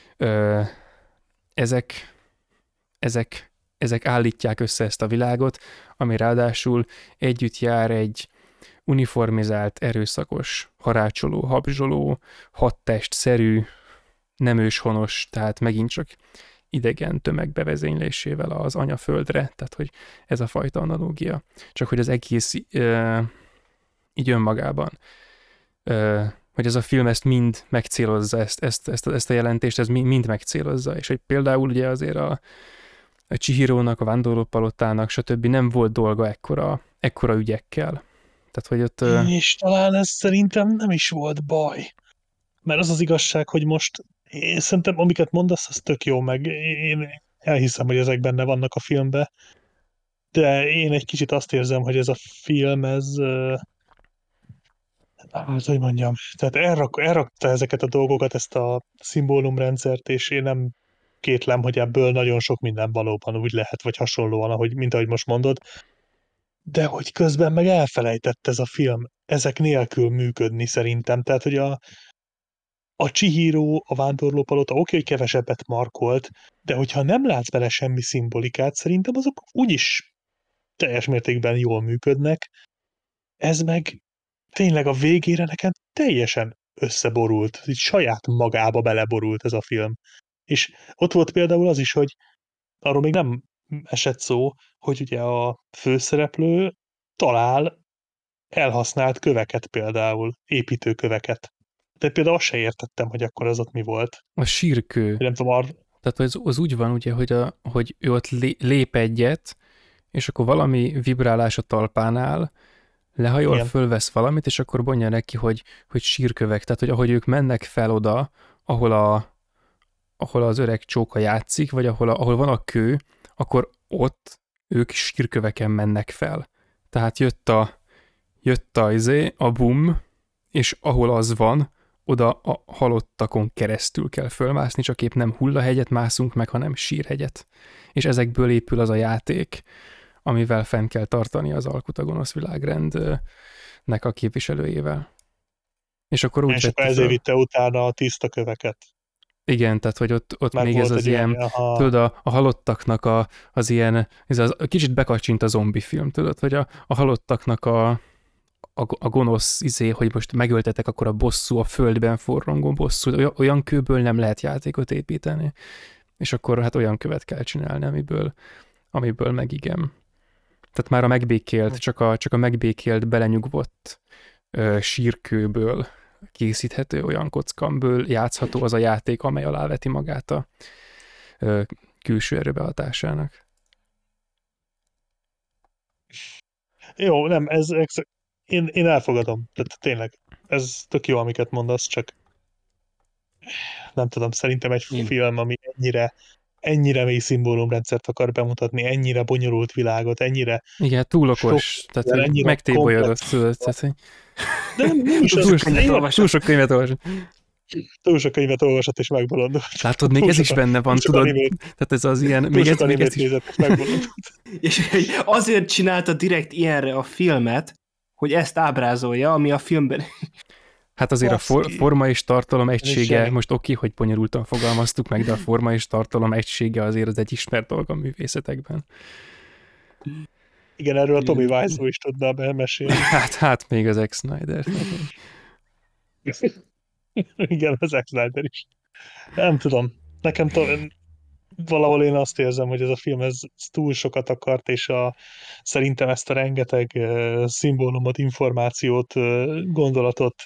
ezek állítják össze ezt a világot, ami ráadásul együtt jár egy uniformizált, erőszakos, harácsoló, habzsoló, hadtestszerű, nem őshonos, tehát megint csak idegen tömeg bevezénylésével az anyaföldre, tehát hogy ez a fajta analógia. Csak hogy az egész így önmagában, hogy ez a film ezt mind megcélozza, ezt a jelentést, ez mind megcélozza, és hogy például ugye azért a Chihirónak, a Vándorlópalotának, stb. Nem volt dolga ekkora ügyekkel. Tehát, hogy ott... És talán ez szerintem nem is volt baj. Mert az az igazság, hogy most én szerintem, amiket mondasz, az tök jó, meg én elhiszem, hogy ezek benne vannak a filmben, de én egy kicsit azt érzem, hogy ez a film, hát, hogy mondjam, tehát elrakta ezeket a dolgokat, ezt a szimbólumrendszert, és én nem kétlem, hogy ebből nagyon sok minden valóban úgy lehet, vagy hasonlóan, mint ahogy most mondod, de hogy közben meg elfelejtett ez a film ezek nélkül működni szerintem. Tehát, hogy a Chihiro, a Vándorlópalota oké, hogy kevesebbet markolt, de hogyha nem látsz bele semmi szimbolikát, szerintem azok úgyis teljes mértékben jól működnek. Ez meg tényleg a végére nekem teljesen összeborult, így saját magába beleborult ez a film. És ott volt például az is, hogy arról még nem esett szó, hogy ugye a főszereplő talál elhasznált köveket például, építőköveket. De például azt se értettem, hogy akkor az ott mi volt. A sírkő. Nem tudom, Tehát az úgy van, ugye, hogy ő ott lép egyet, és akkor valami vibrálás a talpánál, lehajol, igen. fölvesz valamit, és akkor mondja neki, hogy sírkövek. Tehát, hogy ahogy ők mennek fel oda, ahol az öreg csóka játszik, vagy ahol van a kő, akkor ott ők sírköveken mennek fel. Tehát jött a boom, és ahol az van, oda a halottakon keresztül kell fölmászni, csak épp nem hullahegyet mászunk meg, hanem sírhegyet. És ezekből épül az a játék, amivel fenn kell tartani az alkut a gonosz világrendnek a képviselőjével. És akkor úgy és akkor ezért vitte utána a tiszta köveket. Igen, tehát hogy ott még ez az ilyen, tudod, a halottaknak az ilyen, kicsit bekacsint a zombi film, tudod, hogy a halottaknak a gonosz hogy most megöltetek, akkor a bosszú, a földben forrongó bosszú, olyan kőből nem lehet játékot építeni. És akkor hát olyan követ kell csinálni, amiből meg igen. Tehát már a megbékélt, csak a megbékélt, belenyugvott sírkőből készíthető olyan kockamből játszható az a játék, amely aláveti magát a külső erőbehatásának. Jó, nem, én elfogadom. Tehát tényleg, ez tök jó, amiket mondasz, csak nem tudom, szerintem egy film, ami ennyire mély szimbólumrendszert akar bemutatni, ennyire bonyolult világot, ennyire... Igen, túl okos, tehát hogy megtébolyodott, tudod. De nem is túl sok könyvet olvasott. Túl sok könyvet olvasott és megbolondult. Látod, még ez is benne van, tudod? Tehát ez az ilyen... Túl sok animét nézett és megbolondult. És azért csinálta direkt ilyenre a filmet, hogy ezt ábrázolja, ami a filmben... Hát azért a forma és tartalom egysége, most oké, hogy bonyolultan fogalmaztuk meg, de a forma és tartalom egysége azért az egy ismert dolog a művészetekben. Igen, erről a Tommy Wiseau is tudna mesélni. Hát még az Zack Snyder. Igen, az Zack Snyder is. Nem tudom. Nekem valahol én azt érzem, hogy ez a film ez túl sokat akart, és szerintem ezt a rengeteg szimbólumot, információt, gondolatot,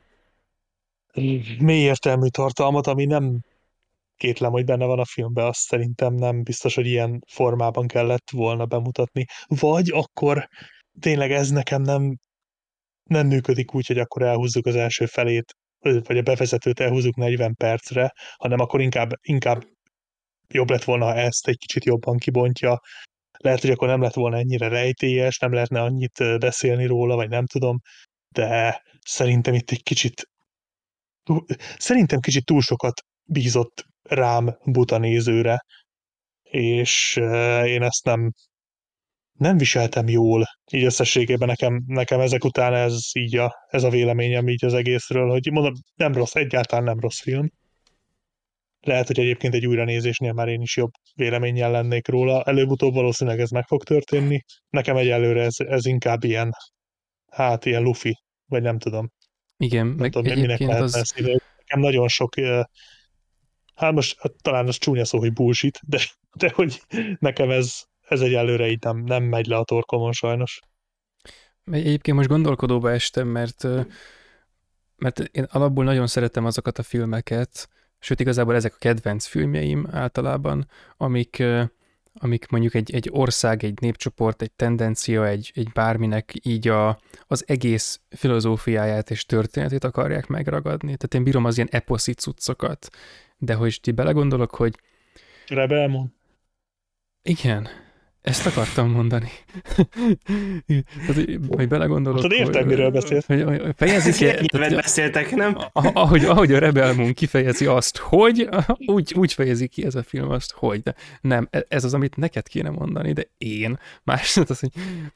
mély értelmű tartalmat, ami nem kétlem, hogy benne van a filmben, azt szerintem nem biztos, hogy ilyen formában kellett volna bemutatni. Vagy akkor tényleg ez nekem nem működik úgy, hogy akkor elhúzzuk az első felét, vagy a bevezetőt elhúzzuk 40 percre, hanem akkor inkább jobb lett volna, ha ezt egy kicsit jobban kibontja. Lehet, hogy akkor nem lett volna ennyire rejtélyes, nem lehetne annyit beszélni róla, vagy nem tudom, de szerintem itt egy kicsit kicsit túl sokat bízott rám buta nézőre, és én ezt nem viseltem jól. Így összességében nekem ezek után ez a véleményem így az egészről, hogy mondom, nem rossz, egyáltalán nem rossz film. Lehet, hogy egyébként egy újranézésnél már én is jobb véleménnyel lennék róla. Előbb-utóbb valószínűleg ez meg fog történni. Nekem egyelőre ez inkább ilyen lufi, vagy nem tudom. Igen, Nem meg tudom, minek egyébként lehetne ezt ide. Nekem nagyon sok, most talán az csúnya szó, hogy bullshit, de hogy nekem ez egyelőre így nem megy le a torkomon sajnos. Egyébként most gondolkodóba estem, mert én alapból nagyon szeretem azokat a filmeket, sőt igazából ezek a kedvenc filmjeim általában, amik mondjuk egy ország, egy népcsoport, egy tendencia, egy bárminek így az egész filozófiáját és történetét akarják megragadni. Tehát én bírom az ilyen eposzi cuccokat, de hogy ti belegondolok, hogy Rebel Moon? igen, ezt akartam mondani. Hogy belegondolok, most értem, miről beszélsz. Hogy fejezik beszéltek, nem? Ahogy a Rebel Moon kifejezi azt, hogy, úgy fejezi ki ez a film azt, hogy. De nem, ez az, amit neked kéne mondani, de én. Másrészt az,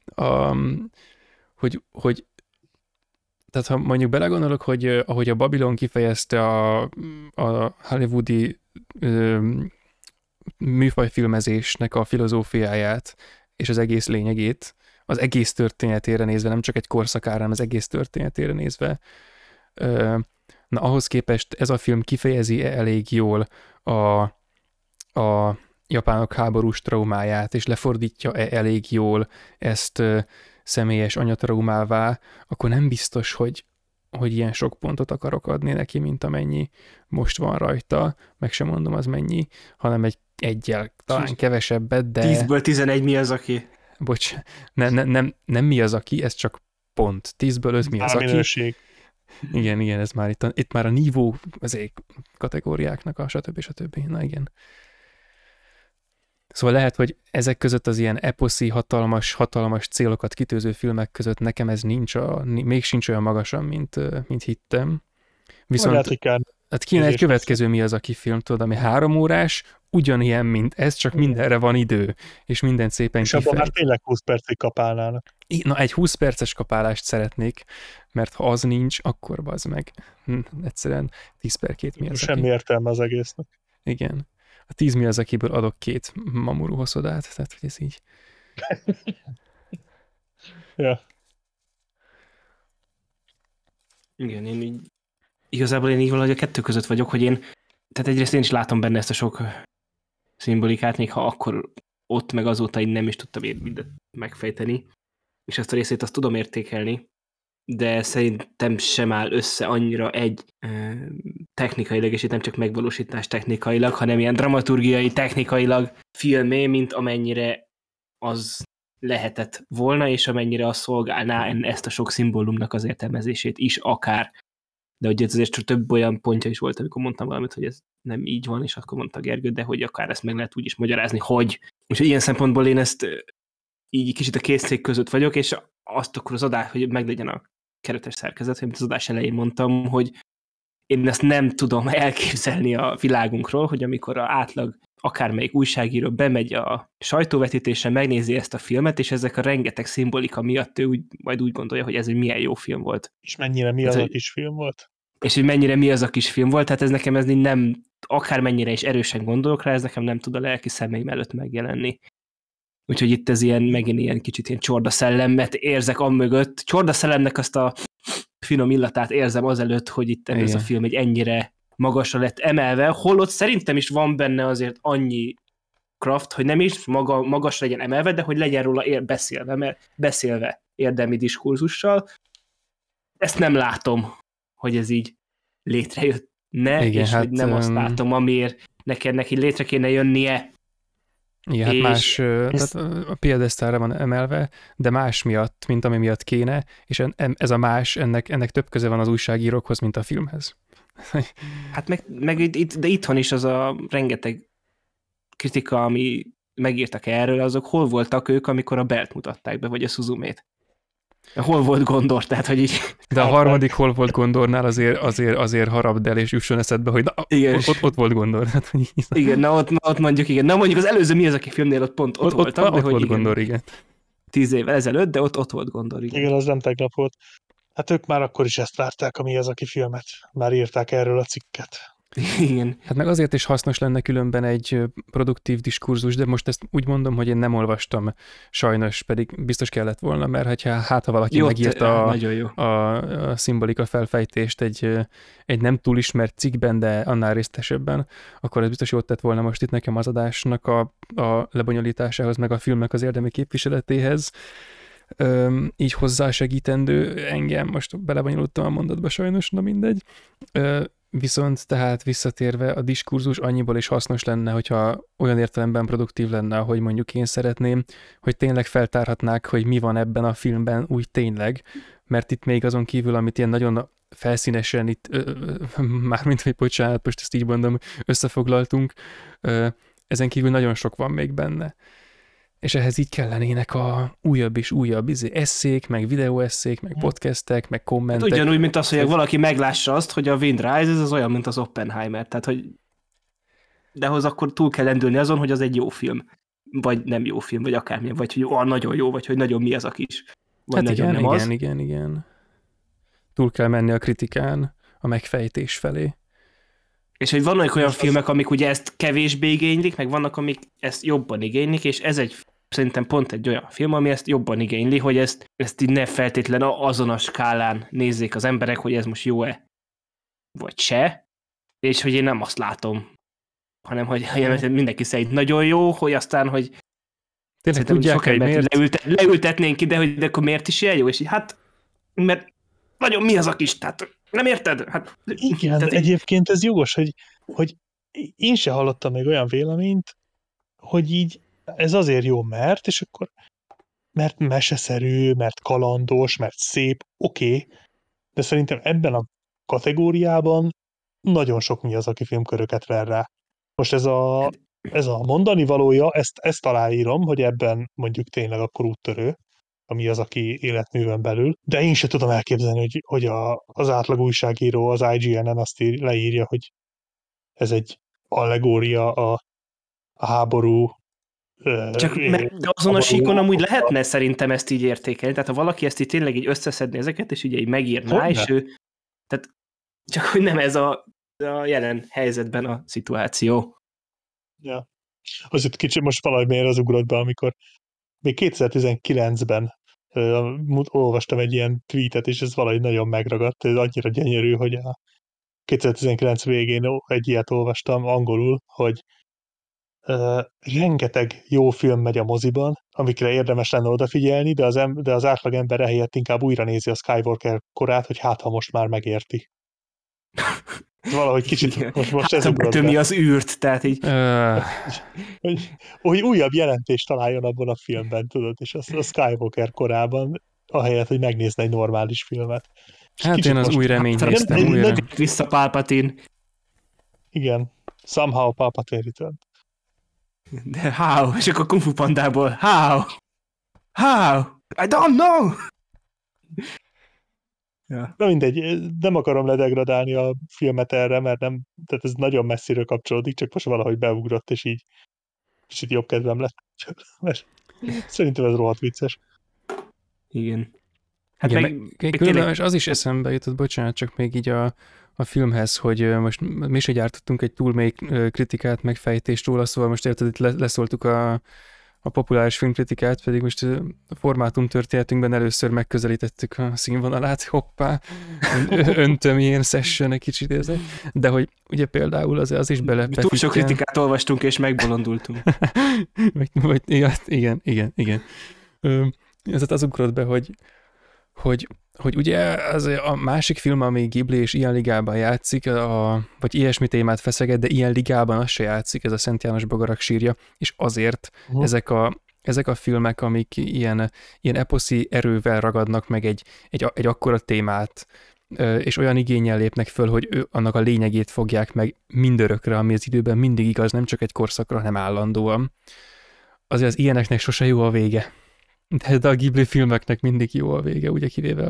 hogy tehát ha mondjuk belegondolok, hogy ahogy a Babylon kifejezte a hollywoodi műfajfilmezésnek a filozófiáját és az egész lényegét, az egész történetére nézve, nem csak egy korszakára, hanem az egész történetére nézve. Na ahhoz képest ez a film kifejezi elég jól a japánok háborús traumáját, és lefordítja elég jól ezt személyes anyatraumává, akkor nem biztos, hogy ilyen sok pontot akarok adni neki, mint amennyi most van rajta, meg sem mondom az mennyi, hanem egyel talán kevesebbet, de... 10-ből 11 mi az, aki? Bocs, nem mi az, aki, ez csak pont. 10-ből 5 mi az, aki. Minőség. Igen, ez már itt már a nívó kategóriáknak a stb. Na igen. Szóval lehet, hogy ezek között az ilyen eposzi, hatalmas célokat kitűző filmek között nekem ez még sincs olyan magasan, mint hittem. Viszont hát kéne egy következő mi az, aki film, tudod, ami 3 órás, ugyanilyen, mint ez, csak mindenre van idő, és minden szépen és abban már tényleg 20 percig kapálnának. Na, egy 20 perces kapálást szeretnék, mert ha az nincs, akkor bazd meg. Egyszerűen 10/2 mi az, semmi értelme az egésznek. Igen. A 10 mi az, akiből adok 2 Mamoru Hosodát, tehát hogy ez így. Ja. Igen, igazából én így valahogy a kettő között vagyok, hogy tehát egyrészt én is látom benne ezt a sok szimbolikát, még ha akkor ott meg azóta én nem is tudtam mindent megfejteni, és ezt a részét azt tudom értékelni, de szerintem sem áll össze annyira egy technikailag, és itt nem csak megvalósítás technikailag, hanem ilyen dramaturgiai, technikailag filmé, mint amennyire az lehetett volna, és amennyire az szolgálná ezt a sok szimbólumnak az értelmezését is akár. De ugye ez azért csak több olyan pontja is volt, amikor mondtam valamit, hogy ez nem így van, és akkor mondta Gergő, de hogy akár ezt meg lehet úgy is magyarázni, hogy. Úgyhogy ilyen szempontból én ezt így kicsit a két szék között vagyok, és azt akkor az adás, hogy meglegyen a keretes szerkezet, amit az adás elején mondtam, hogy én ezt nem tudom elképzelni a világunkról, hogy amikor az átlag akármelyik újságíró bemegy a sajtóvetítésre, megnézi ezt a filmet, és ezek a rengeteg szimbolika miatt ő majd úgy gondolja, hogy ez egy milyen jó film volt. És mennyire mi az a kis film volt? És hogy mennyire mi az a kis film volt, tehát ez nekem ez nem, akármennyire is erősen gondolok rá, ez nekem nem tud a lelki szemeim előtt megjelenni. Úgyhogy itt ez megint ilyen kicsit ilyen csordaszellemet érzek amögött. Csordaszellemnek azt a finom illatát érzem azelőtt, hogy itt ez a film egy ennyire magasra lett emelve, holott szerintem is van benne azért annyi craft, hogy nem is magasra legyen emelve, de hogy legyen róla beszélve érdemi diskurzussal. Ezt nem látom, hogy ez így létrejöttne, igen, és hát, hogy nem azt látom, amiért neki létre kéne jönnie. Igen, hát más, tehát a piedesztára van emelve, de más miatt, mint ami miatt kéne, és ez a más, ennek több köze van az újságírókhoz, mint a filmhez. Hát meg de itthon is az a rengeteg kritika, ami megírtak erről, azok hol voltak ők, amikor a Belt mutatták be, vagy a Suzumét? Hol volt Gondor? Tehát, hogy így... De a harmadik hol volt Gondornál azért harabd el, és jusson eszedbe, hogy na, ott volt Gondor. Igen, na ott mondjuk, igen. Na mondjuk az előző Miyazaki filmnél ott pont ott voltak. Ott volt Gondor, igen. 10 évvel ezelőtt, de ott volt Gondor, igen. Igen, az nem tegnap volt. Hát ők már akkor is ezt várták, a Miyazaki filmet. Már írták erről a cikket. Igen. Hát meg azért is hasznos lenne különben egy produktív diskurzus, de most ezt úgy mondom, hogy én nem olvastam sajnos, pedig biztos kellett volna, mert ha valaki megírta a szimbolika felfejtést egy nem túl ismert cikkben, de annál részletesebben, akkor ez biztos jót tett volna most itt nekem az adásnak a lebonyolításához, meg a filmnek az érdemi képviseletéhez. Így hozzásegítendő engem, most belebonyolultam a mondatba sajnos, na mindegy. Viszont tehát visszatérve a diskurzus annyiból is hasznos lenne, hogyha olyan értelemben produktív lenne, ahogy mondjuk én szeretném, hogy tényleg feltárhatnák, hogy mi van ebben a filmben úgy tényleg, mert itt még azon kívül, amit ilyen nagyon felszínesen itt, mármint, hogy bocsánat, most ezt így mondom, összefoglaltunk, ezen kívül nagyon sok van még benne. És ehhez így kellenének a újabb és újabb esszék, meg videóesszék, meg podcastek, meg kommentek. Hát ugyanúgy, mint az, hogy valaki meglássa azt, hogy a Wind Rises az olyan, mint az Oppenheimer. Tehát, hogy de ahhoz akkor túl kell lendülni azon, hogy az egy jó film. Vagy nem jó film, vagy akármilyen. Vagy hogy nagyon jó, vagy hogy nagyon Miyazaki is. Vagy hát igen. Túl kell menni a kritikán, a megfejtés felé. És hogy vannak olyan filmek, amik ugye ezt kevésbé igénylik, meg vannak, amik ezt jobban igénylik, és ez szerintem pont egy olyan film, ami ezt jobban igényli, hogy ezt így ne feltétlen azon a skálán nézzék az emberek, hogy ez most jó-e, vagy se, és hogy én nem azt látom, hanem hogy mindenki szerint nagyon jó, hogy aztán, hogy tényleg tudják, hogy miért leültetnénk ide, hogy de akkor miért is ilyen jó, és így, hát, mert nagyon mi az a kis, tehát nem érted? Hát, igen, tehát egyébként ez jogos, hogy én se hallottam még olyan véleményt, hogy így ez azért jó, mert mert meseszerű, mert kalandos, mert szép, oké, de szerintem ebben a kategóriában nagyon sok Miyazaki filmköröket ver rá. Most ez a mondani valója, ezt aláírom, hogy ebben mondjuk tényleg akkor úttörő, a Miyazaki életművön belül, de én sem tudom elképzelni, hogy az átlag újságíró az IGN-en azt leírja, hogy ez egy allegória a háború. Csak de azon a síkon amúgy lehetne szerintem ezt így értékelni, tehát ha valaki ezt így tényleg így összeszedni ezeket, és ugye így megírná, és ő, tehát csak hogy nem ez a jelen helyzetben a szituáció. Ja. Azért kicsit most valamiért az ugrott be, amikor még 2019-ben olvastam egy ilyen tweetet, és ez valahogy nagyon megragadt, ez annyira gyönyörű, hogy a 2019 végén egy ilyet olvastam angolul, hogy rengeteg jó film megy a moziban, amikre érdemes lenne odafigyelni, de az átlag ember ehelyett inkább újra nézi a Skywalker korát, hogy hát ha most már megérti. Valahogy kicsit most ez ugrott be. Mi az űrt, tehát így... hogy újabb jelentést találjon abban a filmben, tudod, és a Skywalker korában, ahelyett, hogy megnézne egy normális filmet. Hát én az új reményt néztem újra. Vissza Palpatine. Igen. Somehow Palpatine returned. De how? És akkor Kung Fu Pandából. How? How? I don't know! Ja. Na mindegy, nem akarom ledegradálni a filmet erre, mert nem, tehát ez nagyon messziről kapcsolódik, csak most valahogy beugrott, és így kicsit jobb kedvem lett. Mert szerintem ez rohadt vicces. Igen. Hát igen, különben az is eszembe jutott, bocsánat, csak még így a filmhez, hogy most mi se gyártottunk egy túl mély kritikát, megfejtést róla, szóval most érted, itt leszóltuk a populáris filmkritikát, pedig most a formátum történetünkben először megközelítettük a színvonalát, hoppá, öntöm ilyen session egy kicsit érzek, de hogy ugye például az is befitten. Túl sok kritikát olvastunk és megbolondultunk. Igen. Ez az ugrott be, hogy ugye az a másik film, ami Ghibli és ilyen ligában játszik, vagy ilyesmi témát feszeget, de ilyen ligában az se játszik, ez a Szent János Bogarak sírja, és azért ezek a filmek, amik ilyen eposzi erővel ragadnak meg egy akkora témát, és olyan igénnyel lépnek föl, hogy annak a lényegét fogják meg mindörökre, ami az időben mindig igaz, nem csak egy korszakra, hanem állandóan. Azért az ilyeneknek sose jó a vége. De a Ghibli filmeknek mindig jó a vége, ugye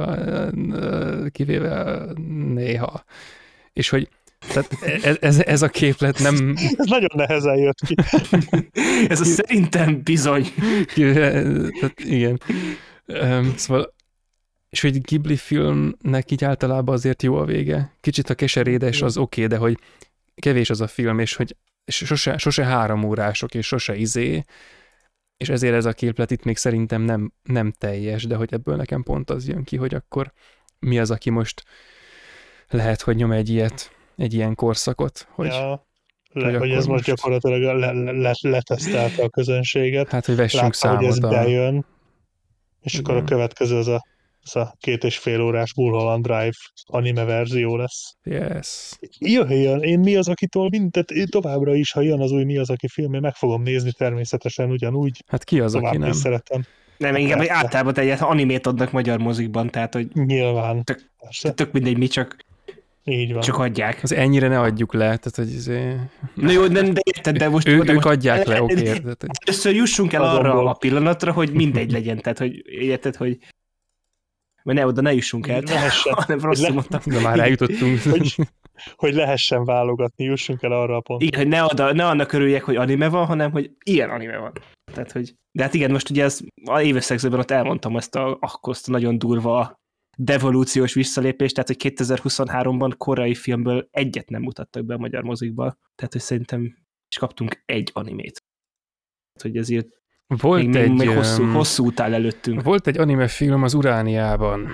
kivéve néha. És hogy tehát ez a képlet nem... Ez nagyon nehezen jött ki. Ez a szerintem bizony. Tehát igen. Szóval, és hogy Ghibli filmnek így általában azért jó a vége. Kicsit a keserédes az oké, de hogy kevés az a film, és hogy sose 3 órások, és sose és ezért ez a képlet itt még szerintem nem teljes, de hogy ebből nekem pont az jön ki, hogy akkor mi az, aki most lehet, hogy nyom egy ilyen korszakot, hogy... Ja, hogy ez most gyakorlatilag letesztelte a közönséget. Hát, hogy vessünk számot. Hogy ez bejön, és Igen. akkor a következő az a 2,5 órás Mulholland Drive anime verzió lesz. Yes. Jöjjön, én Mi az, akitól mindent, én továbbra is, ha jön az új Mi az, aki film, én meg fogom nézni természetesen ugyanúgy. Hát ki az, aki nem? Is szeretem. Nem, inkább, hogy általában egy animét adnak magyar mozikban, tehát, hogy nyilván. tök mindegy, mi csak így van. Csak adják. Az ennyire ne adjuk le, tehát hogy Na jó, de érted, de most... Ők adják le, oké. Először jussunk el arra a pillanatra, hogy mindegy legyen, tehát hogy érted, hogy mert oda ne jussunk el, hanem rosszul mondtam. De már eljutottunk. Hogy lehessen válogatni, jussunk el arra a pontra. Igen, hogy ne annak örüljek, hogy anime van, hanem hogy ilyen anime van. Tehát, hogy... De hát igen, most ugye a évösszegzőben ott elmondtam azt a nagyon durva devolúciós visszalépést, tehát hogy 2023-ban koreai filmből egyet nem mutattak be a magyar mozikba. Tehát, hogy szerintem is kaptunk egy animét. Tehát, hogy ezért volt még hosszú út áll előttünk. Volt egy anime film az Urániában.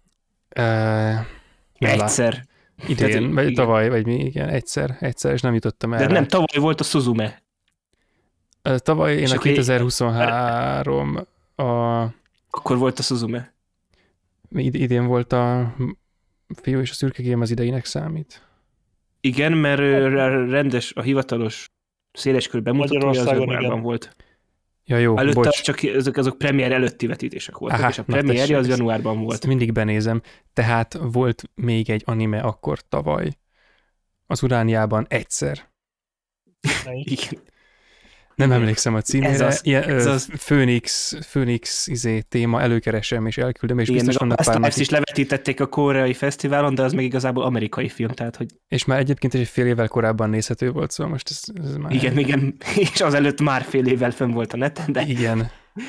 Egyszer. Idén, vagy tavaly, vagy mi, igen, egyszer, és nem jutottam el. De nem, tavaly volt a Suzume. Tavaly én a 2023 Akkor volt a Suzume. Idén volt a Fiú és a szürkegém az ideinek számít. Igen, mert rendes, a hivatalos széleskörű bemutatója az januárban volt. Ja, jó, előtte bocs. Csak azok premier előtti vetítések voltak, és a premierje az januárban volt. Ezt mindig benézem. Tehát volt még egy anime akkor tavaly. Az Urániában egyszer. Igen. Nem emlékszem a címére. Ez az. Phoenix téma, előkeresem és elküldöm, és igen, biztos vannak pár napig. Ezt is levetítették a koreai fesztiválon, de az meg igazából amerikai film, tehát hogy... És már egyébként egy fél évvel korábban nézhető volt, szóval most ez már... Igen, és azelőtt már fél évvel fönn volt a neten, de... Igen.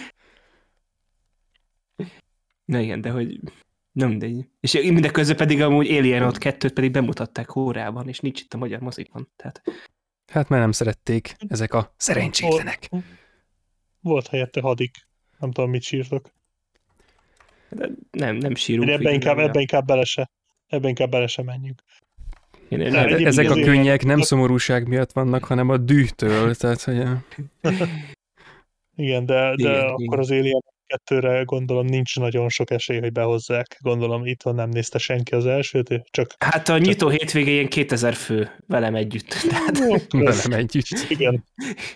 Na igen, de hogy... Nem mindegy. És mindeközben pedig amúgy Alienot 2-t pedig bemutatták Koreában, és nincs itt a magyar mozikban, tehát... Hát mert nem szerették ezek a szerencsétlenek. Volt helyette Hadik. Nem tudom, mit sírtok. De nem sírunk. Ebben inkább bele se menjünk. Ezek a könnyek nem szomorúság miatt vannak, hanem a dühtől. Tehát, hogy... Igen, de akkor az Alien 2-re gondolom nincs nagyon sok esély, hogy behozzák. Gondolom itthon nem nézte senki az elsőt, csak... Hát a nyitó hétvégén 2000 fő velem együtt. Velem együtt. Igen.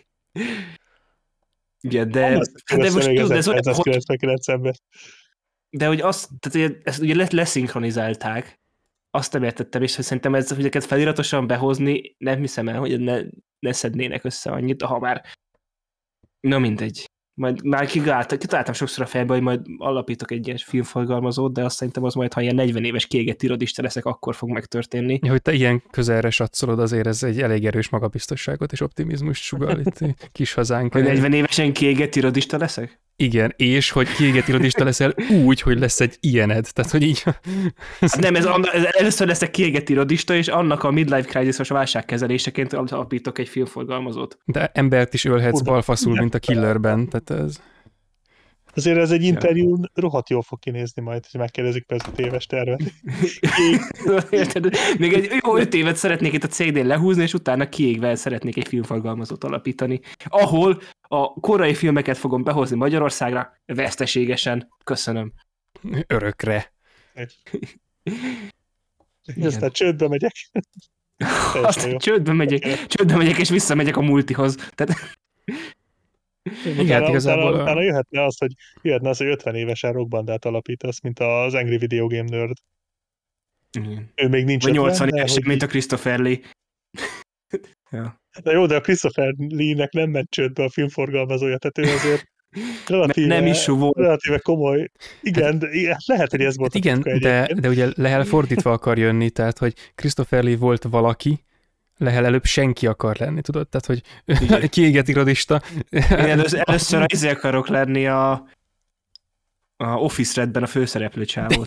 Igen, de most ez 1999-ben. De hogy ezt ugye leszinkronizálták, azt nem értettem, és hogy szerintem hogy ezeket feliratosan behozni, nem hiszem el, hogy ne szednének össze annyit, ha már... Na mindegy. Majd már kitaláltam sokszor a fejbe, hogy majd alapítok egy ilyen filmforgalmazót, de azt szerintem az majd, ha ilyen 40 éves kiégett irodista leszek, akkor fog megtörténni. Ja, hogy te ilyen közelre satszolod, azért ez egy elég erős magabiztosságot és optimizmust sugall itt kis hazánk. Hogy 40 évesen kiégett irodista leszek? Igen, és hogy kiégett irodista leszel úgy, hogy lesz egy ilyened. Tehát, hogy így... Nem, ez először leszek kiégett irodista, és annak a midlife crisis-os válságkezeléseként alapítok egy filmforgalmazót. De embert is ölhetsz balfaszul, mint a Killerben. Tehát ez... Azért ez egy interjú rohadt jól fog kinézni majd, hogy megkérdezik persze a éves tervet. Még egy jó 5 évet szeretnék itt a cégnél lehúzni, és utána kiégve szeretnék egy filmforgalmazót alapítani, ahol a korai filmeket fogom behozni Magyarországra veszteségesen. Köszönöm. Örökre. Aztán csődbe megyek. Aztán csődbe megyek, és visszamegyek a multihoz. Tehát... Igen, igazából... Utána jöhetne az, hogy 50 évesen rockbandát alapítasz, mint az Angry Video Game Nerd. Ő még nincs Vagy 80 de évesen, hogy mint a így- Christopher Lee. Ja. Na jó, de a Christopher Lee-nek nem ment csődbe a filmforgalmazója, tehát ő azért Nem is volt. relatíve komoly. Igen, de lehet, hogy ez volt Hát a igen, titka de egyébként. ugye Lehel fordítva akar jönni, tehát hogy Christopher Lee volt valaki, Lehel előbb senki akar lenni, tudod? Tehát, hogy kiégett irodista. Én először azért akarok lenni a Office Redben a főszereplő csávó.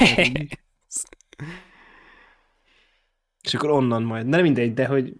És akkor onnan majd. De nem mindegy, de hogy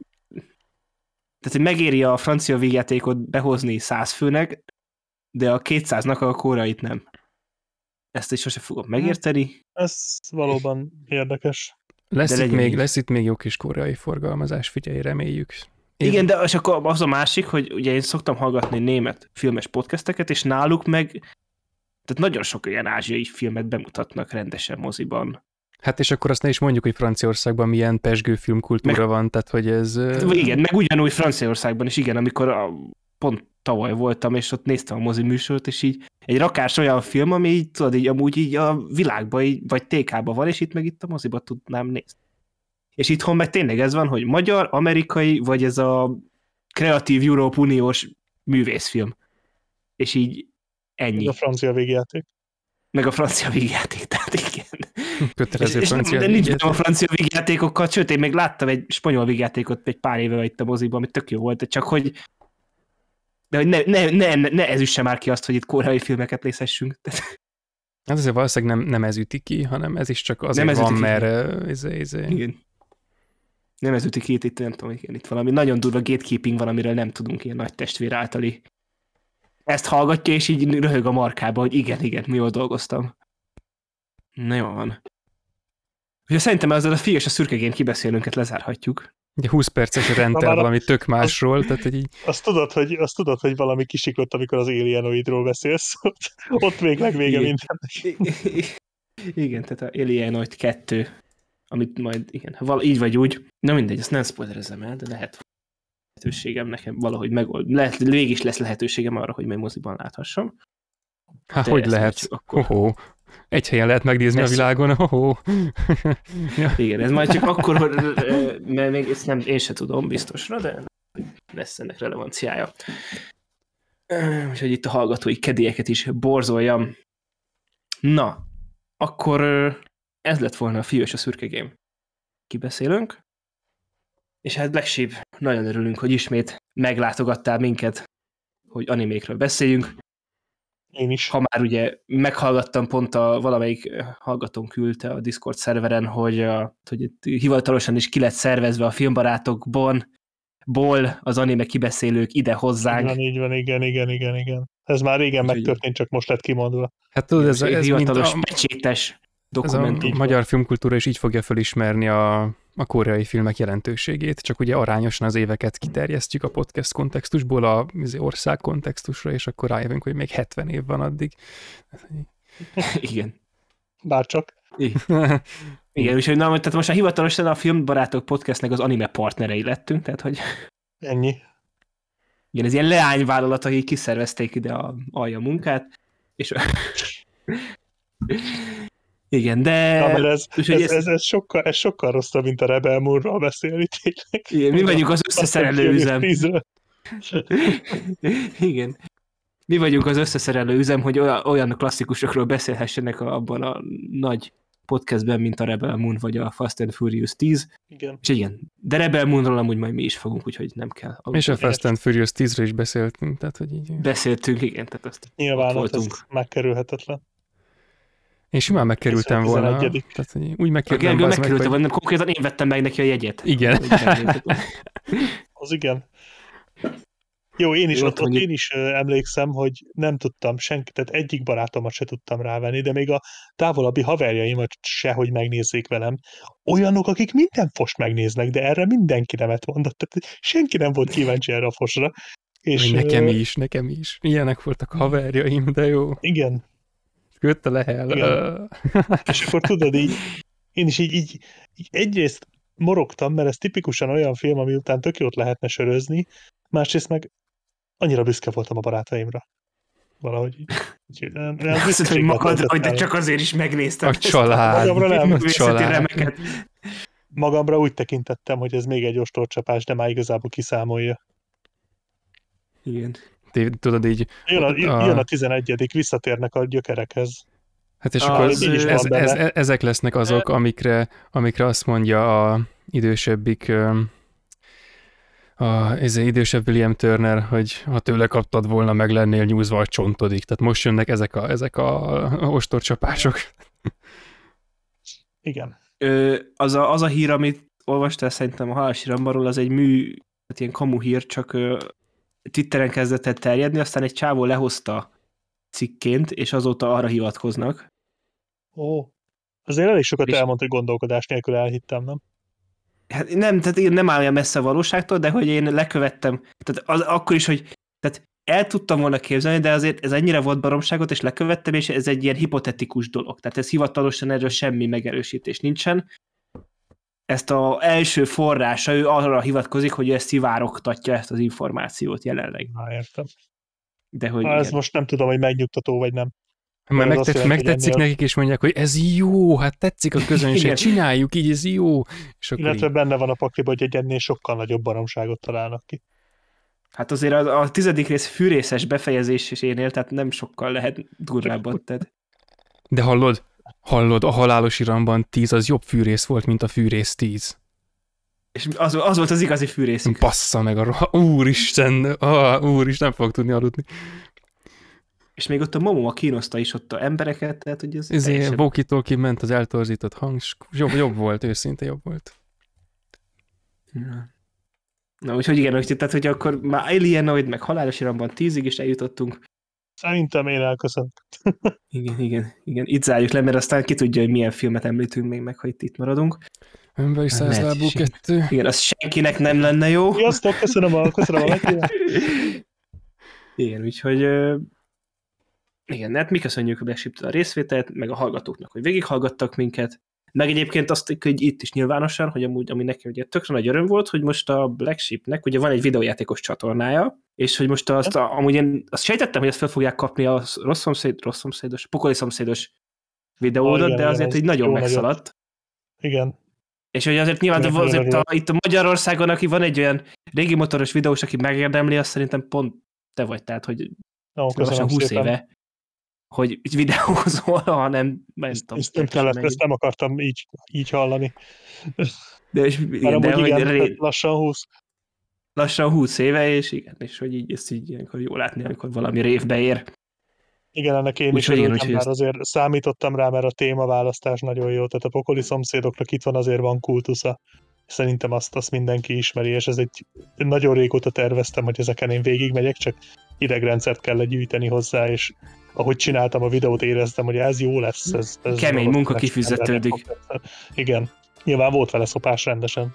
tehát, hogy megéri a francia vígjátékot behozni 100 főnek, de a 200-nak a kórait nem. Ezt is sose fogom megérteni. Ez valóban érdekes. Lesz itt még jó kis koreai forgalmazás, figyelj, reméljük. Igen, de és akkor az a másik, hogy ugye én szoktam hallgatni német filmes podcasteket, és náluk meg tehát nagyon sok olyan ázsiai filmet bemutatnak rendesen moziban. Hát és akkor azt ne is mondjuk, hogy Franciaországban milyen pezsgő filmkultúra van, tehát hogy ez... Igen, meg ugyanúgy Franciaországban is, igen, amikor pont tavaly voltam, és ott néztem a mozi műsort, és így egy rakás olyan film, ami így, tudod, így amúgy így a világban, így, vagy TK-ban van, és itt meg itt a moziba tudnám nézni. És itthon meg tényleg ez van, hogy magyar, amerikai, vagy ez a Creative Europe uniós művészfilm. És így ennyi. A francia végjáték. Meg a francia vígjáték, tehát igen. Kötelező francia de nincs vígjáték. a francia vígjátékokkal, sőt, én még láttam egy spanyol vígjátékot egy pár éve itt a moziban, ami tök jó volt, csak hogy de hogy ne ezüsse már ki azt, hogy itt koreai filmeket nézhessünk. Hát azért valószínűleg nem ez üti ki, hanem ez is csak azért Nem ez van, üti ki. mert... Igen. Nem ez üti ki, itt nem tudom, igen, itt valami nagyon durva gatekeeping van, amiről nem tudunk, ilyen nagy testvér általi. Ezt hallgatja, és így röhög a markába, hogy igen, mi jól dolgoztam. Na jó van. Ugye szerintem ezzel a Fi és a szürke game kibeszélőnket lezárhatjuk. Ugye 20 perces rendtel valami tök másról, tehát hogy így... Azt tudod, hogy valami kisiklott, amikor az Alienoidról beszélsz. Ott még legvége mindennek. Igen, tehát a Alienoid 2, amit majd, igen, így vagy úgy. Na mindegy, ezt nem spoilerezem el, de lehet lehetőségem nekem valahogy megold. Végig is lesz lehetőségem arra, hogy majd moziban láthassam. Hát hogy lehet? Akkor... Egy helyen lehet megnézni a világon, ja. Igen, ez majd csak akkor, mert még ezt nem, én se tudom biztosra, de lesz ennek relevanciája. Úgyhogy itt a hallgatói kedélyeket is borzoljam. Na, akkor ez lett volna a Fiú és a szürke game. Kibeszélünk. És hát Black Sheep, nagyon örülünk, hogy ismét meglátogattál minket, hogy animékről beszéljünk. Én is. Ha már ugye meghallgattam, pont valamelyik hallgatón küldte a Discord szerveren, hogy hivatalosan is ki lett szervezve a filmbarátokból az anime kibeszélők ide hozzánk. Így van, igen. Ez már régen megtörtént, csak most lett kimondva. Hát tudod, ez hivatalos pecsétes dokumentum. Ez a magyar filmkultúra is így fogja felismerni a koreai filmek jelentőségét, csak ugye arányosan az éveket kiterjesztjük a podcast kontextusból az ország kontextusra, és akkor rájövünk, hogy még 70 év van addig. Igen. Bárcsak. Igen, úgyhogy tehát most a hivatalosan a Filmbarátok podcastnek az anime partnerei lettünk, tehát hogy... Ennyi. Igen, ez ilyen leányvállalat, akik kiszervezték ide a alja munkát, és... Igen, de... Na, ez sokkal rosszabb, mint a Rebel Moonról beszélni tényleg. Igen, mi vagyunk az összeszerelő üzem. Igen. Mi vagyunk az összeszerelő üzem, hogy olyan klasszikusokról beszélhessenek abban a nagy podcastben, mint a Rebel Moon vagy a Fast and Furious 10. Igen. És igen, de Rebel Moonról amúgy majd mi is fogunk, úgyhogy nem kell. És a Fast and Furious 10-ről is beszéltünk, tehát hogy így... Beszéltünk, igen, tehát azt nyilván ez megkerülhetetlen. Én simán megkerültem volna. Tehát, úgy megkerültem. A Gergő megkerültem volna, konkrétan én vettem meg neki a jegyet. Igen. Az igen. Jó, én is emlékszem, hogy nem tudtam senki, tehát egyik barátomat se tudtam rávenni, de még a távolabbi haverjaimat se, hogy megnézzék velem. Olyanok, akik minden fost megnéznek, de erre mindenki nemet mondott. Tehát senki nem volt kíváncsi erre a fosra. És, nekem is. Ilyenek voltak a haverjaim, de jó. Igen. Kötte Lehel. És akkor tudod, én is így egyrészt morogtam, mert ez tipikusan olyan film, ami után tök jót lehetne sörözni, másrészt meg annyira büszke voltam a barátaimra. Valahogy így. Azt hogy magad, hogy de csak azért is megnéztem. A család. Magamra nem. A család. magamra úgy tekintettem, hogy ez még egy ostorcsapás, de már igazából kiszámolja. Igen. Tudod így... Jön a 11. visszatérnek a gyökerekhez. Hát és akkor így is van benne. ezek lesznek azok, amikre azt mondja a idősebbik, ez egy idősebb William Turner, hogy ha tőle kaptad volna, meg lennél nyúzva a csontodik. Tehát most jönnek ezek a ostorcsapások. Igen. Az a hír, amit olvastál szerintem a Halálos Irambarról, az egy hát ilyen kamu hír, csak Twitteren kezdett el terjedni, aztán egy csávó lehozta cikként, és azóta arra hivatkoznak. Ó, azért elég sokat elmondta, hogy gondolkodás nélkül elhittem, nem? Hát nem, tehát én nem áll olyan messze a valóságtól, de hogy én lekövettem, tehát akkor is, hogy tehát el tudtam volna képzelni, de azért ez ennyire volt baromságot, és lekövettem, és ez egy ilyen hipotetikus dolog. Tehát ez hivatalosan erről semmi megerősítés nincsen. Ezt az első forrása, ő arra hivatkozik, hogy ezt szivárogtatja ezt az információt jelenleg. Értem. De hogy ez most nem tudom, hogy megnyugtató vagy nem. Mert megtetszik nekik, és mondják, hogy ez jó, hát tetszik a közönség, csináljuk így, ez jó. És akkor illetve így... benne van a pakliba, hogy egy ennél sokkal nagyobb baromságot találnak ki. Hát azért a 10. rész fűrészes befejezésénél, tehát nem sokkal lehet durvábbat tedd. De hallod, a Halálos Iramban 10 az jobb fűrész volt, mint a fűrész 10. És az volt az igazi fűrészük. Bassza meg úristen, nem fogok tudni aludni. És még ott a Momoa kínoszta is ott a embereket, tehát hogy ez teljesen... Walkie-tól kiment az eltorzított hang, jobb volt, őszinte jobb volt. Na, úgyhogy igen, tehát hogy akkor már Alienoid, meg Halálos Iramban 10-ig is eljutottunk. Szerintem én elköszönt. Igen. Itt zárjuk le, mert aztán ki tudja, hogy milyen filmet említünk még meg, hogy itt maradunk. Emberi százlábú 2. Igen, az senkinek nem lenne jó. Sziasztok, köszönöm a meghívást. Igen, úgyhogy igen, hát mi köszönjük a Black Sheep-től a részvételt, meg a hallgatóknak, hogy végighallgattak minket. Meg egyébként azt, hogy itt is nyilvánosan, hogy amúgy, ami nekem ugye tökre nagy öröm volt, hogy most a Black Sheep-nek ugye van egy videójátékos csatornája, és hogy most amúgy én azt sejtettem, hogy ezt fel fogják kapni a szomszédos, pokoli szomszédos videódat, de azért így nagyon megszaladt. Igen. És hogy azért nyilván azért itt a Magyarországon, aki van egy olyan régi motoros videós, aki megérdemli, azt szerintem pont te vagy, tehát, hogy lassan 20 szépen. Éve, hogy videózol, hanem ezt nem akartam így hallani. De hogy lassan 20. Lassan 20 éve, és igen, és hogy így ezt így ilyenkor jó látni, amikor valami révbe ér. Igen, ennek én is örültem, már azért számítottam rá, mert a témaválasztás nagyon jó, tehát a pokoli szomszédoknak itt van azért van kultusza. Szerintem azt mindenki ismeri, és ez egy nagyon régóta terveztem, hogy ezeken én végigmegyek, csak idegrendszert kell legyűjteni hozzá, és ahogy csináltam a videót, éreztem, hogy ez jó lesz. Ez kemény munka kifizetődik. Igen. Nyilván volt vele szopás rendesen.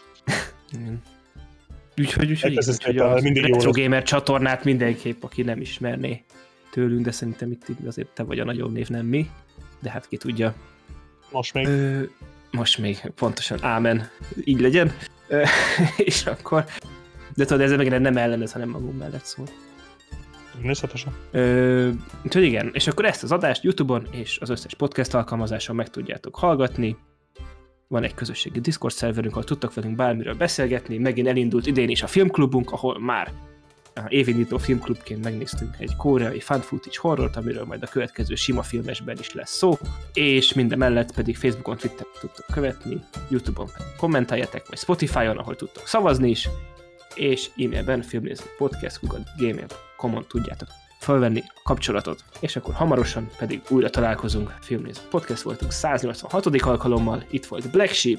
Úgyhogy a Retro Gamer csatornát mindenképp, aki nem ismerné tőlünk, de szerintem itt azért te vagy a nagyobb név, nem mi. De hát ki tudja. Most még, pontosan, ámen. Így legyen. És akkor... De tudod, ezzel meg nem ellenez, hanem magunk mellett szól. Természetesen. Úgyhogy igen, és akkor ezt az adást YouTube-on és az összes podcast alkalmazáson meg tudjátok hallgatni. Van egy közösségi Discord szerverünk, ahol tudtok velünk bármiről beszélgetni. Megint elindult idén is a filmklubunk, ahol már évindító filmklubként megnéztünk egy koreai fan footage horrort, amiről majd a következő sima filmesben is lesz szó, és minden mellett pedig Facebookon, Twitteren tudtok követni, YouTube-on kommentáljatok, vagy Spotify-on, ahol tudtok szavazni is, és e-mailben filmnézőpodcast@gmail.com-on tudjátok felvenni a kapcsolatot, és akkor hamarosan pedig újra találkozunk. Filmnéző Podcast voltunk 186. alkalommal, itt volt Black Sheep.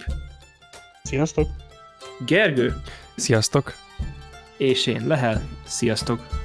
Sziasztok! Gergő. Sziasztok! És én Lehel. Sziasztok!